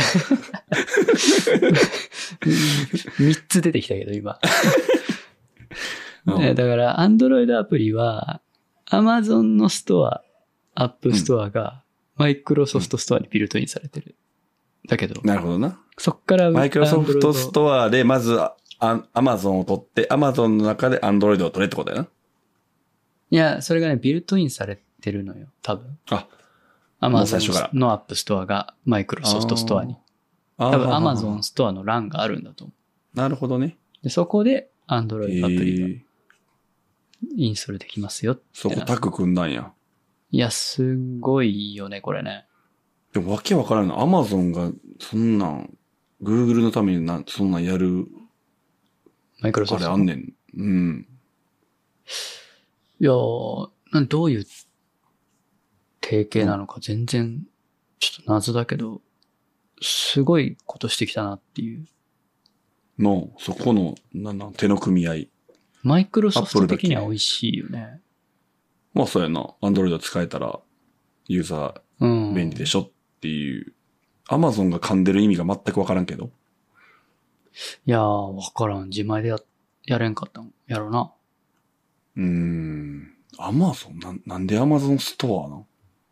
三つ出てきたけど今。 うん、 だから Android アプリは Amazon のストア、アップストアがマイクロソフトストアにビルトインされてる。だけど。 なるほどな。 そっからマイクロソフトストアでまずアマゾンを取って、アマゾンの中でアンドロイドを取れってことだよな。 いや、それがね、ビルトインされてるのよ、多分。 あ、 アマゾンのアップストアがマイクロソフトストアに。多分アマゾンストアの欄があるんだと思う。なるほどね。 で、そこでアンドロイドアプリがインストールできますよって。 そこタッグ組んだんや。 いや、すごいよね、これね。 でもわけわからんの。アマゾンがそんなん、Google のためになそんなんやる。 マイクロソフト。 あれあんねん。うん。 いやー、どういう提携なのか全然、ちょっと謎だけど、すごいことしてきたなっていう。 の、そこの、なんなん、手の組み合い。 マイクロソフト的には美味しいよね。 まあそうやな。アンドロイド使えたら、ユーザー便利でしょっていう。アマゾンが噛んでる意味が全くわからんけど。 いやー、わからん。自前でや、やれんかったんやろな。 うーん。アマゾンな、なんでアマゾンストアな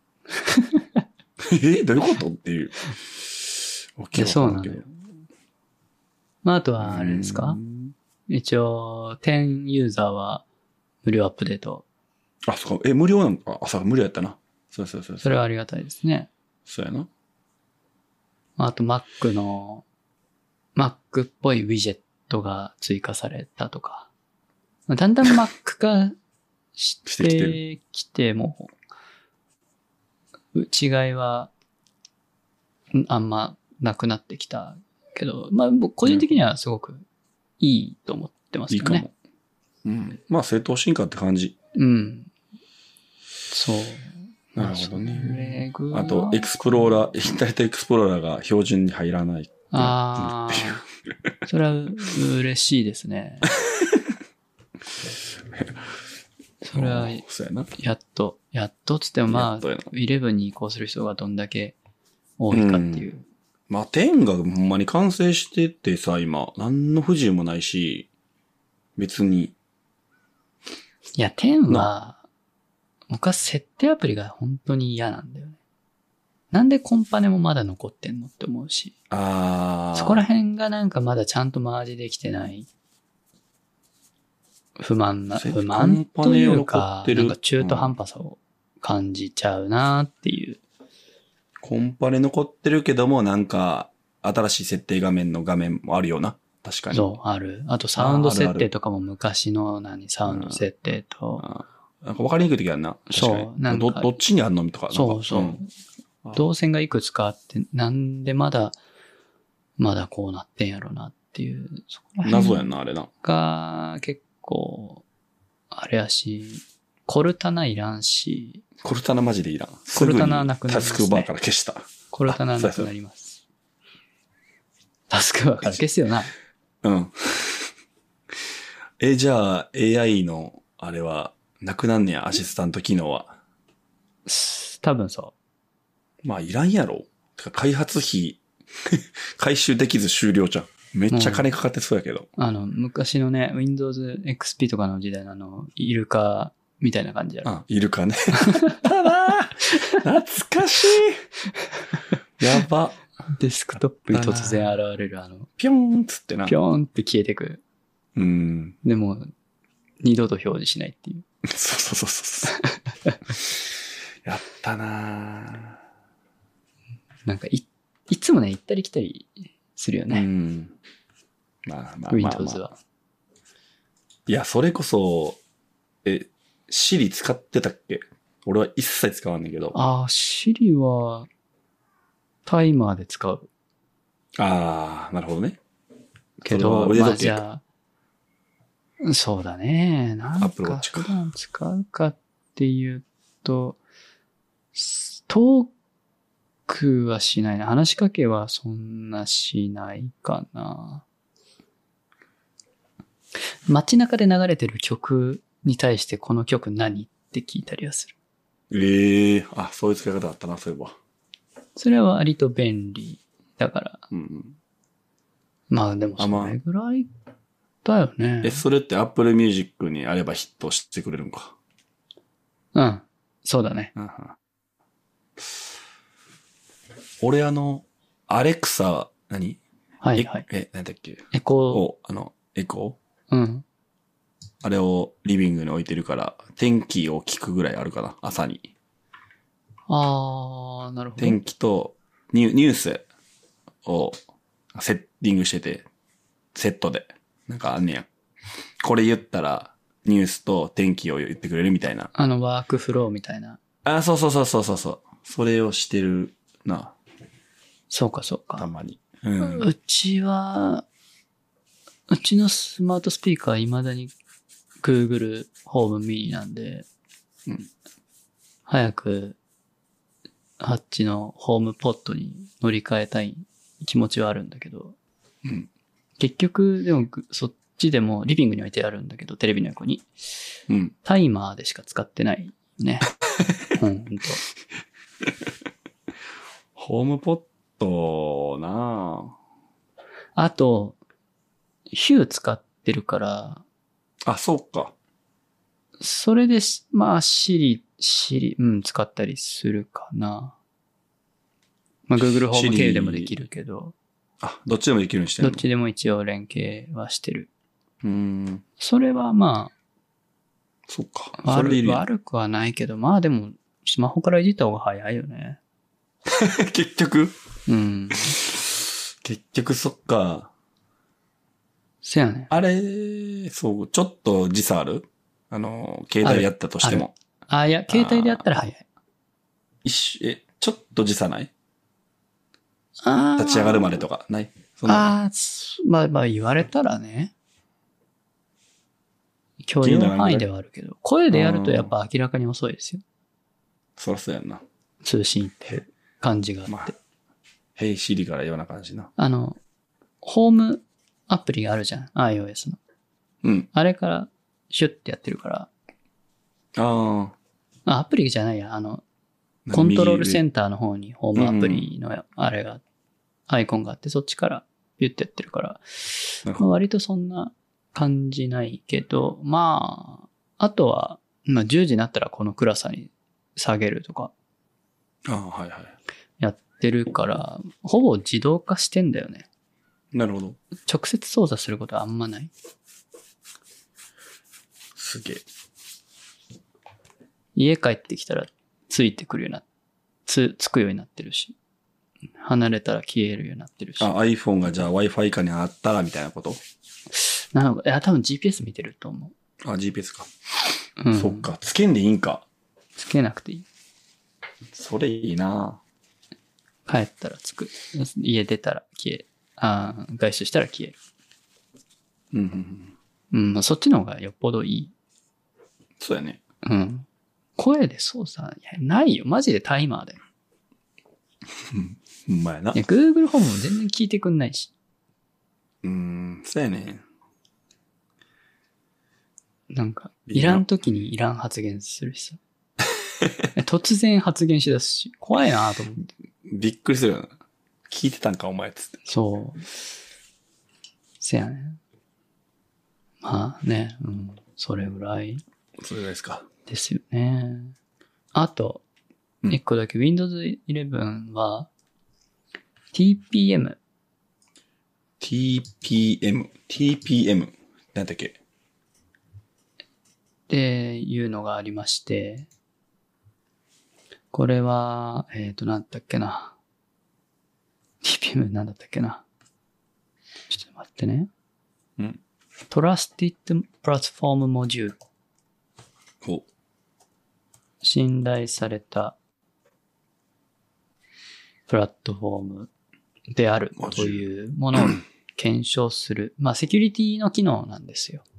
えどういうことっていう。 いや、そうなんだよ。まあ、あとは、あれですか？一応、じゅうユーザーは無料アップデート。 あ、そうか。え、無料なんか。あ、そう無料やったな。そうそうそう。 それはありがたいですね。 そうやな。 あと Mac の、Mac っぽいウィジェットが追加されたとか。だんだん Mac 化してきても、違いは、あんまなくなってきたけど、まあ、僕個人的にはすごくいいと思ってますけどね。いいかも。 うん。まあ、正当進化って感じ。 うん。そう。 なるほどね。あと、エクスプローラー、インターネットエクスプローラーが標準に入らない。 ああ。それは嬉しいですね。それは、やっと、やっとつってもまあ、じゅういちに移行する人がどんだけ多いかっていう。うん、 まあ、じゅうがほんまに完成しててさ、今、何の不自由もないし、別に。 いや、じゅうは、僕は設定アプリが本当に嫌なんだよね。なんでコンパネもまだ残ってんのって思うし。 ああ。 そこら辺がなんかまだちゃんとマージできてない。不満な、不満というか、なんか中途半端さを感じちゃうなっていう、 うん。コンパネ残ってるけども、なんか、新しい設定画面の画面もあるよな。確かに。 そう、ある。あとサウンド設定とかも昔の何、サウンド設定と。 なんか分かりにくい時あるな。 そう、 なんかど、どっちにあんのとか。 そうそう。うん動線がいくつかあって、なんでまだ、まだこうなってんやろなっていう。 そこら謎やんな、あれな。 が、結構、あれやし、コルタナいらんし。 コルタナマジでいらん。 コルタナなくなります、ね。 タスクバーから消した。 コルタナなくなります。タスクバーから消すよな。 うん。え、じゃあ、エーアイ の、あれは、なくなんねや、アシスタント機能は。 多分そう。 まあ、いらんやろ。開発費、回収できず終了じゃん。めっちゃ金かかってそうやけど。 うん、あの、昔のね、Windows エックスピー とかの時代のあの、イルカみたいな感じやろ。 あ、イルカね。ただ懐かしい。やば。 デスクトップに突然現れるあの、 ぴょんっつってな。 ぴょんって消えてく。 うん。 でも、二度と表示しないっていう。 そうそうそうそう。やったなぁ。 なんかい、いつもね、行ったり来たりするようね。 ん。まあまあまあ、まあ。 Windows は。 いや、それこそ、え、Siri 使ってたっけ？俺は一切使わんねんけど。 ああ、Siri は、タイマーで使う。 ああ、なるほどね。 けど、まあ腕時計か。 じゃあ、そうだね。なん Apple か Watch か普段使うかっていうと、トークはしないな。話しかけはそんなしないかな。街中で流れてる曲に対してこの曲何って聞いたりはする。 ええー、あ、そういう使い方あったな、そういえば。 それは割と便利だから。 うんうん。 まあでもそれぐらいだよね。 え、それって Apple Music にあればヒットしてくれるんか。 うん。そうだね。 うんうん、俺あの、アレクサ、何はいはい。 え、何だっけエコー。 を、あの、エコーうん。 あれをリビングに置いてるから、天気を聞くぐらいあるかな、朝に。 あー、なるほど。 天気とニュニュースをセッティングしてて、セットで。なんかあんねや。これ言ったら、ニュースと天気を言ってくれるみたいな。 あの、ワークフローみたいな。 あ、そうそうそうそうそうそう。それをしてるな。 そうかそうか。 たまに。うん。 うちは、うちのスマートスピーカー未だに Google ホームミニなんで、 うん、 早く、あっちのホームポットに乗り換えたい気持ちはあるんだけど、 うん、 結局、でも、そっちでもリビングに置いてあるんだけど、テレビの横に。 うん。 タイマーでしか使ってないね。うん、ほんと。 ホームポットなあと、ヒュー使ってるから、 あ、そうか。 それでし、まあ、シリ、シリ、うん、使ったりするかな。まあ、Google ホーム経由でもできるけど、 あ、どっちでもできるようにしてんの？ どっちでも一応連携はしてる。 うーん。 それはまそっか。 あ、悪それでいるやん。 悪くはないけど、まあでも、スマホからいじった方が早いよね。 結局うん。 結局そっか。 せやね。 あれ、そう、ちょっと時差ある？あの、携帯でやったとしても。 あ、いや、携帯でやったら早い。 一瞬、え、ちょっと時差ない？ あ立ち上がるまでとか、ないそんなのああ、まあまあ言われたらね。許容範囲ではあるけど、声でやるとやっぱ明らかに遅いですよ。 そらそうやんな。 通信っていう感じがあって。 まあ、ヘイシリからような感じな。 あの、ホームアプリがあるじゃん。iOS の。 うん。 あれからシュッてやってるから。 ああ、アプリじゃないや。あの、 あ。 コントロール右上センターの方にホームアプリのあれが、アイコンがあって、そっちからピュッてやってるから、まあ、割とそんな感じないけど、まあ、あとは、まあじゅうじになったらこの暗さに下げるとか、 ああ、はいはい。 やってるから、ほぼ自動化してんだよね。 なるほど。 直接操作することはあんまない。 すげえ。 家帰ってきたらついてくるような、つ、つくようになってるし、離れたら消えるようになってるし。 あ、iPhone がじゃあ Wi-Fi 下にあったらみたいなこと？ なのか、いや、多分 ジーピーエス 見てると思う。 あ、ジーピーエス か。 うん。 そっか。つけんでいいんか。 つけなくていい。 それいいな帰ったらつく。家出たら消え、ああ、外出したら消える。 うんうんうん。 うん、まあ、そっちの方がよっぽどいい。 そうやね。 うん。声で操作、いや、ないよ。マジでタイマーだよ。 ほんまやな。 いや、Google ホームも全然聞いてくんないし。 うーん、そうやね。 なんか、 いいないらん時にいらん発言するしさ。突然発言しだすし、怖いなと思って。 びっくりするよな。聞いてたんか、お前つって。 そう。せやね。まあね、うん。それぐらいそれぐらいですか。 ですよね。あと、 うん一個だけ Windows イレブンは ティーピーエム。 ティーピーエム。ティーピーエム。なんだっけ？ っていうのがありまして、これは、えっと、なんだっけな。 ティーピーエム なんだったっけな。ちょっと待ってね。 うん。 Trusted Platform Module。 ほう。 信頼されたプラットフォームであるというものを検証する。まあ、セキュリティの機能なんですよ。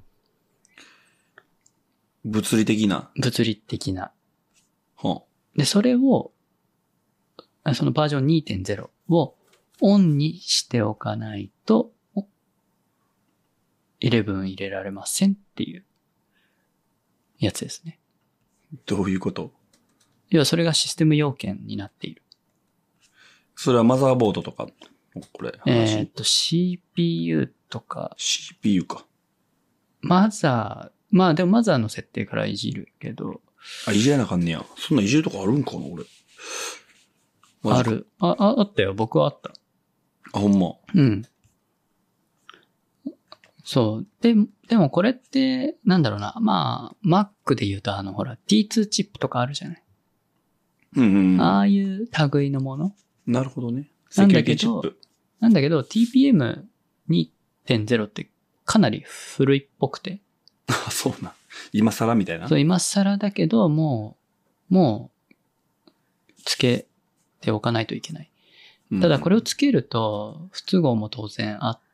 物理的な。 物理的な。 ほで、それを、そのバージョン にてんゼロ をオンにしておかないと、じゅういち入れられませんっていうやつですね。 どういうこと？ 要はそれがシステム要件になっている。 それはマザーボードとか、これ話。 えーっと、シーピーユー とか。 シーピーユー か。 マザー、まあでもマザーの設定からいじるけど。 あ、いじらなあかんねや。そんないじるとこあるんかな、俺。 ある。あ、あ、あったよ。僕はあった。 あ、ほんま。 うん。そう。で、でもこれって、なんだろうな。まあ、Mac で言うとあの、ほら、ティーツー チップとかあるじゃない。 うんうんうん。 ああいう類のもの。 なるほどね。 なんだけど、なんだけど ティーピーエムにてんゼロ ってかなり古いっぽくて。 あ、そうな。今更みたいな。 そう、今更だけど、もう、もう、つけておかないといけない。ただこれをつけると、不都合も当然あって、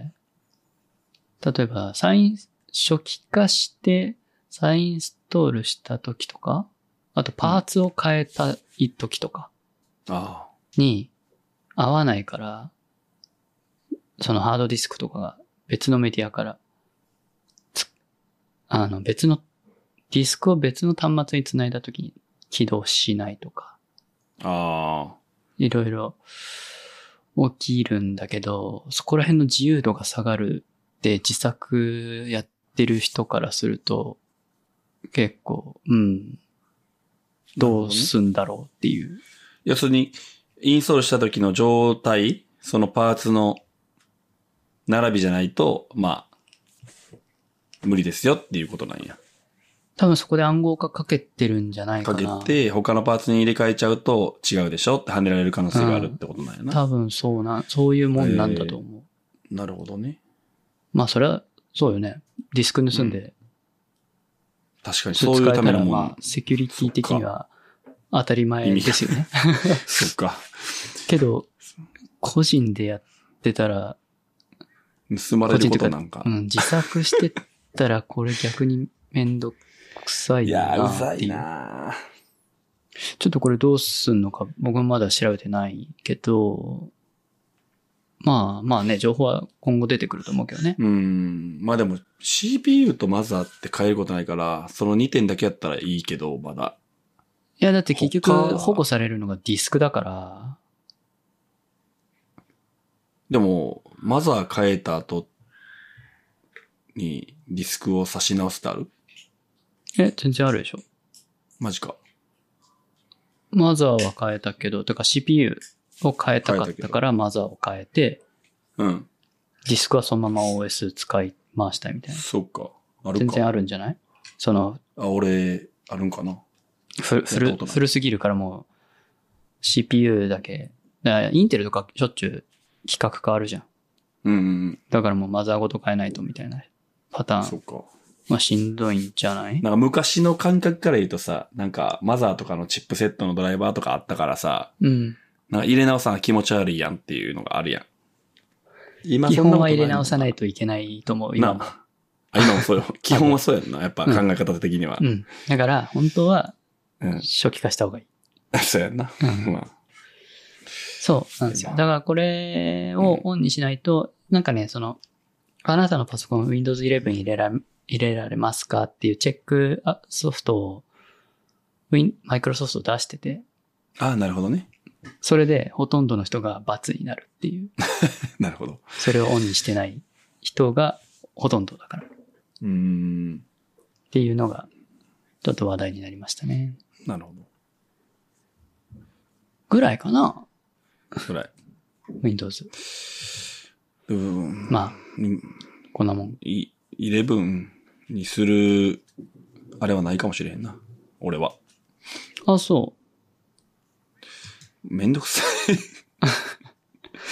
例えば、再イン、初期化して、再インストールした時とか、あとパーツを変えたい時とかに合わないから、そのハードディスクとかが別のメディアからあの別のディスクを別の端末につないだときに起動しないとか、 ああ、 いろいろ起きるんだけど、そこら辺の自由度が下がるって自作やってる人からすると結構、うん、どうすんだろうっていう。 要するにインストールした時の状態、そのパーツの並びじゃないと、まあ無理ですよっていうことなんや。 多分そこで暗号化かけてるんじゃないかな。 かけて、他のパーツに入れ替えちゃうと違うでしょって跳ねられる可能性があるってことなんやな。 うん、多分そうな、そういうもんなんだと思う。 えー、なるほどね。 まあそれは、そうよね。ディスク盗んで、うん。 確かにそういうためのもん。 まあ、セキュリティ的には当たり前ですよね。 そっか。 けど、個人でやってたら、 盗まれることなんか。 うん、自作してたらこれ逆にめんどくさいな。 いや、うざいな。 ちょっとこれどうすんのか僕もまだ調べてないけど、まあまあね、情報は今後出てくると思うけどね。 うん。まあでも シーピーユー とマザーって変えることないから、そのにてんだけやったらいいけど、まだ。 いやだって結局保護されるのがディスクだから。 でも、マザー変えた後にディスクを差し直すってある？ え、全然あるでしょ。 マジか。 マザーは変えたけど、てか シーピーユー を変えたかったからマザーを変えて、 うん。 ディスクはそのまま オーエス 使い回したいみたいな。 そうか。あるか。 全然あるんじゃない？その、 あ、俺、あるんかな。 ふ古、古すぎるからもう シーピーユー だけ。だからインテルとかしょっちゅう規格変わるじゃん。 うんうん。 だからもうマザーごと変えないとみたいなパターン。 そうか。 まあしんどいんじゃない？ なんか昔の感覚から言うとさ、なんかマザーとかのチップセットのドライバーとかあったからさ、 うん。 なんか入れ直さな気持ち悪いやんっていうのがあるやん。 今基本は入れ直さないといけないと思う、今も。 あ、今もそうよ。基本はそうやんな。やっぱ考え方的には。 うん。うん、だから、本当は、初期化した方がいい。 うん、そうやんな。うん、まあ。 そうなんですよ。だからこれをオンにしないと、うん、なんかね、その、あなたのパソコン ウィンドウズイレブン 入れられ、入れられますかっていうチェックソフトを、マイクロソフト出してて。 ああ、なるほどね。 それでほとんどの人が×になるっていう。 なるほど。 それをオンにしてない人がほとんどだから。 うーん。 っていうのが、ちょっと話題になりましたね。 なるほど。 ぐらいかな？ ぐらい。 Windows。 うん。 まあ、こんなもん。 い、じゅういちにする、あれはないかもしれへんな。俺は。 あ、そう。 めんどくさい。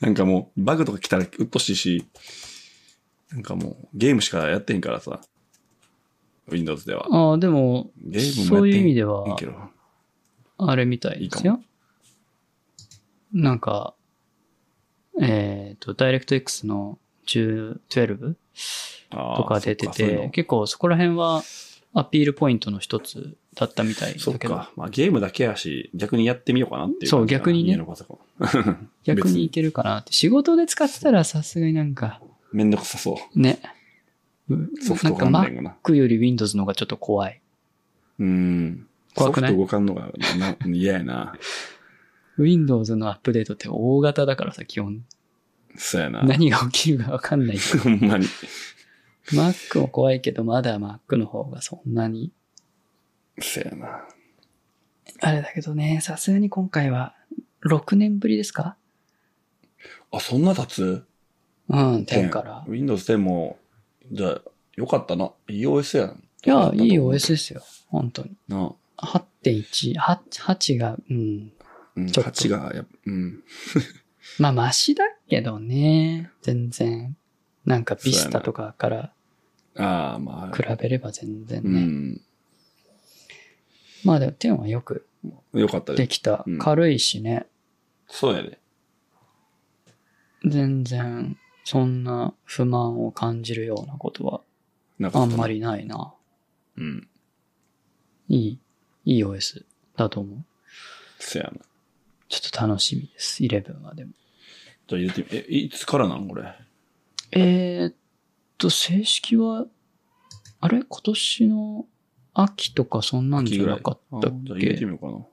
なんかもう、バグとか来たらうっとしいし、なんかもう、ゲームしかやってへんからさ。Windows では。 ああ、でも、 ゲームもそういうやってへん意味では、 けど。 あれみたいですよ。いいなんか、えっ、ー、と、DirectX のじゅう、じゅうにとか出てて、結構そこら辺はアピールポイントの一つだったみたいだけど。 そっか。まあゲームだけやし、逆にやってみようかなっていう。 そう、逆にね。逆にいけるかなって。仕事で使ってたらさすがになんか。 めんどくさそう。 ね。 ソフト関連がな。Mac より Windows の方がちょっと怖い。 うん。怖くない？ソフト動かんのが嫌やな。 Windows のアップデートって大型だからさ、基本。 そうやな。 何が起きるかわかんない。 ほんまに。 Mac も怖いけど、まだ Mac の方がそんなに。 そうやな。 あれだけどね、さすがに今回はろくねんぶりですか？ あ、そんな経つ？ うん、じゅうから。 Windows テンも、じゃあ、よかったな。いい オーエス やん。 いや、いい オーエス ですよ。本当に。 なあ。 はちてんいち、はちが、うん。 うん、ちょっとはちが、やうん。 まあ、マシだけどね。全然。なんか、ビスタとかから。 ああ、まあ。 比べれば全然ね。 うん。 まあでも、テンはよく。 よかったできた。うん、軽いしね。 そうやで。 全然、そんな不満を感じるようなことは、あんまりないな。 うん。 いい、いい オーエス だと思う。 そうやな。 ちょっと楽しみです。じゅういちはでも。 じゃあ入れてみ、え、いつからなんこれ。 えー、っと、正式は、あれ今年の秋とかそんなんじゃなかったっけ？ じゃあ入れてみようかな。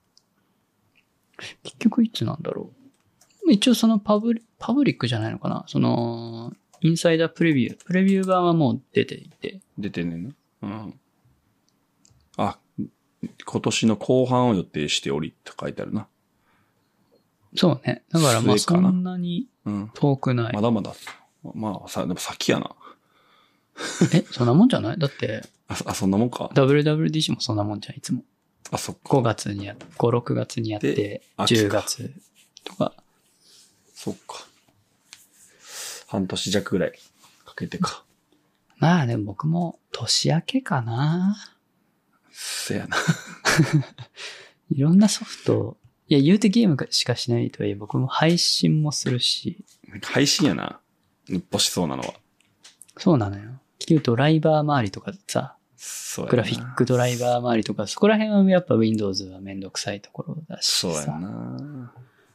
結局いつなんだろう。一応そのパブリ、パブリックじゃないのかな。その、インサイダープレビュー。プレビュー版はもう出ていて。 出てんねんな。うん。あ、今年の後半を予定しておりって書いてあるな。 そうね。だからまあそんなに遠くない。 うん、まだまだ。まあさ、でも先やな。 え、そんなもんじゃない？だって。 あ、あ、そんなもんか。 ダブリューダブリューディーシー もそんなもんじゃん、いつも。 あ、そっか。 ごがつにやって、ご、ろくがつにやって、じゅうがつとか。 そっか。半年弱ぐらいかけてか。 まあでも僕も年明けかな。 せやな。 いろんなソフト、いや言うてゲームしかしないとはいえ僕も配信もするし。 配信やな。うっぽしそうなのは。 そうなのよ。聞くとドライバー周りとかさ、 そうやな。 グラフィックドライバー周りとか、そこら辺はやっぱ Windows はめんどくさいところだしさ。 そうやな。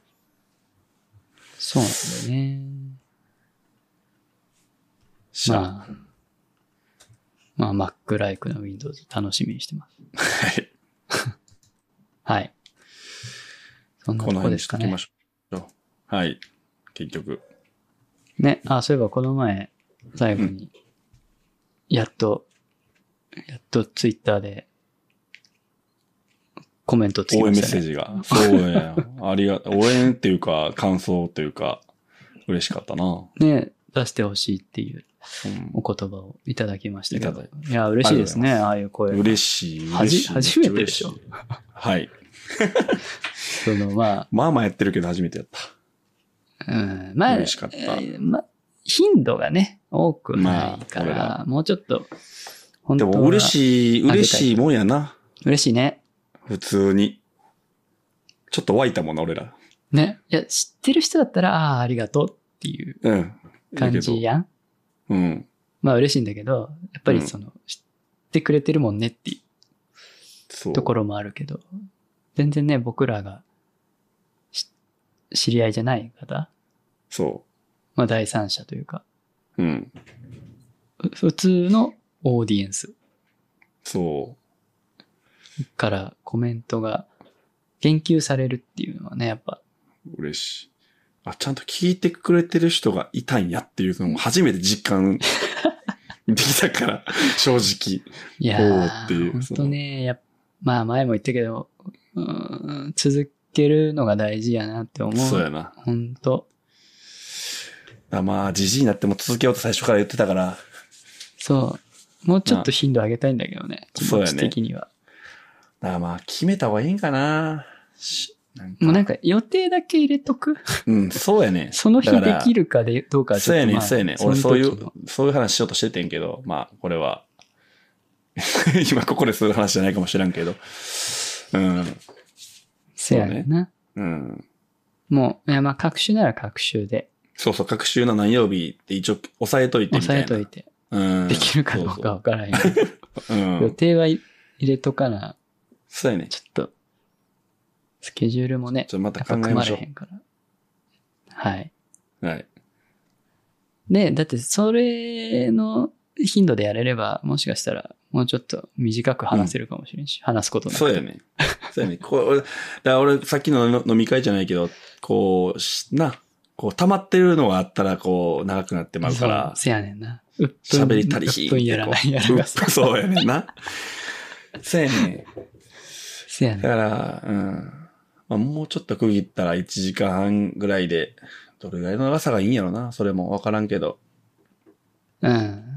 そうなんだよね。まあ、まあ Mac-like の Windows 楽しみにしてます。 はい。 はい。そんなとこですかね。 この辺にしときましょう。はい。結局。 ね、あ、そういえばこの前、最後に、やっと、うん、やっとツイッターで、コメントつきましたね。 応援メッセージが。そうや。ありが、応援っていうか、感想というか、嬉しかったな。 ね、出してほしいっていうお言葉をいただきましたけど。 い, いや、嬉しいですね、ああいう声。 嬉しい、嬉しい。 初めてでしょ。 はい。 その、まあ。 まあまあやってるけど初めてやった。 うん、まあ、 嬉しかった。 まあ、頻度がね、多くないから、まあ、もうちょっと、 本当でも嬉しい、嬉しいもんやな。 嬉しいね。 普通に。ちょっと湧いたもんな、俺ら。 ね。いや、知ってる人だったら、ああ、ありがとうっていう感じやん。 うん。うん、 まあ嬉しいんだけど、やっぱりその、うん、知ってくれてるもんねっていうところもあるけど、全然ね、僕らが知り合いじゃない方。 そう。 まあ第三者というか。 うん。 普通のオーディエンス。 そう。 からコメントが言及されるっていうのはね、やっぱ。 嬉しい。あ、ちゃんと聞いてくれてる人がいたんやっていうのも初めて実感できたから、正直。 いやー、っていう。本当ね、やまあ前も言ったけど、うーん、続けるのが大事やなって思う。 そうやな。 本当。 あまあ、じじいになっても続けようと最初から言ってたから。 そう。もうちょっと頻度上げたいんだけどね。気持ち的には。 だからまあ、決めた方がいいんかな。 なんかもうなんか予定だけ入れとくうん、そうやね。 その日できるかでどうかはちょっと、 そうやね、 まあ、 そうやね。俺そういうその時の、 そういう話しようとしててんけど、まあ、これは、今ここでする話じゃないかもしれんけど。うん。 せやねんな。 うん。 もう、いやまあ、各週なら各週で。 そうそう、各週の何曜日って一応押さえといてみたいな。 押さえといて。 うん。 できるかどうかわからへんけど。 うん。 予定は入れとかな。 そうやね。 ちょっと、スケジュールもね、 ちょっとまた考えましょう。 やっぱ組まれへんから。はい。 はい。 で、だってそれの頻度でやれれば、もしかしたらもうちょっと短く話せるかもしれんし、うん、話すことなくて。 そうやね。そうやね。こう、俺、だから俺さっきの飲み会じゃないけど、こう、な、こう溜まってるのがあったら、こう、長くなってまうから。 そう、せやねんな。 喋り足りひん。 うっぷんやらないやらがさ。 そうやねんな。そうやねん。 せやねん。 だから、うん。まあ、もうちょっと区切ったらいちじかんはんぐらいで、どれぐらいの長さがいいんやろな。それもわからんけど。 うん。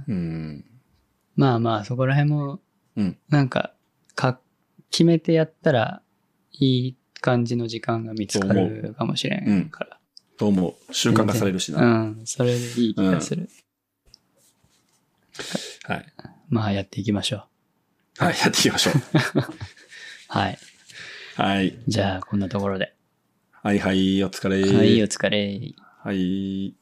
うん。 まあまあ、そこら辺も、 うん。 なんか、か、決めてやったら、いい感じの時間が見つかるかもしれんから。 と思う。習慣化されるしな。 うん。それでいい気がする。 うん、はい。 まあ、やっていきましょう。はい、やっていきましょう。 はい。 はい。 じゃあ、こんなところで。 はいはい、お疲れ。 はい、お疲れ。 はい。